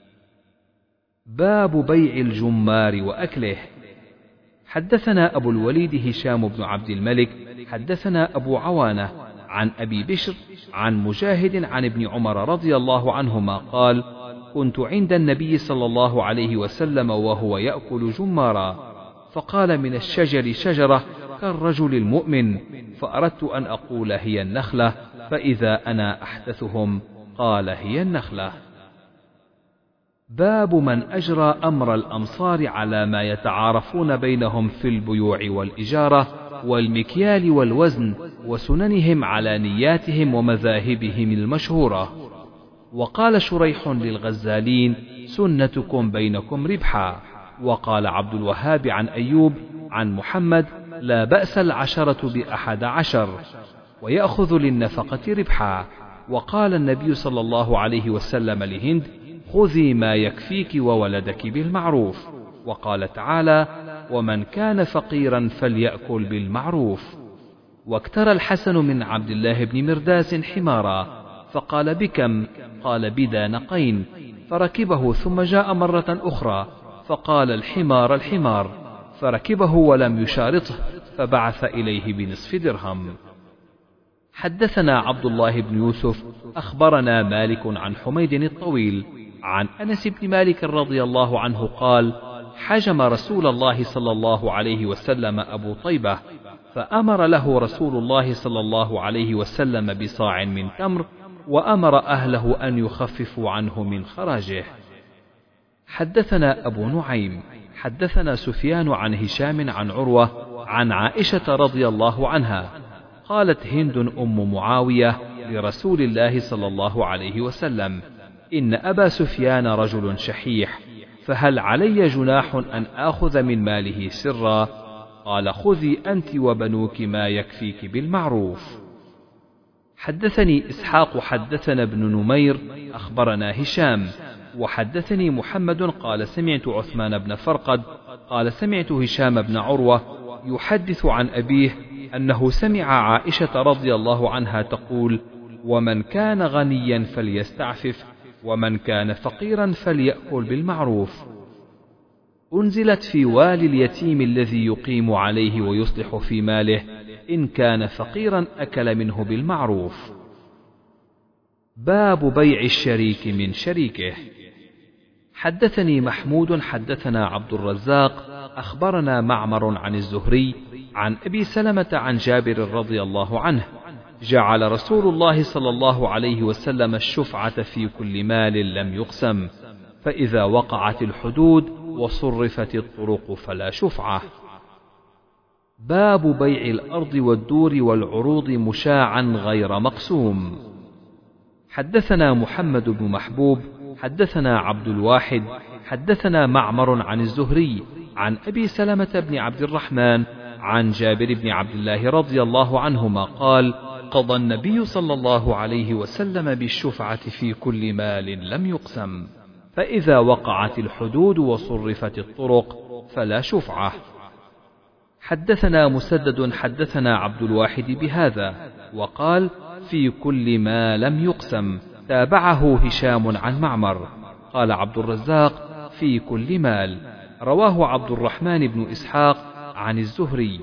باب بيع الجمار وأكله. حدثنا أبو الوليد هشام بن عبد الملك حدثنا أبو عوانة عن أبي بشر عن مجاهد عن ابن عمر رضي الله عنهما قال: كنت عند النبي صلى الله عليه وسلم وهو يأكل جمارا، فقال: من الشجر شجرة كالرجل المؤمن، فأردت أن أقول هي النخلة، فإذا أنا أحدثهم قال: هي النخلة. باب من أجرى أمر الأمصار على ما يتعارفون بينهم في البيوع والإجارة والمكيال والوزن وسننهم على نياتهم ومذاهبهم المشهورة. وقال شريح للغزالين: سنتكم بينكم ربحا. وقال عبد الوهاب عن أيوب عن محمد: لا بأس 10 ب11 ويأخذ للنفقة ربحا. وقال النبي صلى الله عليه وسلم لهند: خذي ما يكفيك وولدك بالمعروف. وقال تعالى: ومن كان فقيرا فليأكل بالمعروف. واكترى الحسن من عبد الله بن مرداس حمارا فقال: بكم؟ قال: بدانقين. فركبه ثم جاء مرة أخرى فقال: الحمار الحمار. فركبه ولم يشارطه فبعث إليه بنصف درهم. حدثنا عبد الله بن يوسف أخبرنا مالك عن حميد الطويل عن أنس بن مالك رضي الله عنه قال: حجم رسول الله صلى الله عليه وسلم أبو طيبة فأمر له رسول الله صلى الله عليه وسلم بصاع من تمر وأمر أهله أن يخففوا عنه من خراجه. حدثنا أبو نعيم حدثنا سفيان عن هشام عن عروة عن عائشة رضي الله عنها قالت: هند أم معاوية لرسول الله صلى الله عليه وسلم: إن أبا سفيان رجل شحيح، فهل علي جناح أن آخذ من ماله سرا؟ قال: خذي أنت وبنوك ما يكفيك بالمعروف. حدثني إسحاق حدثنا ابن نمير أخبرنا هشام وحدثني محمد قال: سمعت عثمان بن فرقد قال: سمعت هشام بن عروة يحدث عن أبيه أنه سمع عائشة رضي الله عنها تقول: ومن كان غنيا فليستعفف ومن كان فقيرا فليأكل بالمعروف. أنزلت في والي اليتيم الذي يقيم عليه ويصلح في ماله، إن كان فقيرا أكل منه بالمعروف. باب بيع الشريك من شريكه. حدثني محمود حدثنا عبد الرزاق أخبرنا معمر عن الزهري عن أبي سلمة عن جابر رضي الله عنه: جعل رسول الله صلى الله عليه وسلم الشفعة في كل مال لم يقسم، فإذا وقعت الحدود وصرفت الطرق فلا شفعة. باب بيع الأرض والدور والعروض مشاعا غير مقسوم. حدثنا محمد بن محبوب حدثنا عبد الواحد حدثنا معمر عن الزهري عن أبي سلمة بن عبد الرحمن عن جابر بن عبد الله رضي الله عنهما قال: قضى النبي صلى الله عليه وسلم بالشفعة في كل مال لم يقسم، فإذا وقعت الحدود وصرفت الطرق فلا شفعة. حدثنا مسدد حدثنا عبد الواحد بهذا وقال: في كل ما لم يقسم. تابعه هشام عن معمر. قال عبد الرزاق: في كل مال. رواه عبد الرحمن بن إسحاق عن الزهري.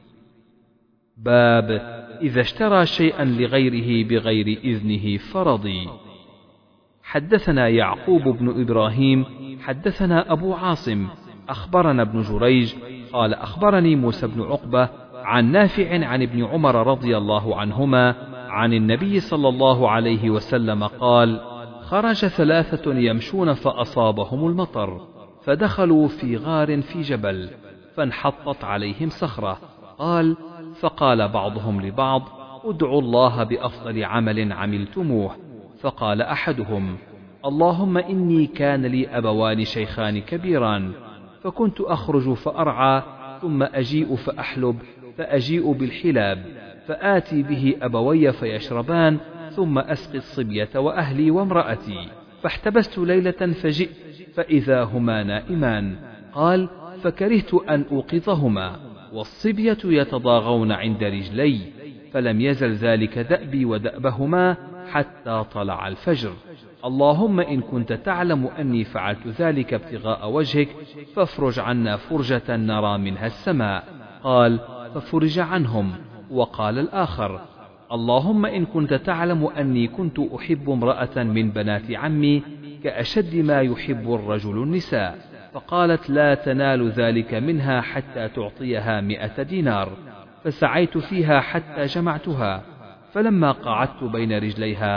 باب إذا اشترى شيئا لغيره بغير إذنه فرضي. حدثنا يعقوب بن إبراهيم حدثنا أبو عاصم أخبرنا ابن جريج قال: أخبرني موسى بن عقبة عن نافع عن ابن عمر رضي الله عنهما عن النبي صلى الله عليه وسلم قال: خرج 3 يمشون فأصابهم المطر، فدخلوا في غار في جبل، فانحطت عليهم صخرة. قال: فقال بعضهم لبعض: ادعوا الله بأفضل عمل عملتموه. فقال أحدهم: اللهم إني كان لي أبوان شيخان كبيران، فكنت أخرج فأرعى، ثم أجيء فأحلب، فأجيء بالحلاب، فآتي به أبوي فيشربان، ثم أسقي الصبية وأهلي وامرأتي. فاحتبست ليلة فجئت فإذا هما نائمان. قال: فكرهت أن أوقظهما، والصبية يتضاغون عند رجلي، فلم يزل ذلك دأبي ودأبهما حتى طلع الفجر. اللهم إن كنت تعلم أني فعلت ذلك ابتغاء وجهك فافرج عنا فرجة نرى منها السماء. قال: ففرج عنهم. وقال الآخر: اللهم إن كنت تعلم أني كنت أحب امرأة من بنات عمي كأشد ما يحب الرجل النساء، فقالت: لا تنال ذلك منها حتى تعطيها 100 دينار. فسعيت فيها حتى جمعتها، فلما قعدت بين رجليها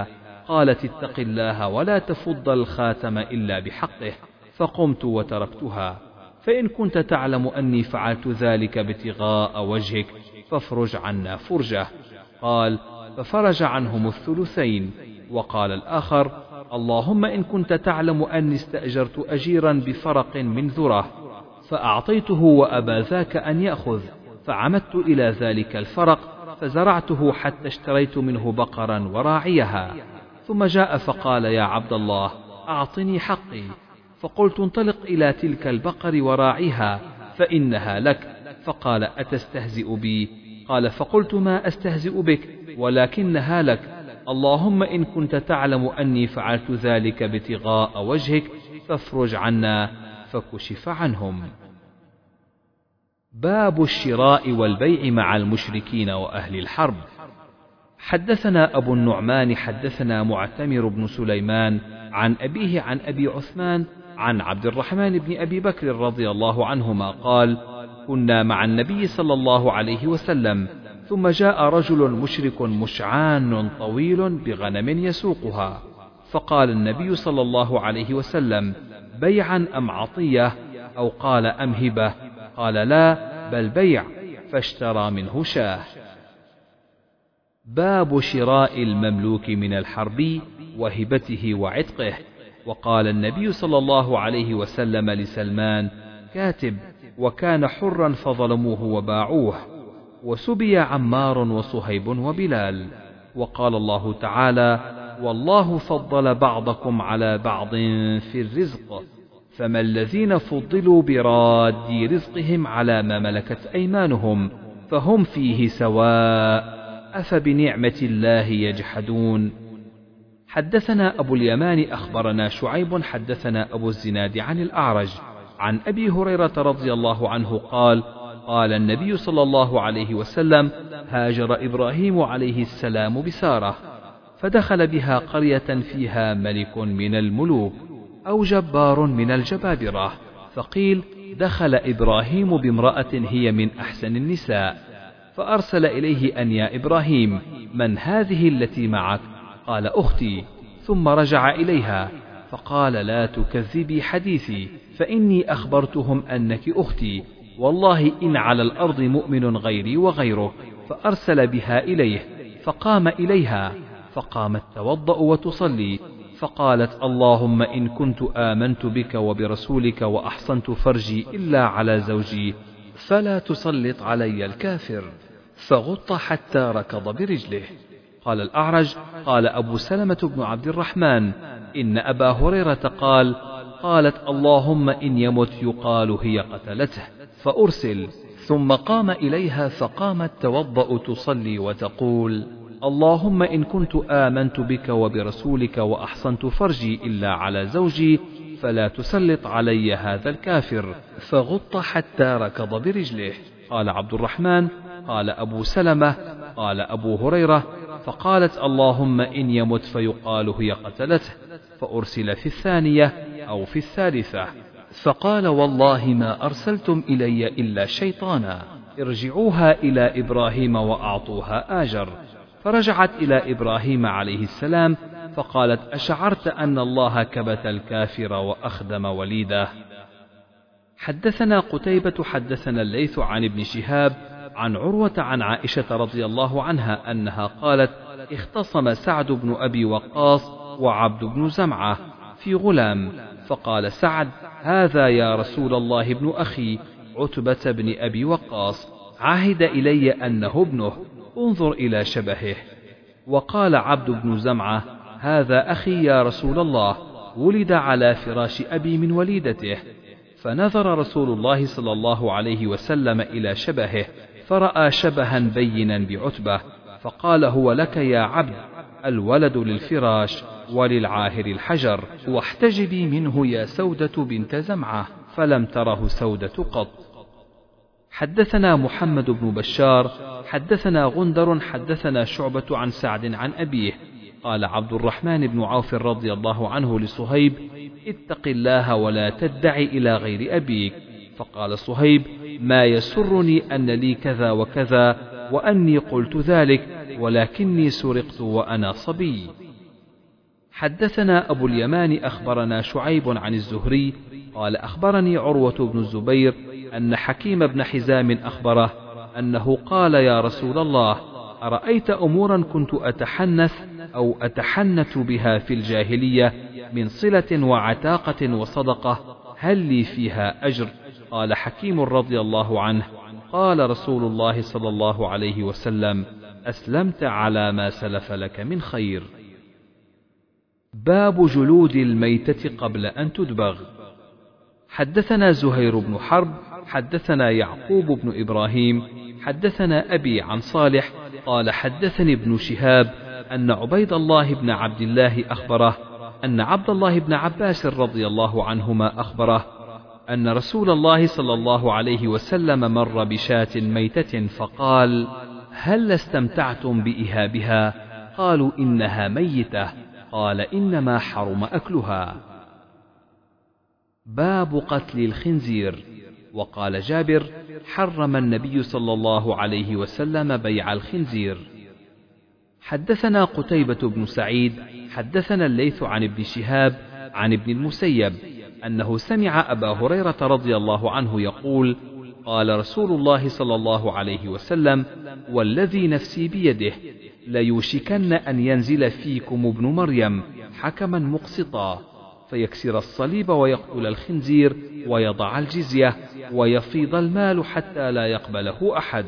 قالت اتق الله ولا تفض الخاتم إلا بحقه، فقمت وتركتها. فإن كنت تعلم أني فعلت ذلك ابتغاء وجهك فافرج عنا فرجة. قال: ففرج عنهم الثلثين. وقال الآخر: اللهم إن كنت تعلم أني استأجرت أجيرا بفرق من ذرة فأعطيته وأبى ذاك أن يأخذ، فعمدت إلى ذلك الفرق فزرعته حتى اشتريت منه بقرا وراعيها، ثم جاء فقال: يا عبد الله أعطني حقي. فقلت: انطلق إلى تلك البقر وراعيها فإنها لك. فقال: أتستهزئ بي؟ قال: فقلت: ما أستهزئ بك ولكنها لك، اللهم إن كنت تعلم أني فعلت ذلك ابتغاء وجهك فافرج عنا. فكشف عنهم. باب الشراء والبيع مع المشركين وأهل الحرب. حدثنا أبو النعمان حدثنا معتمر بن سليمان عن أبيه عن أبي عثمان عن عبد الرحمن بن أبي بكر رضي الله عنهما قال: كنا مع النبي صلى الله عليه وسلم، ثم جاء رجل مشرك مشعان طويل بغنم يسوقها، فقال النبي صلى الله عليه وسلم: بيعا أم عطية؟ أو قال: أم هبة؟ قال: لا، بل بيع، فاشترى منه شاه. باب شراء المملوك من الحربي وهبته وعتقه. وقال النبي صلى الله عليه وسلم لسلمان كاتب وكان حرا فظلموه وباعوه، وسبي عمار وصهيب وبلال. وقال الله تعالى: والله فضل بعضكم على بعض في الرزق، فما الذين فضلوا براد رزقهم على ما ملكت أيمانهم فهم فيه سواء، أفبنعمة الله يجحدون. حدثنا أبو اليمان أخبرنا شعيب حدثنا أبو الزناد عن الأعرج عن أبي هريرة رضي الله عنه قال: قال النبي صلى الله عليه وسلم: هاجر إبراهيم عليه السلام بسارة، فدخل بها قرية فيها ملك من الملوك أو جبار من الجبابرة، فقيل: دخل إبراهيم بامرأة هي من أحسن النساء، فأرسل إليه أن: يا إبراهيم، من هذه التي معك؟ قال: أختي. ثم رجع إليها فقال: لا تكذبي حديثي، فإني أخبرتهم أنك أختي، والله إن على الأرض مؤمن غيري وغيره. فأرسل بها إليه، فقام إليها، فقامت توضأ وتصلي، فقالت: اللهم إن كنت آمنت بك وبرسولك وأحصنت فرجي إلا على زوجي فلا تسلط علي الكافر، فغط حتى ركض برجله. قال الأعرج: قال أبو سلمة بن عبد الرحمن: إن أبا هريرة قال: قالت: اللهم إن يمت يقال هي قتلته، فأرسل. ثم قام إليها فقامت توضأ تصلي وتقول: اللهم إن كنت آمنت بك وبرسولك وأحصنت فرجي إلا على زوجي فلا تسلط علي هذا الكافر، فغط حتى ركض برجله. قال عبد الرحمن: قال أبو سلمة: قال أبو هريرة، فقالت: اللهم إن يمت فيقال هي قتلته، فأرسل في الثانية أو في الثالثة، فقال: والله ما أرسلتم إلي إلا شيطانا، ارجعوها إلى إبراهيم وأعطوها آجر. فرجعت إلى إبراهيم عليه السلام فقالت: أشعرت أن الله كبت الكافر وأخدم وليده. حدثنا قتيبة حدثنا الليث عن ابن شهاب عن عروة عن عائشة رضي الله عنها أنها قالت: اختصم سعد بن أبي وقاص وعبد بن زمعة في غلام، فقال سعد: هذا يا رسول الله ابن أخي عتبة بن أبي وقاص، عهد إلي أنه ابنه، انظر إلى شبهه. وقال عبد بن زمعة: هذا أخي يا رسول الله، ولد على فراش أبي من وليدته. فنظر رسول الله صلى الله عليه وسلم إلى شبهه فرأى شبها بينا بعتبة، فقال: هو لك يا عبد، الولد للفراش وللعاهر الحجر، واحتجبي منه يا سودة بنت زمعة، فلم تره سودة قط. حدثنا محمد بن بشار حدثنا غندر حدثنا شعبة عن سعد عن أبيه قال: عبد الرحمن بن عوف رضي الله عنه لصهيب: اتق الله ولا تدع إلى غير أبيك. فقال صهيب: ما يسرني أن لي كذا وكذا، وأني قلت ذلك، ولكني سرقت وأنا صبي. حدثنا أبو اليمان أخبرنا شعيب عن الزهري قال أخبرني عروة بن الزبير أن حكيم بن حزام أخبره أنه قال يا رسول الله أرأيت أمورا كنت أتحنث أو أتحنث بها في الجاهلية من صلة وعتاقة وصدقة هل لي فيها أجر؟ قال حكيم رضي الله عنه قال رسول الله صلى الله عليه وسلم أسلمت على ما سلف لك من خير. باب جلود الميتة قبل أن تدبغ. حدثنا زهير بن حرب حدثنا يعقوب بن إبراهيم حدثنا أبي عن صالح قال حدثني ابن شهاب أن عبيد الله بن عبد الله أخبره أن عبد الله بن عباس رضي الله عنهما أخبره أن رسول الله صلى الله عليه وسلم مر بشاة ميتة فقال هل استمتعتم بإهابها؟ قالوا إنها ميتة. قال إنما حرم أكلها. باب قتل الخنزير. وقال جابر حرم النبي صلى الله عليه وسلم بيع الخنزير. حدثنا قتيبة بن سعيد حدثنا الليث عن ابن شهاب عن ابن المسيب أنه سمع أبا هريرة رضي الله عنه يقول قال رسول الله صلى الله عليه وسلم والذي نفسي بيده ليوشكن أن ينزل فيكم ابن مريم حكما مقسطا فيكسر الصليب ويقتل الخنزير ويضع الجزية ويفيض المال حتى لا يقبله أحد.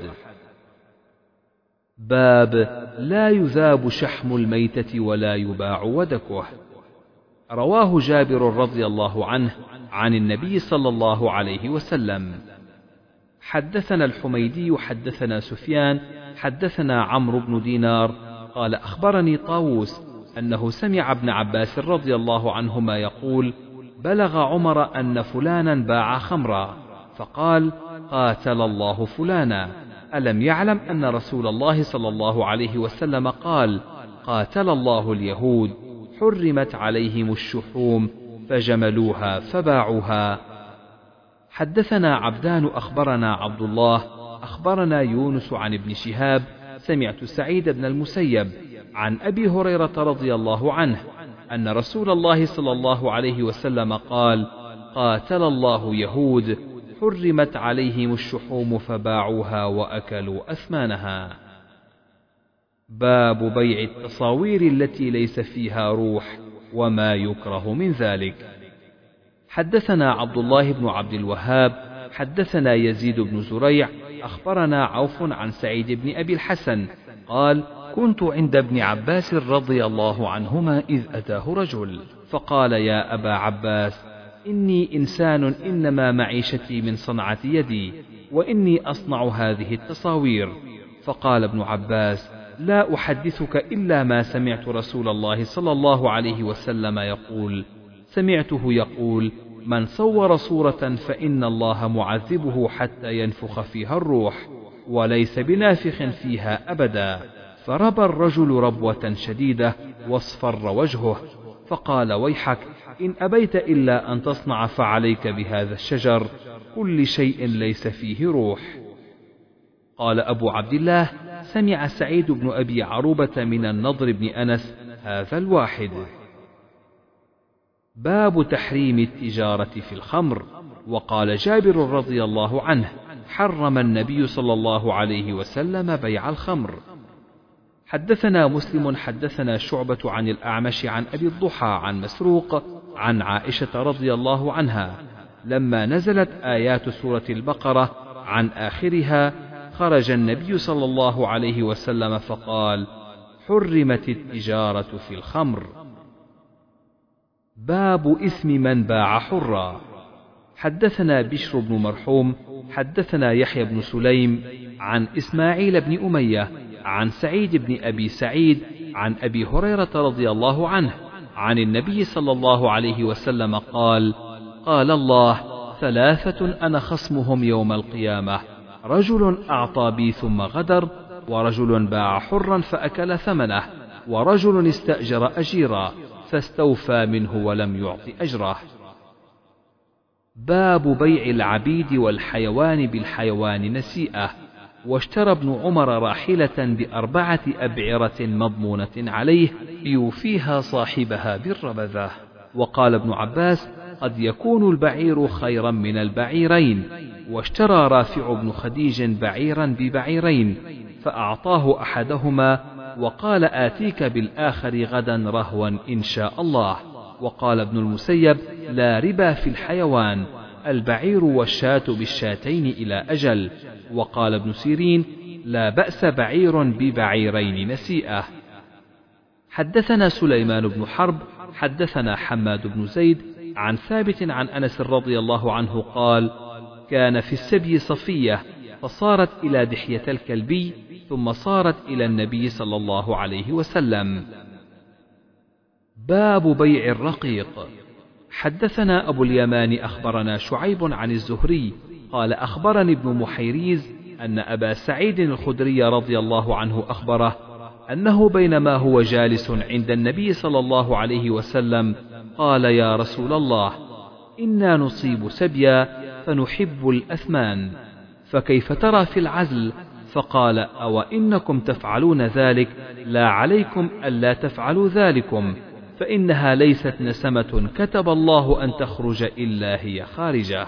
باب لا يذاب شحم الميتة ولا يباع ودكه. رواه جابر رضي الله عنه عن النبي صلى الله عليه وسلم. حدثنا الحميدي حدثنا سفيان حدثنا عمرو بن دينار قال أخبرني طاووس أنه سمع ابن عباس رضي الله عنهما يقول بلغ عمر أن فلانا باع خمرا فقال قاتل الله فلانا ألم يعلم أن رسول الله صلى الله عليه وسلم قال قاتل الله اليهود حرمت عليهم الشحوم فجملوها فباعوها. حدثنا عبدان أخبرنا عبد الله أخبرنا يونس عن ابن شهاب سمعت سعيد بن المسيب عن أبي هريرة رضي الله عنه أن رسول الله صلى الله عليه وسلم قال قاتل الله يهود حرمت عليهم الشحوم فباعوها وأكلوا أثمانها. باب بيع التصاوير التي ليس فيها روح وما يكره من ذلك. حدثنا عبد الله بن عبد الوهاب حدثنا يزيد بن زريع أخبرنا عوف عن سعيد بن أبي الحسن قال كنت عند ابن عباس رضي الله عنهما إذ أتاه رجل فقال يا أبا عباس إني إنسان إنما معيشتي من صنعة يدي وإني أصنع هذه التصاوير. فقال ابن عباس لا أحدثك إلا ما سمعت رسول الله صلى الله عليه وسلم يقول سمعته يقول من صور صورة فإن الله معذبه حتى ينفخ فيها الروح وليس بنافخ فيها أبدا. فربى الرجل ربوة شديدة واصفر وجهه فقال ويحك إن أبيت إلا أن تصنع فعليك بهذا الشجر كل شيء ليس فيه روح. قال أبو عبد الله سمع سعيد بن أبي عروبة من النضر بن أنس هذا الواحد. باب تحريم التجارة في الخمر. وقال جابر رضي الله عنه حرم النبي صلى الله عليه وسلم بيع الخمر. حدثنا مسلم حدثنا شعبة عن الأعمش عن أبي الضحى عن مسروق عن عائشة رضي الله عنها لما نزلت آيات سورة البقرة عن آخرها خرج النبي صلى الله عليه وسلم فقال حرمت التجارة في الخمر. باب إثم من باع حرا. حدثنا بشر بن مرحوم حدثنا يحيى بن سليم عن إسماعيل بن أمية عن سعيد بن أبي سعيد عن أبي هريرة رضي الله عنه عن النبي صلى الله عليه وسلم قال قال الله ثلاثة أنا خصمهم يوم القيامة رجل أعطى بي ثم غدر ورجل باع حرا فأكل ثمنه ورجل استأجر أجيرا فاستوفى منه ولم يعط أجره. باب بيع العبيد والحيوان بالحيوان نسيئة. واشترى ابن عمر راحلة ب4 أبعرة مضمونة عليه يوفيها صاحبها بالربذة. وقال ابن عباس: قد يكون البعير خيرا من البعيرين. واشترى رافع بن خديج بعيرا ب2 فأعطاه أحدهما وقال: آتيك بالآخر غدا رهوا إن شاء الله. وقال ابن المسيب: لا ربا في الحيوان، البعير والشاة بالشاتين إلى أجل. وقال ابن سيرين: لا بأس بعير ب2 نسيئة. حدثنا سليمان بن حرب حدثنا حماد بن زيد عن ثابت عن أنس رضي الله عنه قال: كان في السبي صفية فصارت إلى دحية الكلبي ثم صارت إلى النبي صلى الله عليه وسلم. باب بيع الرقيق. حدثنا أبو اليمان أخبرنا شعيب عن الزهري قال: أخبرني ابن محيريز أن أبا سعيد الخدري رضي الله عنه أخبره أنه بينما هو جالس عند النبي صلى الله عليه وسلم قال: يا رسول الله، إنا نصيب سبيا فنحب الأثمان، فكيف ترى في العزل؟ فقال: أو إنكم تفعلون ذلك، لا عليكم ألا تفعلوا ذلكم، فإنها ليست نسمة كتب الله أن تخرج إلا هي خارجة.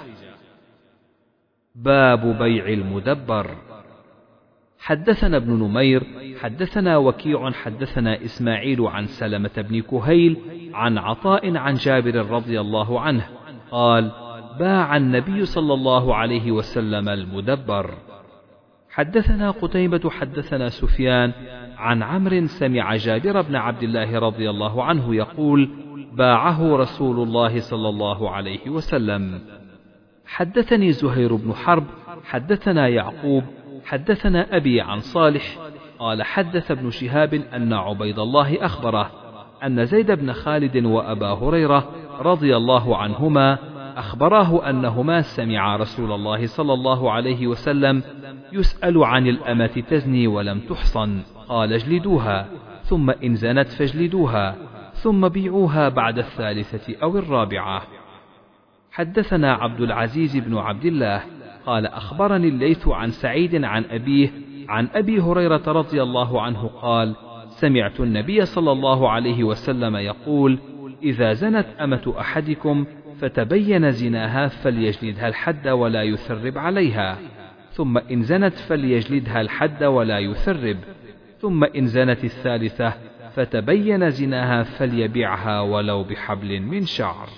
باب بيع المدبر. حدثنا ابن نمير حدثنا وكيع حدثنا إسماعيل عن سلمة بن كهيل عن عطاء عن جابر رضي الله عنه قال: باع النبي صلى الله عليه وسلم المدبر. حدثنا قتيبة حدثنا سفيان عن عمرو سمع جابر بن عبد الله رضي الله عنه يقول: باعه رسول الله صلى الله عليه وسلم. حدثني زهير بن حرب حدثنا يعقوب حدثنا أبي عن صالح قال: حدث ابن شهاب أن عبيد الله أخبره أن زيد بن خالد وأبا هريرة رضي الله عنهما أخبراه أنهما سمع رسول الله صلى الله عليه وسلم يسأل عن الأمة تزني ولم تحصن، قال: اجلدوها، ثم إن زنت فاجلدوها، ثم بيعوها بعد 3 أو 4. حدثنا عبد العزيز بن عبد الله قال: أخبرني الليث عن سعيد عن أبيه عن أبي هريرة رضي الله عنه قال: سمعت النبي صلى الله عليه وسلم يقول: إذا زنت أمة أحدكم فتبين زناها فليجلدها الحد ولا يثرب عليها، ثم إن زنت فليجلدها الحد ولا يثرب، ثم إن زنت 3 فتبين زناها فليبيعها ولو بحبل من شعر.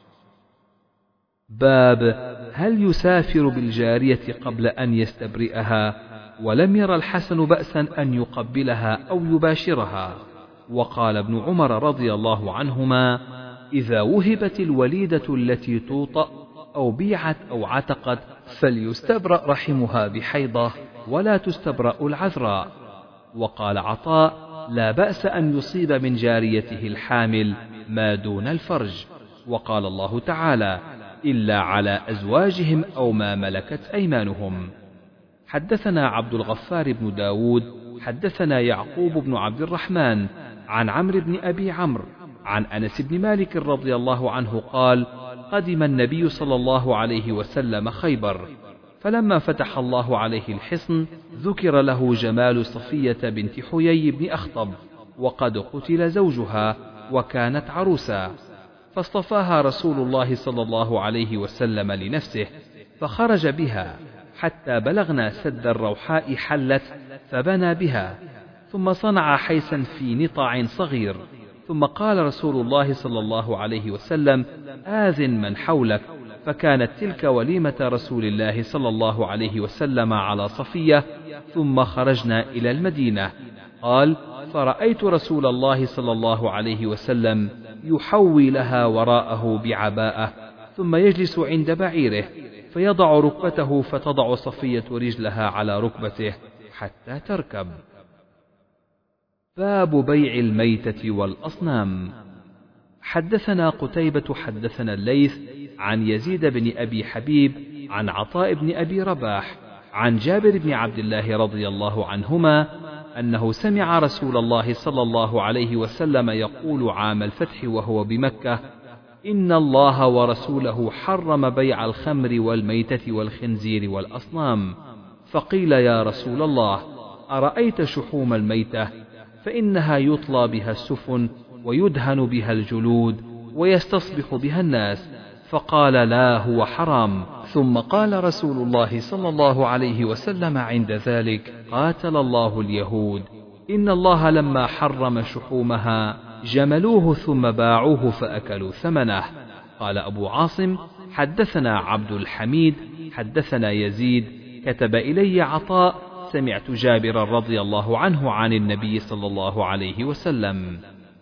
باب هل يسافر بالجارية قبل أن يستبرئها؟ ولم ير الحسن بأسا أن يقبلها أو يباشرها. وقال ابن عمر رضي الله عنهما: إذا وهبت الوليدة التي توطأ أو بيعت أو عتقت فليستبرأ رحمها بحيضة ولا تستبرأ العذراء. وقال عطاء: لا بأس أن يصيب من جاريته الحامل ما دون الفرج. وقال الله تعالى: إلا على أزواجهم أو ما ملكت أيمانهم. حدثنا عبد الغفار بن داود حدثنا يعقوب بن عبد الرحمن عن عمرو بن أبي عمرو عن أنس بن مالك رضي الله عنه قال: قدم النبي صلى الله عليه وسلم خيبر، فلما فتح الله عليه الحصن ذكر له جمال صفية بنت حيي بن أخطب، وقد قتل زوجها وكانت عروسا، فاصطفاها رسول الله صلى الله عليه وسلم لنفسه، فخرج بها حتى بلغنا سد الروحاء حلت فبنى بها، ثم صنع حيسا في نطع صغير، ثم قال رسول الله صلى الله عليه وسلم: آذن من حولك. فكانت تلك وليمة رسول الله صلى الله عليه وسلم على صفية، ثم خرجنا إلى المدينة. قال: فرأيت رسول الله صلى الله عليه وسلم يحوي لها وراءه بعباءة، ثم يجلس عند بعيره فيضع ركبته فتضع صفية رجلها على ركبته حتى تركب. باب بيع الميتة والأصنام. حدثنا قتيبة حدثنا الليث عن يزيد بن أبي حبيب عن عطاء بن أبي رباح عن جابر بن عبد الله رضي الله عنهما أنه سمع رسول الله صلى الله عليه وسلم يقول عام الفتح وهو بمكة: إن الله ورسوله حرم بيع الخمر والميتة والخنزير والأصنام، فقيل يا رسول الله أرأيت شحوم الميتة فإنها يطلى بها السفن ويدهن بها الجلود ويستصبح بها الناس، فقال لا هو حرام. ثم قال رسول الله صلى الله عليه وسلم عند ذلك قاتل الله اليهود، إن الله لما حرم شحومها جملوه ثم باعوه فأكلوا ثمنه. قال أبو عاصم حدثنا عبد الحميد حدثنا يزيد كتب إلي عطاء سمعت جابر رضي الله عنه عن النبي صلى الله عليه وسلم.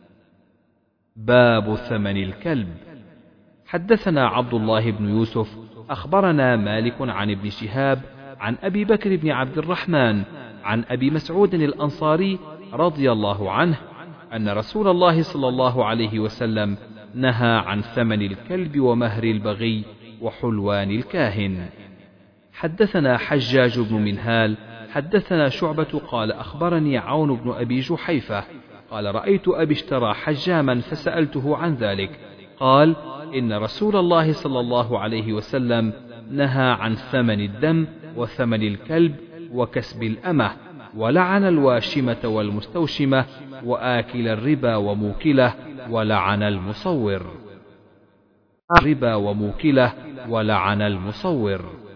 باب ثمن الكلب. حدثنا عبد الله بن يوسف أخبرنا مالك عن ابن شهاب عن أبي بكر بن عبد الرحمن عن أبي مسعود الأنصاري رضي الله عنه أن رسول الله صلى الله عليه وسلم نهى عن ثمن الكلب ومهر البغي وحلوان الكاهن. حدثنا حجاج بن منهال حدثنا شعبة قال أخبرني عون بن أبي جحيفة قال رأيت أبي اشترى حجاما فسألته عن ذلك، قال إن رسول الله صلى الله عليه وسلم نهى عن ثمن الدم وثمن الكلب وكسب الأمة، ولعن الواشمة والمستوشمة وآكل الربا وموكله، ولعن المصور.